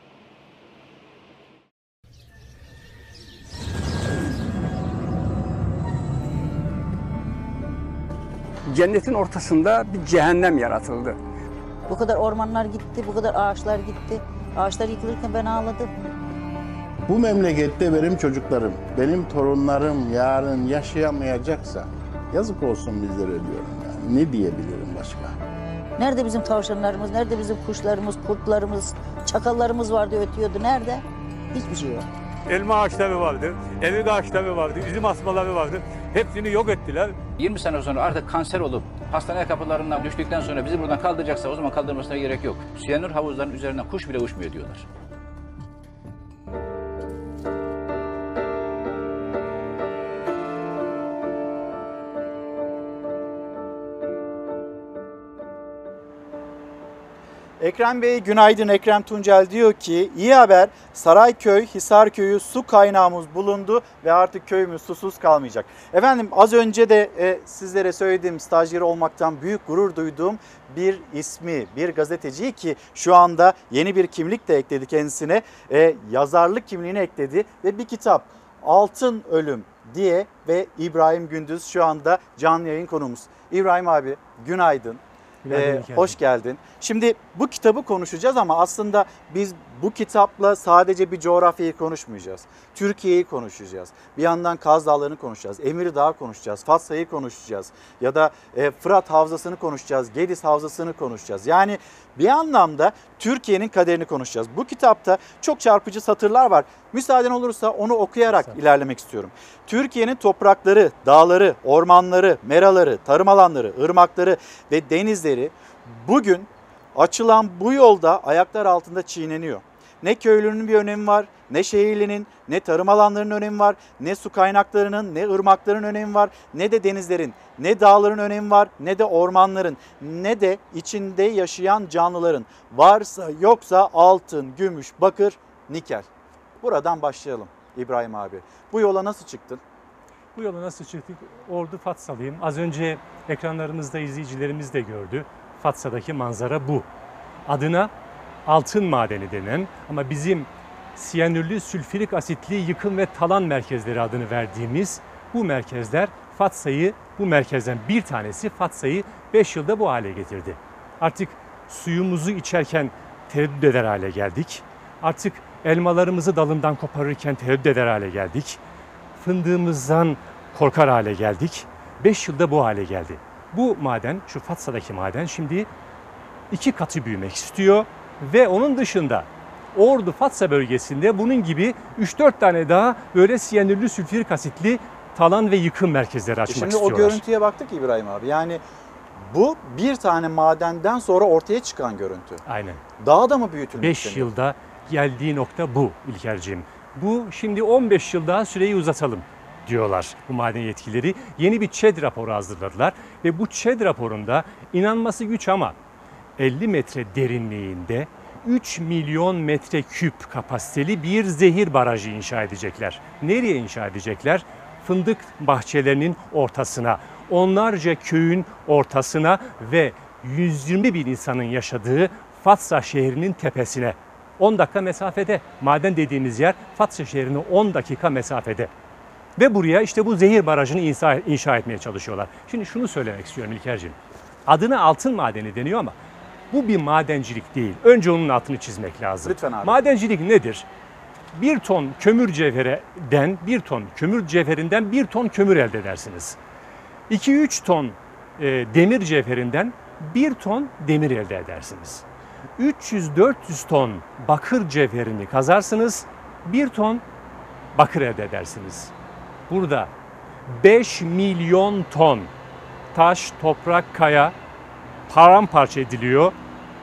Speaker 20: Cennetin ortasında bir cehennem yaratıldı.
Speaker 21: Bu kadar ormanlar gitti, bu kadar ağaçlar gitti. Ağaçlar yıkılırken ben ağladım.
Speaker 4: Bu memlekette benim çocuklarım, benim torunlarım yarın yaşayamayacaksa yazık olsun bizlere diyorum yani. Ne diyebilirim başka?
Speaker 10: Nerede bizim tavşanlarımız, nerede bizim kuşlarımız, kurtlarımız, çakallarımız vardı ötüyordu. Nerede? Hiçbir şey yok.
Speaker 21: Elma ağaçları vardı, evik ağaçları vardı, üzüm asmaları vardı. Hepsini yok ettiler.
Speaker 22: yirmi sene sonra artık kanser olup hastane kapılarından düştükten sonra bizi buradan kaldıracaksa o zaman kaldırmasına gerek yok. Siyanür havuzlarının üzerinden kuş bile uçmuyor diyorlar.
Speaker 1: Ekrem Bey günaydın. Ekrem Tuncel diyor ki iyi haber, Sarayköy, Hisarköy'ü su kaynağımız bulundu ve artık köyümüz susuz kalmayacak. Efendim az önce de e, sizlere söylediğim stajyeri olmaktan büyük gurur duyduğum bir ismi, bir gazeteciyi ki şu anda yeni bir kimlik de ekledi kendisine, e, yazarlık kimliğini ekledi ve bir kitap Altın Ölüm diye ve İbrahim Gündüz şu anda canlı yayın konuğumuz. İbrahim abi günaydın. Ee, hoş geldin. Şimdi bu kitabı konuşacağız ama aslında biz bu kitapla sadece bir coğrafyayı konuşmayacağız. Türkiye'yi konuşacağız. Bir yandan Kaz Dağları'nı konuşacağız. Emirdağ'ı konuşacağız. Fatsa'yı konuşacağız. Ya da e, Fırat Havzası'nı konuşacağız. Gediz Havzası'nı konuşacağız. Yani bir anlamda Türkiye'nin kaderini konuşacağız. Bu kitapta çok çarpıcı satırlar var. Müsaaden olursa onu okuyarak ilerlemek istiyorum. Türkiye'nin toprakları, dağları, ormanları, meraları, tarım alanları, ırmakları ve denizleri bugün açılan bu yolda ayaklar altında çiğneniyor. Ne köylünün bir önemi var, ne şehirlinin, ne tarım alanlarının önemi var, ne su kaynaklarının, ne ırmakların önemi var, ne de denizlerin, ne dağların önemi var, ne de ormanların, ne de içinde yaşayan canlıların. Varsa yoksa altın, gümüş, bakır, nikel. Buradan başlayalım İbrahim abi. Bu yola nasıl çıktın?
Speaker 21: Bu yola nasıl çıktık? Ordu Fatsalıyım. Az önce ekranlarımızda izleyicilerimiz de gördü. Fatsa'daki manzara bu. Adına altın madeni denen ama bizim siyanürlü sülfürik asitli yıkım ve talan merkezleri adını verdiğimiz bu merkezler Fatsa'yı, bu merkezden bir tanesi Fatsa'yı beş yılda bu hale getirdi. Artık suyumuzu içerken tereddüt eder hale geldik. Artık elmalarımızı dalından koparırken tereddüt eder hale geldik. Fındığımızdan korkar hale geldik. beş yılda bu hale geldi. Bu maden, şu Fatsa'daki maden şimdi iki katı büyümek istiyor ve onun dışında Ordu Fatsa bölgesinde bunun gibi üç dört tane daha böyle siyanürlü sülfürik asitli talan ve yıkım merkezleri açmak
Speaker 1: Şimdi
Speaker 21: istiyorlar.
Speaker 1: Şimdi o görüntüye baktık İbrahim abi. Yani bu bir tane madenden sonra ortaya çıkan görüntü.
Speaker 21: Aynen.
Speaker 1: Daha da mı büyütülmüş?
Speaker 21: beş yılda geldiği nokta bu İlkerciğim. Bu şimdi on beş yıl daha süreyi uzatalım diyorlar bu maden yetkilileri. Yeni bir ÇED raporu hazırladılar ve bu ÇED raporunda inanması güç ama elli metre derinliğinde üç milyon metreküp kapasiteli bir zehir barajı inşa edecekler. Nereye inşa edecekler? Fındık bahçelerinin ortasına, onlarca köyün ortasına ve yüz yirmi bin insanın yaşadığı Fatsa şehrinin tepesine. on dakika mesafede. Maden dediğimiz yer Fatsa şehrine on dakika mesafede. Ve buraya işte bu zehir barajını inşa, inşa etmeye çalışıyorlar. Şimdi şunu söylemek istiyorum İlkerciğim. Adına altın madeni deniyor ama bu bir madencilik değil. Önce onun altını çizmek lazım.
Speaker 1: Lütfen abi.
Speaker 21: Madencilik nedir? Bir ton kömür cevherden, bir ton kömür cevherinden bir ton kömür elde edersiniz. iki üç ton e, demir cevherinden bir ton demir elde edersiniz. üç yüz dört yüz ton bakır cevherini kazarsınız, bir ton bakır elde edersiniz. Burada beş milyon ton taş, toprak, kaya paramparça ediliyor.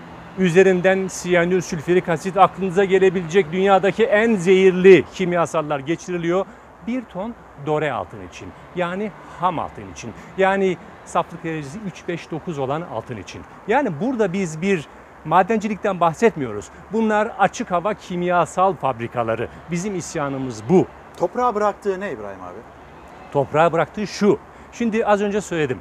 Speaker 21: Üzerinden siyanür, sülfürik asit, aklınıza gelebilecek dünyadaki en zehirli kimyasallar geçiriliyor. Bir ton dore altın için, yani ham altın için, yani saflık derecesi üç beş dokuz olan altın için. Yani burada biz bir madencilikten bahsetmiyoruz. Bunlar açık hava kimyasal fabrikaları. Bizim isyanımız bu.
Speaker 1: Toprağa bıraktığı ne İbrahim abi?
Speaker 21: Toprağa bıraktığı şu. Şimdi az önce söyledim.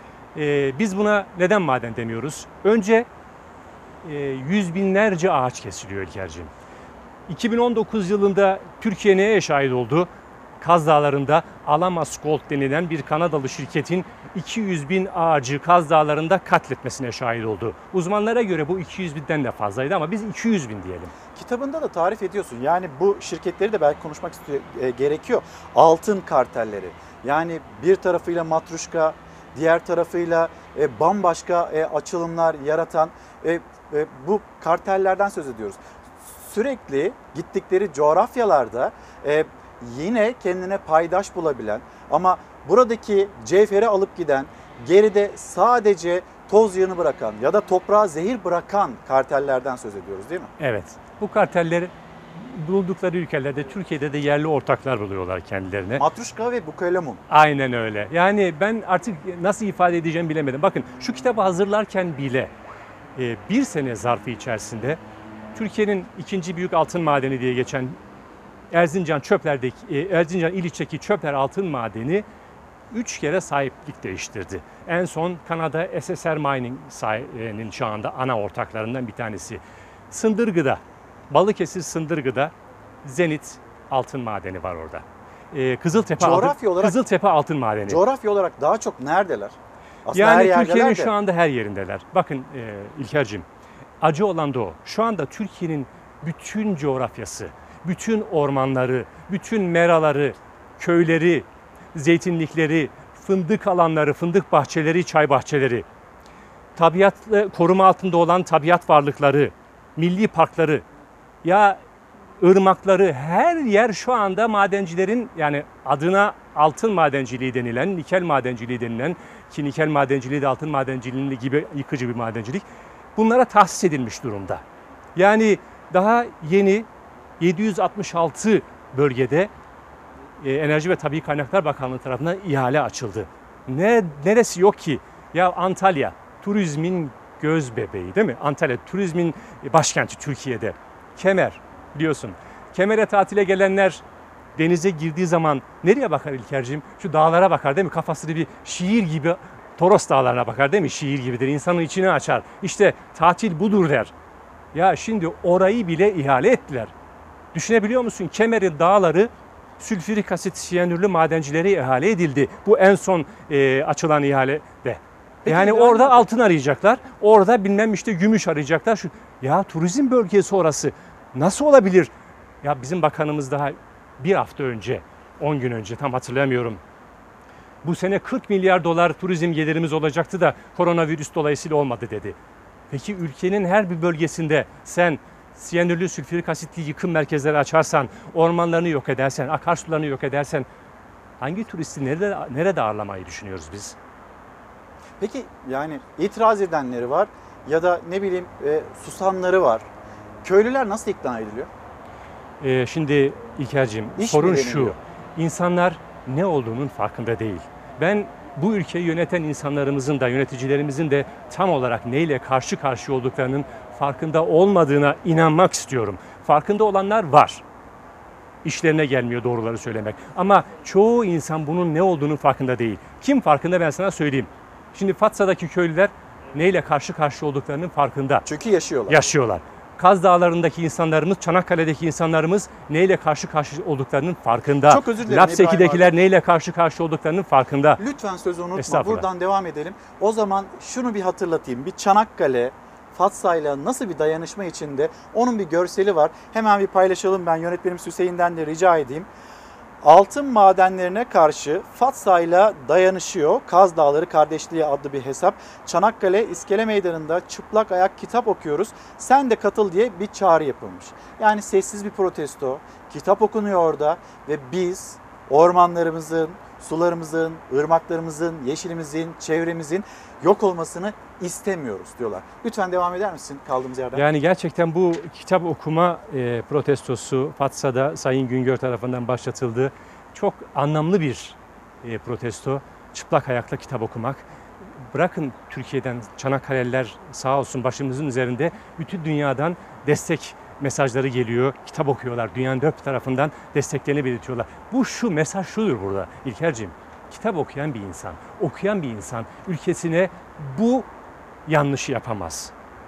Speaker 21: Ee, biz buna neden maden demiyoruz? Önce e, yüz binlerce ağaç kesiliyor İlkerciğim. iki bin on dokuz yılında Türkiye neye şahit oldu? Kaz Dağları'nda Alamos Gold denilen bir Kanadalı şirketin iki yüz bin ağacı Kaz Dağları'nda katletmesine şahit oldu. Uzmanlara göre bu iki yüz binden de fazlaydı ama biz iki yüz bin diyelim.
Speaker 1: Kitabında da tarif ediyorsun. Yani bu şirketleri de belki konuşmak istiyor, e, gerekiyor. Altın kartelleri. Yani bir tarafıyla matruşka, diğer tarafıyla e, bambaşka e, açılımlar yaratan e, e, bu kartellerden söz ediyoruz. Sürekli gittikleri coğrafyalarda e, yine kendine paydaş bulabilen ama buradaki cevheri alıp giden, geride sadece toz yığını bırakan ya da toprağa zehir bırakan kartellerden söz ediyoruz değil mi?
Speaker 21: Evet. Bu karteller bulundukları ülkelerde, Türkiye'de de yerli ortaklar buluyorlar kendilerine.
Speaker 1: Matruşka ve bukalemun.
Speaker 21: Aynen öyle. Yani ben artık nasıl ifade edeceğimi bilemedim. Bakın şu kitabı hazırlarken bile bir sene zarfı içerisinde Türkiye'nin ikinci büyük altın madeni diye geçen Erzincan çöplerdeki Erzincan İliç'teki çöpler altın madeni üç kere sahiplik değiştirdi. En son Kanada S S R Mining'in şu anda ana ortaklarından bir tanesi. Sındırgı'da, Balıkesir Sındırgı'da Zenit altın madeni var orada. Ee, Kızıltepe,
Speaker 1: coğrafya
Speaker 21: altın,
Speaker 1: olarak,
Speaker 21: Kızıltepe altın madeni.
Speaker 1: Coğrafya olarak daha çok neredeler? Aslında
Speaker 21: yani Türkiye'nin şu anda her yerindeler. Bakın e, İlker'cim, acı olan da o. Şu anda Türkiye'nin bütün coğrafyası, bütün ormanları, bütün meraları, köyleri, zeytinlikleri, fındık alanları, fındık bahçeleri, çay bahçeleri, tabiatlı koruma altında olan tabiat varlıkları, milli parkları, ya ırmakları, her yer şu anda madencilerin, yani adına altın madenciliği denilen, nikel madenciliği denilen, ki nikel madenciliği de altın madenciliği gibi yıkıcı bir madencilik, bunlara tahsis edilmiş durumda. Yani daha yeni yedi yüz altmış altı bölgede e, Enerji ve Tabii Kaynaklar Bakanlığı tarafından ihale açıldı. Ne, neresi yok ki? Ya Antalya, turizmin göz bebeği değil mi? Antalya, turizmin başkenti Türkiye'de. Kemer, biliyorsun. Kemer'e tatile gelenler denize girdiği zaman nereye bakar İlker'cim? Şu dağlara bakar değil mi? Kafasını bir şiir gibi, Toros dağlarına bakar değil mi? Şiir gibidir. İnsanın içini açar. İşte tatil budur der. Ya şimdi orayı bile ihale ettiler. Düşünebiliyor musun? Kemer'in dağları sülfürik asit siyanürlü madencilere ihale edildi. Bu en son e, açılan ihalede. Peki, yani orada mi? Altın arayacaklar. Orada bilmem işte gümüş arayacaklar. Şu, ya turizm bölgesi orası. Nasıl olabilir? Ya bizim bakanımız daha bir hafta önce, on gün önce tam hatırlamıyorum. Bu sene kırk milyar dolar turizm gelirimiz olacaktı da koronavirüs dolayısıyla olmadı dedi. Peki ülkenin her bir bölgesinde sen siyanürlü sülfürik asitli yıkım merkezleri açarsan, ormanlarını yok edersen, akarsularını yok edersen hangi turisti nerede, nerede ağırlamayı düşünüyoruz biz?
Speaker 1: Peki yani itiraz edenleri var ya da ne bileyim e, susanları var. Köylüler nasıl ikna ediliyor?
Speaker 21: Ee, şimdi İlker'cim sorun şu, insanlar ne olduğunun farkında değil. Ben bu ülkeyi yöneten insanlarımızın da, yöneticilerimizin de tam olarak neyle karşı karşıya olduklarının farkında olmadığına inanmak istiyorum. Farkında olanlar var. İşlerine gelmiyor doğruları söylemek. Ama çoğu insan bunun ne olduğunun farkında değil. Kim farkında ben sana söyleyeyim. Şimdi Fatsa'daki köylüler neyle karşı karşıya olduklarının farkında.
Speaker 1: Çünkü yaşıyorlar.
Speaker 21: Yaşıyorlar. Kaz Dağları'ndaki insanlarımız, Çanakkale'deki insanlarımız neyle karşı karşı olduklarının farkında.
Speaker 1: Çok özür dilerim.
Speaker 21: Lapseki'dekiler neyle karşı karşı olduklarının farkında.
Speaker 1: Lütfen sözü unutma. Buradan devam edelim. O zaman şunu bir hatırlatayım. Bir Çanakkale, Fatsa'yla nasıl bir dayanışma içinde, onun bir görseli var. Hemen bir paylaşalım, ben yönetmenim Hüseyin'den de rica edeyim. Altın madenlerine karşı Fatsa'yla dayanışıyor. Kaz Dağları Kardeşliği adlı bir hesap. Çanakkale İskele Meydanı'nda çıplak ayak kitap okuyoruz. Sen de katıl diye bir çağrı yapılmış. Yani sessiz bir protesto. Kitap okunuyor orada ve biz ormanlarımızın, sularımızın, ırmaklarımızın, yeşilimizin, çevremizin yok olmasını istemiyoruz diyorlar. Lütfen devam eder misin kaldığımız yerden?
Speaker 21: Yani gerçekten bu kitap okuma e, protestosu Fatsa'da Sayın Güngör tarafından başlatıldı. Çok anlamlı bir e, protesto. Çıplak ayakla kitap okumak. Bırakın Türkiye'den Çanakkale'liler sağ olsun başımızın üzerinde bütün dünyadan destek mesajları geliyor. Kitap okuyorlar. Dünyanın dört tarafından desteklerini belirtiyorlar. Bu şu mesaj şudur burada İlker'cim. Kitap okuyan bir insan, okuyan bir insan ülkesine bu yanlışı yapamaz.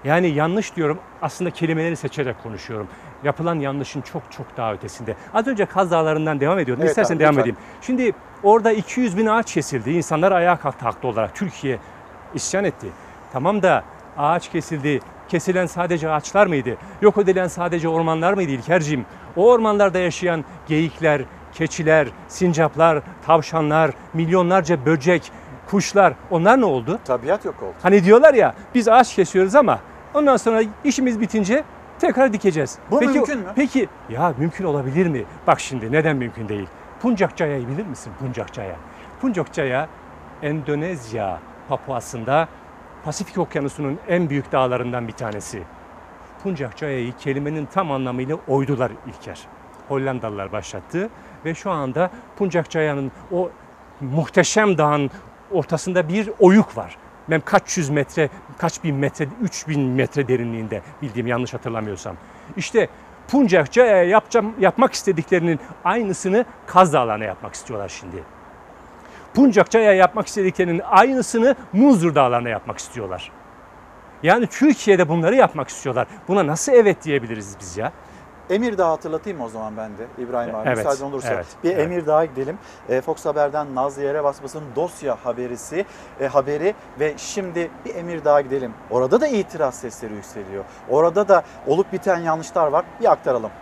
Speaker 21: Yani yanlış diyorum, aslında kelimeleri seçerek konuşuyorum. Yapılan yanlışın çok çok daha ötesinde. Az önce Kaz Dağları'ndan devam ediyordum.
Speaker 1: Evet
Speaker 21: İstersen
Speaker 1: abi,
Speaker 21: devam
Speaker 1: lütfen.
Speaker 21: edeyim. Şimdi orada iki yüz bin ağaç kesildi. İnsanlar ayağa kalktı haklı olarak. Türkiye isyan etti. Tamam da ağaç kesildi. Kesilen sadece ağaçlar mıydı? Yok edilen sadece ormanlar mıydı İlkerciğim? O ormanlarda yaşayan geyikler, keçiler, sincaplar, tavşanlar, milyonlarca böcek, kuşlar, onlar ne oldu?
Speaker 1: Tabiat yok oldu.
Speaker 21: Hani diyorlar ya, biz ağaç kesiyoruz ama ondan sonra işimiz bitince tekrar dikeceğiz.
Speaker 1: Bu
Speaker 21: peki,
Speaker 1: mümkün mü?
Speaker 21: Peki ya mümkün olabilir mi? Bak şimdi neden mümkün değil? Puncakcaya'yı bilir misin? Puncakcaya. Puncakcaya Endonezya Papuası'nda Pasifik Okyanusu'nun en büyük dağlarından bir tanesi. Puncakcaya'yı kelimenin tam anlamıyla oydular İlker. Hollandalılar başlattı ve şu anda Puncakcaya'nın o muhteşem dağın ortasında bir oyuk var. Ben kaç yüz metre, kaç bin metre, üç bin metre derinliğinde, bildiğim yanlış hatırlamıyorsam. İşte Puncakcaya'ya yapacağım, yapmak istediklerinin aynısını Kaz Dağları'na yapmak istiyorlar şimdi. Puncakcaya'ya yapmak istediklerinin aynısını Munzur Dağları'na yapmak istiyorlar. Yani Türkiye'de bunları yapmak istiyorlar. Buna nasıl evet diyebiliriz biz ya?
Speaker 1: Emirdağ hatırlatayım mı o zaman ben de İbrahim abi?
Speaker 21: Evet,
Speaker 1: Müsaaden olursa.
Speaker 21: evet,
Speaker 1: bir
Speaker 21: evet.
Speaker 1: Emirdağ'a gidelim. E, Fox Haber'den Nazlı Yere Basmas'ın dosya haberisi, e, haberi ve şimdi bir Emirdağ'a gidelim. Orada da itiraz sesleri yükseliyor. Orada da olup biten yanlışlar var. Bir aktaralım.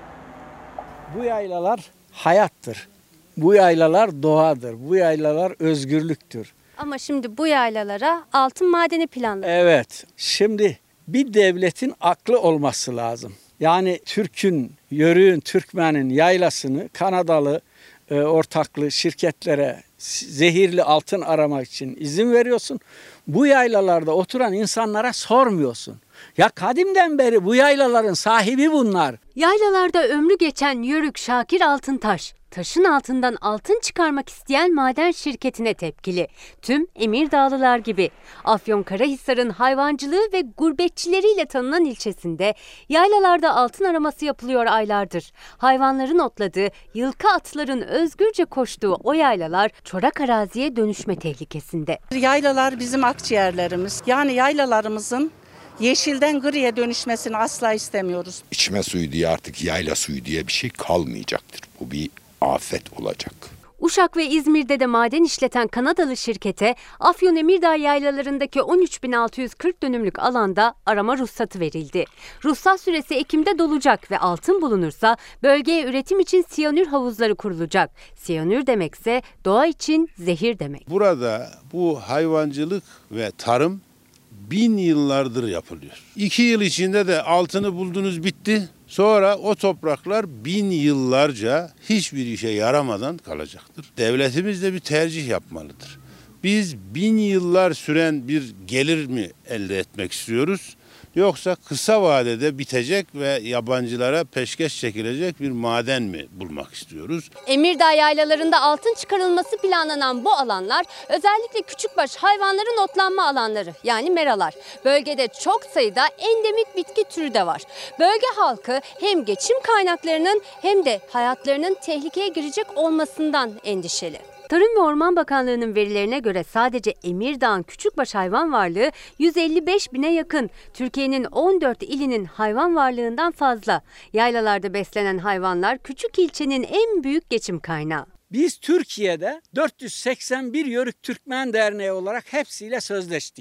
Speaker 6: Bu yaylalar hayattır. Bu yaylalar doğadır. Bu yaylalar özgürlüktür.
Speaker 7: Ama şimdi bu yaylalara altın madeni planlanıyor.
Speaker 6: Evet. Şimdi bir devletin aklı olması lazım. Yani Türk'ün, Yörük'ün, Türkmen'in yaylasını Kanadalı e, ortaklı şirketlere zehirli altın aramak için izin veriyorsun. Bu yaylalarda oturan insanlara sormuyorsun. Ya kadimden beri bu yaylaların sahibi bunlar.
Speaker 7: Yaylalarda ömrü geçen Yörük Şakir Altıntaş, taşın altından altın çıkarmak isteyen maden şirketine tepkili. Tüm Emirdağlılar gibi. Afyonkarahisar'ın hayvancılığı ve gurbetçileriyle tanınan ilçesinde yaylalarda altın araması yapılıyor aylardır. Hayvanların otladığı, yılkı atların özgürce koştuğu o yaylalar çorak araziye dönüşme tehlikesinde.
Speaker 8: Yaylalar bizim akciğerlerimiz. Yani yaylalarımızın yeşilden griye dönüşmesini asla istemiyoruz.
Speaker 11: İçme suyu diye artık yayla suyu diye bir şey kalmayacaktır. Bu bir afet olacak.
Speaker 7: Uşak ve İzmir'de de maden işleten Kanadalı şirkete Afyon Emirdağ yaylalarındaki on üç bin altı yüz kırk dönümlük alanda arama ruhsatı verildi. Ruhsat süresi Ekim'de dolacak ve altın bulunursa bölgeye üretim için siyanür havuzları kurulacak. Siyanür demekse doğa için zehir demek.
Speaker 23: Burada bu hayvancılık ve tarım bin yıllardır yapılıyor. İki yıl içinde de altını buldunuz bitti. Sonra o topraklar bin yıllarca hiçbir işe yaramadan kalacaktır. Devletimiz de bir tercih yapmalıdır. Biz bin yıllar süren bir gelir mi elde etmek istiyoruz? Yoksa kısa vadede bitecek ve yabancılara peşkeş çekilecek bir maden mi bulmak istiyoruz?
Speaker 7: Emirdağ yaylalarında altın çıkarılması planlanan bu alanlar özellikle küçükbaş hayvanların otlanma alanları yani meralar. Bölgede çok sayıda endemik bitki türü de var. Bölge halkı hem geçim kaynaklarının hem de hayatlarının tehlikeye girecek olmasından endişeli. Tarım ve Orman Bakanlığı'nın verilerine göre sadece Emirdağ'ın küçükbaş hayvan varlığı yüz elli beş bine yakın. Türkiye'nin on dört ilinin hayvan varlığından fazla. Yaylalarda beslenen hayvanlar küçük ilçenin en büyük geçim kaynağı.
Speaker 6: Biz Türkiye'de dört yüz seksen bir Yörük Türkmen Derneği olarak hepsiyle sözleştik.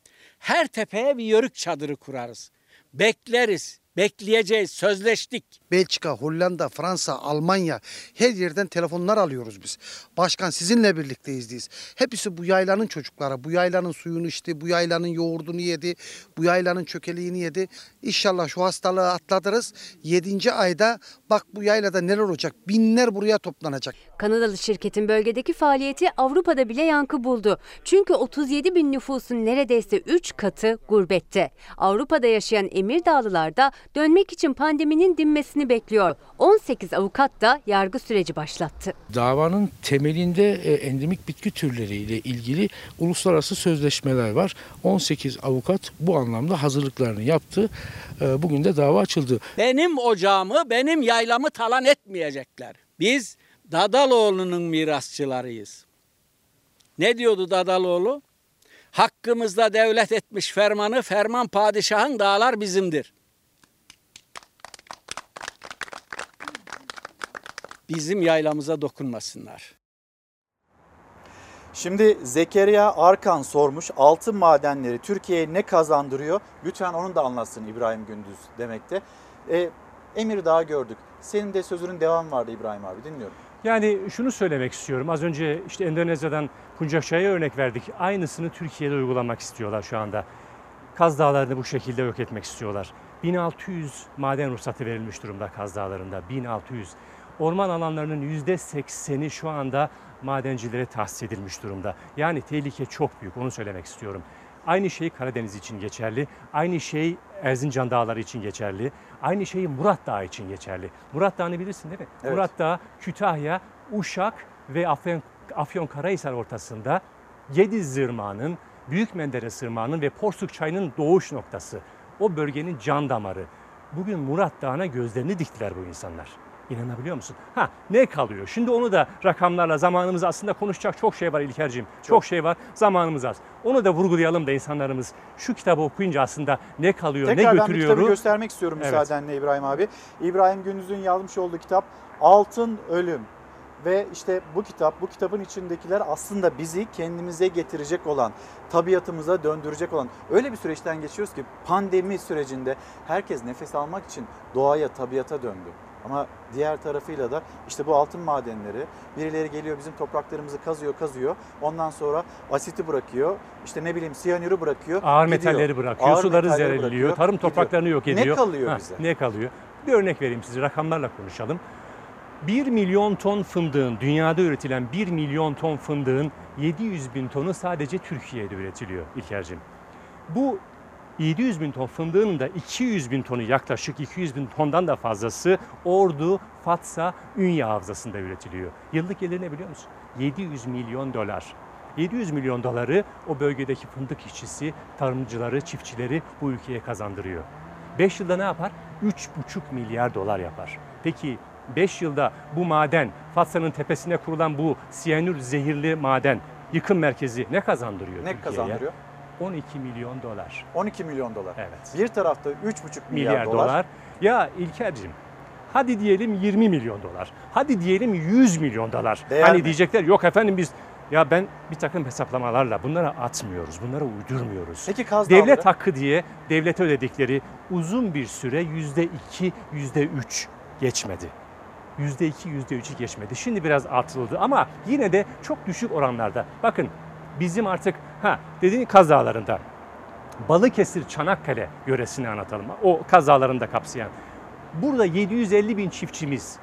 Speaker 6: Her tepeye bir yörük çadırı kurarız. Bekleriz. Bekleyeceğiz, sözleştik.
Speaker 26: Belçika, Hollanda, Fransa, Almanya her yerden telefonlar alıyoruz biz. Başkan sizinle birlikteyiz diyiz. Hepsi bu yaylanın çocukları. Bu yaylanın suyunu içti, bu yaylanın yoğurdunu yedi, bu yaylanın çökeliğini yedi. İnşallah şu hastalığı atlatırız. yedinci ayda bak bu yaylada neler olacak? Binler buraya toplanacak.
Speaker 7: Kanadalı şirketin bölgedeki faaliyeti Avrupa'da bile yankı buldu. Çünkü otuz yedi bin nüfusun neredeyse üç katı gurbette. Avrupa'da yaşayan Emirdağlılar da dönmek için pandeminin dinmesini bekliyor. on sekiz avukat da yargı süreci başlattı.
Speaker 27: Davanın temelinde endemik bitki türleriyle ilgili uluslararası sözleşmeler var. on sekiz avukat bu anlamda hazırlıklarını yaptı. Bugün de dava açıldı.
Speaker 6: Benim ocağımı, benim yaylamı talan etmeyecekler. Biz Dadaloğlu'nun mirasçılarıyız. Ne diyordu Dadaloğlu? Hakkımızda devlet etmiş fermanı, ferman padişahın, dağlar bizimdir. Bizim yaylamıza dokunmasınlar.
Speaker 1: Şimdi Zekeriya Arkan sormuş, altın madenleri Türkiye'ye ne kazandırıyor? Lütfen onu da anlatsın İbrahim Gündüz demekte. E, Emirdağ'ı gördük. Senin de sözünün devamı vardı İbrahim abi, dinliyorum.
Speaker 21: Yani şunu söylemek istiyorum. Az önce işte Endonezya'dan Puncakçay'a örnek verdik. Aynısını Türkiye'de uygulamak istiyorlar şu anda. Kaz Dağları'nı bu şekilde yok etmek istiyorlar. bin altı yüz maden ruhsatı verilmiş durumda Kaz Dağları'nda. bin altı yüz. Orman alanlarının yüzde sekseni şu anda madencilere tahsis edilmiş durumda. Yani tehlike çok büyük, onu söylemek istiyorum. Aynı şey Karadeniz için geçerli. Aynı şey Erzincan Dağları için geçerli. Aynı şey Murat Dağı için geçerli. Murat Dağı'nı bilirsin değil mi?
Speaker 1: Evet.
Speaker 21: Murat Dağı, Kütahya, Uşak ve Afyon, Afyonkarahisar ortasında Gediz Irmağı'nın, Büyük Menderes Irmağı'nın ve Porsuk Çayı'nın doğuş noktası. O bölgenin can damarı. Bugün Murat Dağı'na gözlerini diktiler bu insanlar. İnanabiliyor musun? Ha, ne kalıyor? Şimdi onu da rakamlarla, zamanımız aslında konuşacak çok şey var İlker'ciğim. Çok. çok şey var, zamanımız az. Onu da vurgulayalım da insanlarımız şu kitabı okuyunca aslında ne kalıyor,
Speaker 1: Tekrardan
Speaker 21: ne götürüyor?
Speaker 1: Tekrardan bir kitabı göstermek istiyorum
Speaker 21: evet.
Speaker 1: müsaadenle İbrahim abi. İbrahim Gündüz'ün yazmış olduğu kitap Altın Ölüm. Ve işte bu kitap, bu kitabın içindekiler aslında bizi kendimize getirecek olan, tabiatımıza döndürecek olan öyle bir süreçten geçiyoruz ki pandemi sürecinde herkes nefes almak için doğaya, tabiata döndü. Ama diğer tarafıyla da işte bu altın madenleri, birileri geliyor bizim topraklarımızı kazıyor kazıyor. Ondan sonra asiti bırakıyor, işte ne bileyim siyanürü bırakıyor.
Speaker 21: Ağır
Speaker 1: gidiyor.
Speaker 21: metalleri bırakıyor,
Speaker 1: Ağır
Speaker 21: suları
Speaker 1: metalleri
Speaker 21: zehirliyor,
Speaker 1: bırakıyor,
Speaker 21: tarım topraklarını
Speaker 1: gidiyor.
Speaker 21: yok ediyor.
Speaker 1: Ne kalıyor
Speaker 21: ha,
Speaker 1: bize?
Speaker 21: Ne kalıyor? Bir örnek vereyim size, rakamlarla konuşalım. bir milyon ton fındığın, dünyada üretilen bir milyon ton fındığın yedi yüz bin tonu sadece Türkiye'de üretiliyor İlker'cim. Bu yedi yüz bin ton fındığının da iki yüz bin tonu, yaklaşık iki yüz bin tondan da fazlası Ordu, Fatsa, Ünye Havzası'nda üretiliyor. Yıllık gelir ne biliyor musun? yedi yüz milyon dolar. yedi yüz milyon doları o bölgedeki fındık işçisi, tarımcıları, çiftçileri bu ülkeye kazandırıyor. beş yılda ne yapar? üç buçuk milyar dolar yapar. Peki beş yılda bu maden, Fatsa'nın tepesine kurulan bu siyanür zehirli maden, yıkım merkezi ne kazandırıyor
Speaker 1: Ne
Speaker 21: Türkiye'ye?
Speaker 1: kazandırıyor?
Speaker 21: on iki milyon dolar.
Speaker 1: on iki milyon dolar.
Speaker 21: Evet.
Speaker 1: Bir tarafta üç buçuk milyar,
Speaker 21: Milyar
Speaker 1: dolar.
Speaker 21: dolar. Ya İlker'cim, hadi diyelim yirmi milyon dolar. Hadi diyelim yüz milyon dolar.
Speaker 1: Değer
Speaker 21: hani
Speaker 1: mi?
Speaker 21: diyecekler yok efendim biz, ya ben bir takım hesaplamalarla bunlara atmıyoruz, bunlara uydurmuyoruz.
Speaker 1: Peki Kaz
Speaker 21: Devlet
Speaker 1: Dağları?
Speaker 21: hakkı diye devlete ödedikleri uzun bir süre yüzde iki, yüzde üç geçmedi. yüzde iki, yüzde üçü geçmedi. Şimdi biraz artırıldı ama yine de çok düşük oranlarda. Bakın bizim artık ha dediğin Kaz Dağları'nda, Balıkesir, Çanakkale yöresini anlatalım. O Kaz Dağları'nı da kapsayan. Burada yedi yüz elli bin çiftçimiz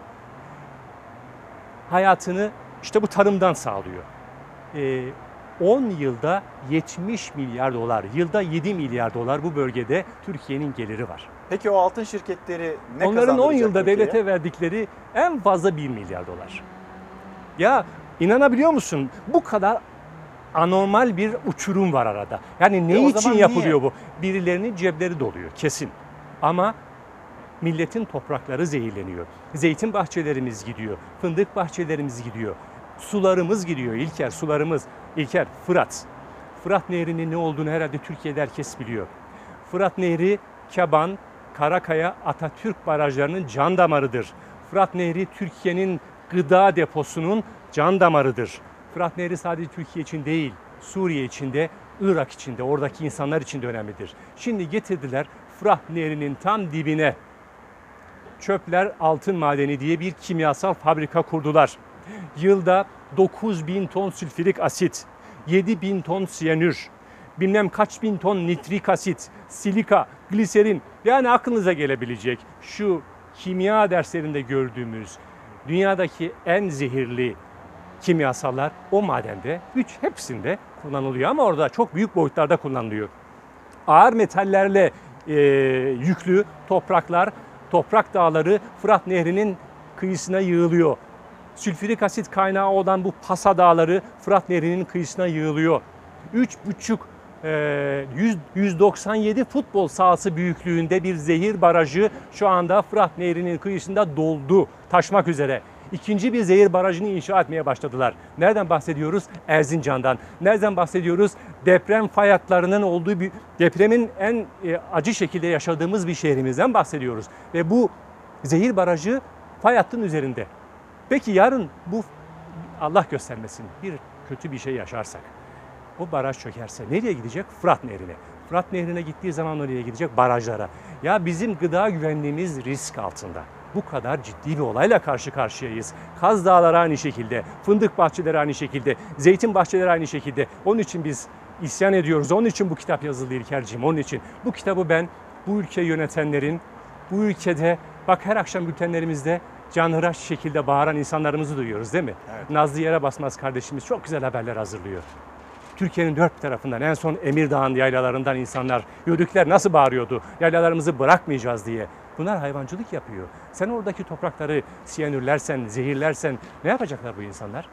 Speaker 21: hayatını işte bu tarımdan sağlıyor. Ee, on yılda yetmiş milyar dolar, yılda yedi milyar dolar bu bölgede Türkiye'nin geliri var.
Speaker 1: Peki o altın şirketleri ne
Speaker 21: Onların on
Speaker 1: kazandıracak
Speaker 21: yılda
Speaker 1: Türkiye'ye?
Speaker 21: devlete verdikleri en fazla bir milyar dolar. Ya inanabiliyor musun? Bu kadar anormal bir uçurum var arada. Yani ne
Speaker 1: E o
Speaker 21: için
Speaker 1: zaman
Speaker 21: yapılıyor
Speaker 1: niye?
Speaker 21: bu? Birilerinin cepleri doluyor kesin. Ama milletin toprakları zehirleniyor. Zeytin bahçelerimiz gidiyor. Fındık bahçelerimiz gidiyor. Sularımız gidiyor İlker, sularımız. İlker, Fırat. Fırat Nehri'nin ne olduğunu herhalde Türkiye'de herkes biliyor. Fırat Nehri, Keban, Karakaya, Atatürk barajlarının can damarıdır. Fırat Nehri Türkiye'nin gıda deposunun can damarıdır. Fırat Nehri sadece Türkiye için değil, Suriye için de, Irak için de, oradaki insanlar için de önemlidir. Şimdi getirdiler Fırat Nehri'nin tam dibine Çöpler Altın Madeni diye bir kimyasal fabrika kurdular. Yılda dokuz bin ton sülfürik asit, yedi bin ton siyanür, bilmem kaç bin ton nitrik asit, silika, gliserin, yani aklınıza gelebilecek şu kimya derslerinde gördüğümüz dünyadaki en zehirli kimyasallar o madende, üç hepsinde kullanılıyor ama orada çok büyük boyutlarda kullanılıyor. Ağır metallerle e, yüklü topraklar, toprak dağları Fırat Nehri'nin kıyısına yığılıyor. Sülfürik asit kaynağı olan bu Pasa Dağları Fırat Nehri'nin kıyısına yığılıyor. üç buçuk yüz doksan yedi futbol sahası büyüklüğünde bir zehir barajı şu anda Fırat Nehri'nin kıyısında doldu, taşmak üzere. ikinci bir zehir barajını inşa etmeye başladılar. Nereden bahsediyoruz? Erzincan'dan. Nereden bahsediyoruz? Deprem fay hatlarının olduğu bir depremin en e, acı şekilde yaşadığımız bir şehrimizden bahsediyoruz. Ve bu zehir barajı fay hattının üzerinde. Peki yarın bu, Allah göstermesin, bir kötü bir şey yaşarsak, o baraj çökerse nereye gidecek? Fırat Nehri'ne. Fırat Nehri'ne gittiği zaman nereye gidecek? Barajlara. Ya bizim gıda güvenliğimiz risk altında. Bu kadar ciddi bir olayla karşı karşıyayız. Kaz Dağları aynı şekilde, fındık bahçeleri aynı şekilde, zeytin bahçeleri aynı şekilde. Onun için biz isyan ediyoruz. Onun için bu kitap yazıldı İlkerciğim. Onun için bu kitabı ben bu ülkeyi yönetenlerin, bu ülkede bak her akşam bültenlerimizde canhıraş şekilde bağıran insanlarımızı duyuyoruz değil mi? Evet. Nazlı Yere Basmaz kardeşimiz çok güzel haberler hazırlıyor. Türkiye'nin dört tarafından, en son Emirdağ'ın yaylalarından insanlar, yörükler nasıl bağırıyordu? Yaylalarımızı bırakmayacağız diye. Bunlar hayvancılık yapıyor. Sen oradaki toprakları siyanürlersen, zehirlersen ne yapacaklar bu insanlar?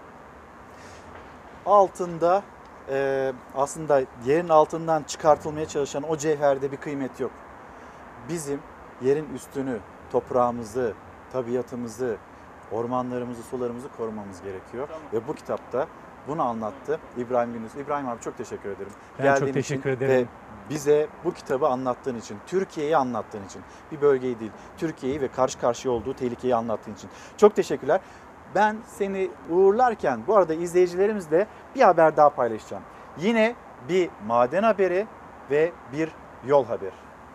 Speaker 1: Altında e, aslında yerin altından çıkartılmaya çalışan o cevherde bir kıymet yok. Bizim yerin üstünü, toprağımızı, tabiatımızı, ormanlarımızı, sularımızı korumamız gerekiyor. Tamam. Ve bu kitapta bunu anlattı İbrahim Gündüz. İbrahim abi çok teşekkür ederim.
Speaker 21: Ben
Speaker 1: Geldiğin
Speaker 21: çok teşekkür
Speaker 1: için
Speaker 21: ederim.
Speaker 1: Ve bize bu kitabı anlattığın için, Türkiye'yi anlattığın için, bir bölgeyi değil, Türkiye'yi ve karşı karşıya olduğu tehlikeyi anlattığın için. Çok teşekkürler. Ben seni uğurlarken bu arada izleyicilerimizle bir haber daha paylaşacağım. Yine bir maden haberi ve bir yol haberi.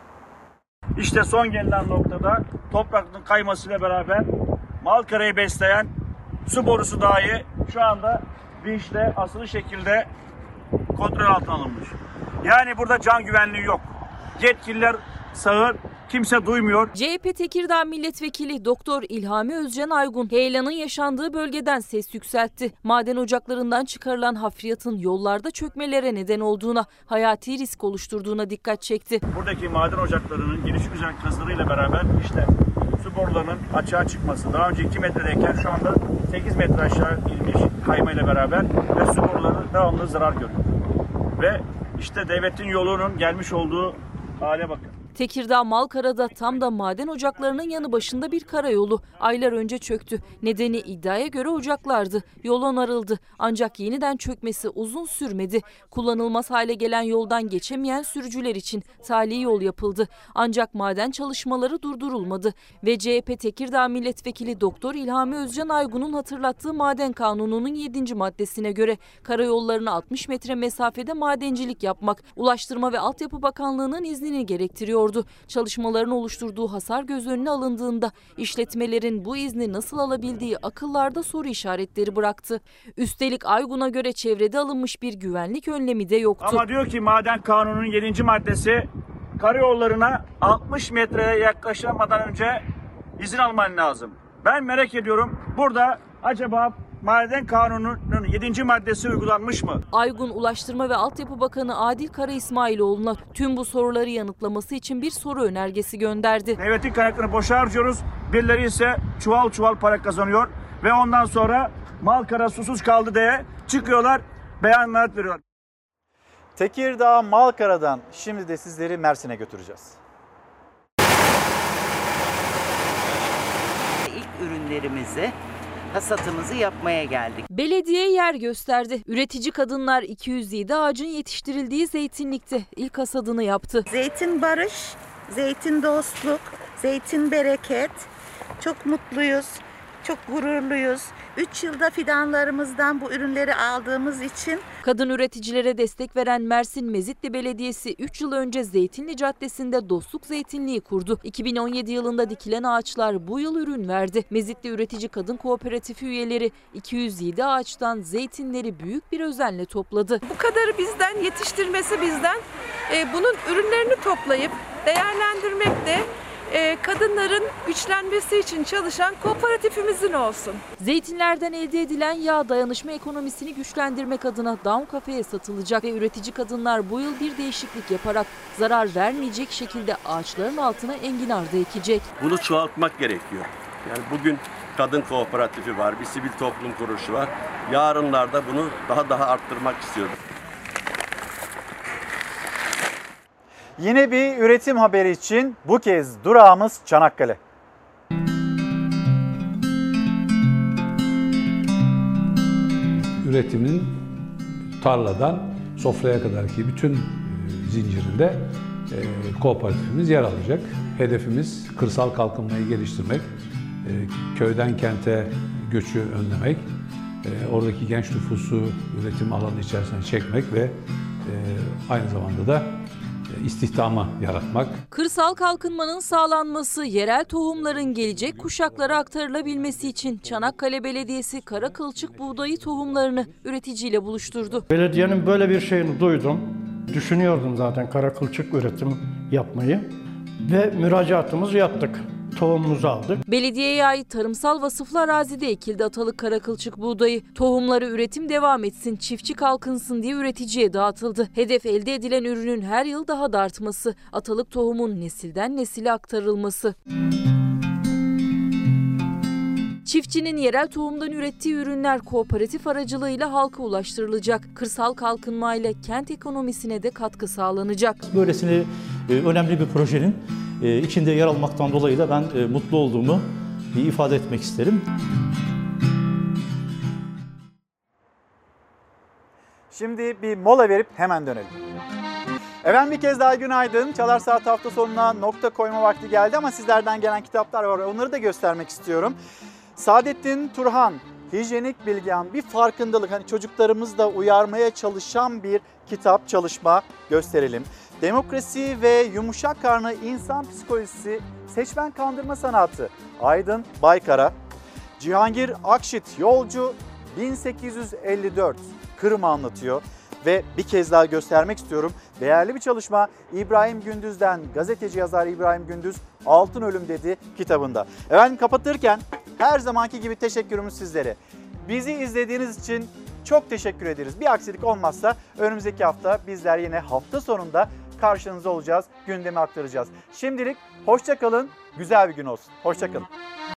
Speaker 3: İşte son gelinen noktada toprakın kaymasıyla beraber Malkara'yı besleyen su borusu dahi şu anda vinçle asılı şekilde kontrol altına alınmış. Yani burada can güvenliği yok. Yetkililer sağır, kimse duymuyor.
Speaker 2: C H P Tekirdağ Milletvekili Doktor İlhami Özcan Aygun, heyelanın yaşandığı bölgeden ses yükseltti. Maden ocaklarından çıkarılan hafriyatın yollarda çökmelere neden olduğuna, hayati risk oluşturduğuna dikkat çekti.
Speaker 3: Buradaki maden ocaklarının gelişigüzel kazılarıyla beraber işte su borularının açığa çıkması, daha önce iki metredeyken şu anda sekiz metre aşağı inmiş kaymayla beraber ve su boruları devamlı zarar görüyor. Ve işte devletin yolunun gelmiş olduğu hale bakın.
Speaker 2: Tekirdağ Malkara'da tam da maden ocaklarının yanı başında bir karayolu aylar önce çöktü. Nedeni iddiaya göre ocaklardı. Yol onarıldı. Ancak yeniden çökmesi uzun sürmedi. Kullanılmaz hale gelen yoldan geçemeyen sürücüler için tali yol yapıldı. Ancak maden çalışmaları durdurulmadı. Ve C H P Tekirdağ Milletvekili Doktor İlhami Özcan Aygun'un hatırlattığı Maden Kanunu'nun yedinci maddesine göre karayollarına altmış metre mesafede madencilik yapmak Ulaştırma ve Altyapı Bakanlığı'nın iznini gerektiriyor. Çalışmaların oluşturduğu hasar göz önüne alındığında işletmelerin bu izni nasıl alabildiği akıllarda soru işaretleri bıraktı. Üstelik Aygun'a göre çevrede alınmış bir güvenlik önlemi de yoktu.
Speaker 3: Ama diyor ki Maden Kanunu'nun yedinci maddesi karayollarına altmış metreye yaklaşamadan önce izin alman lazım. Ben merak ediyorum burada acaba Maden Kanunu'nun yedinci maddesi uygulanmış mı?
Speaker 2: Aygun, Ulaştırma ve Altyapı Bakanı Adil Kara İsmailoğlu'na tüm bu soruları yanıtlaması için bir soru önergesi gönderdi.
Speaker 3: Devletin kaynaklarını boşa harcıyoruz. Birileri ise çuval çuval para kazanıyor ve ondan sonra Malkara susuz kaldı diye çıkıyorlar, beyanlar veriyorlar.
Speaker 1: Tekirdağ Malkara'dan şimdi de sizleri Mersin'e götüreceğiz.
Speaker 9: İlk ürünlerimizi, hasatımızı yapmaya geldik.
Speaker 2: Belediye yer gösterdi. Üretici kadınlar iki yüz yedi ağacın yetiştirildiği zeytinlikte ilk hasadını yaptı.
Speaker 14: Zeytin barış, zeytin dostluk, zeytin bereket. Çok mutluyuz, çok gururluyuz. üç yılda fidanlarımızdan bu ürünleri aldığımız için.
Speaker 2: Kadın üreticilere destek veren Mersin Mezitli Belediyesi üç yıl önce Zeytinli Caddesi'nde Dostluk Zeytinliği kurdu. iki bin on yedi yılında dikilen ağaçlar bu yıl ürün verdi. Mezitli Üretici Kadın Kooperatifi üyeleri iki yüz yedi ağaçtan zeytinleri büyük bir özenle topladı.
Speaker 15: Bu kadarı bizden, yetiştirmesi bizden. Ee, bunun ürünlerini toplayıp değerlendirmek de kadınların güçlenmesi için çalışan kooperatifimizin olsun.
Speaker 2: Zeytinlerden elde edilen yağ dayanışma ekonomisini güçlendirmek adına Down Cafe'ye satılacak ve üretici kadınlar bu yıl bir değişiklik yaparak zarar vermeyecek şekilde ağaçların altına enginar da ekecek.
Speaker 16: Bunu çoğaltmak gerekiyor. Yani bugün kadın kooperatifi var, bir sivil toplum kuruluşu var. Yarınlarda bunu daha daha arttırmak istiyoruz.
Speaker 1: Yine bir üretim haberi için bu kez durağımız Çanakkale.
Speaker 5: üretimin tarladan sofraya kadarki bütün zincirinde kooperatifimiz yer alacak. Hedefimiz kırsal kalkınmayı geliştirmek, köyden kente göçü önlemek, oradaki genç nüfusu üretim alanı içerisine çekmek ve aynı zamanda da istihdamı yaratmak.
Speaker 2: Kırsal kalkınmanın sağlanması, yerel tohumların gelecek kuşaklara aktarılabilmesi için Çanakkale Belediyesi kara kılçık buğdayı tohumlarını üreticiyle buluşturdu.
Speaker 12: Belediyenin böyle bir şeyini duydum. Düşünüyordum zaten kara kılçık üretim yapmayı ve müracaatımızı yaptık. Tohumumuzu aldık.
Speaker 2: Belediyeye ait tarımsal vasıflı arazide ekildi atalık kara kılçık buğdayı. Tohumları üretim devam etsin, çiftçi kalkınsın diye üreticiye dağıtıldı. Hedef elde edilen ürünün her yıl daha da artması, atalık tohumun nesilden nesile aktarılması. Çiftçinin yerel tohumdan ürettiği ürünler kooperatif aracılığıyla halka ulaştırılacak. Kırsal kalkınmayla kent ekonomisine de katkı sağlanacak.
Speaker 13: Böylesine önemli bir projenin içinde yer almaktan dolayı da ben mutlu olduğumu ifade etmek isterim.
Speaker 1: Şimdi bir mola verip hemen dönelim. Efendim bir kez daha günaydın. Çalar Saat hafta sonuna nokta koyma vakti geldi ama sizlerden gelen kitaplar var. Onları da göstermek istiyorum. Saadettin Turhan, Hijyenik Bilgehan, bir farkındalık. Hani çocuklarımız da uyarmaya çalışan bir kitap, çalışma gösterelim. Demokrasi ve Yumuşak Karnı İnsan Psikolojisi, Seçmen Kandırma Sanatı, Aydın Baykara. Cihangir Akşit, Yolcu bin sekiz yüz elli dört, Kırım'ı anlatıyor. Ve bir kez daha göstermek istiyorum. Değerli bir çalışma İbrahim Gündüz'den, gazeteci yazar İbrahim Gündüz, Altın Ölüm dedi kitabında. Efendim kapatırken her zamanki gibi teşekkürümüz sizlere. Bizi izlediğiniz için çok teşekkür ederiz. Bir aksilik olmazsa önümüzdeki hafta bizler yine hafta sonunda karşınızda olacağız, gündemi aktaracağız. Şimdilik hoşça kalın, güzel bir gün olsun. Hoşça kalın.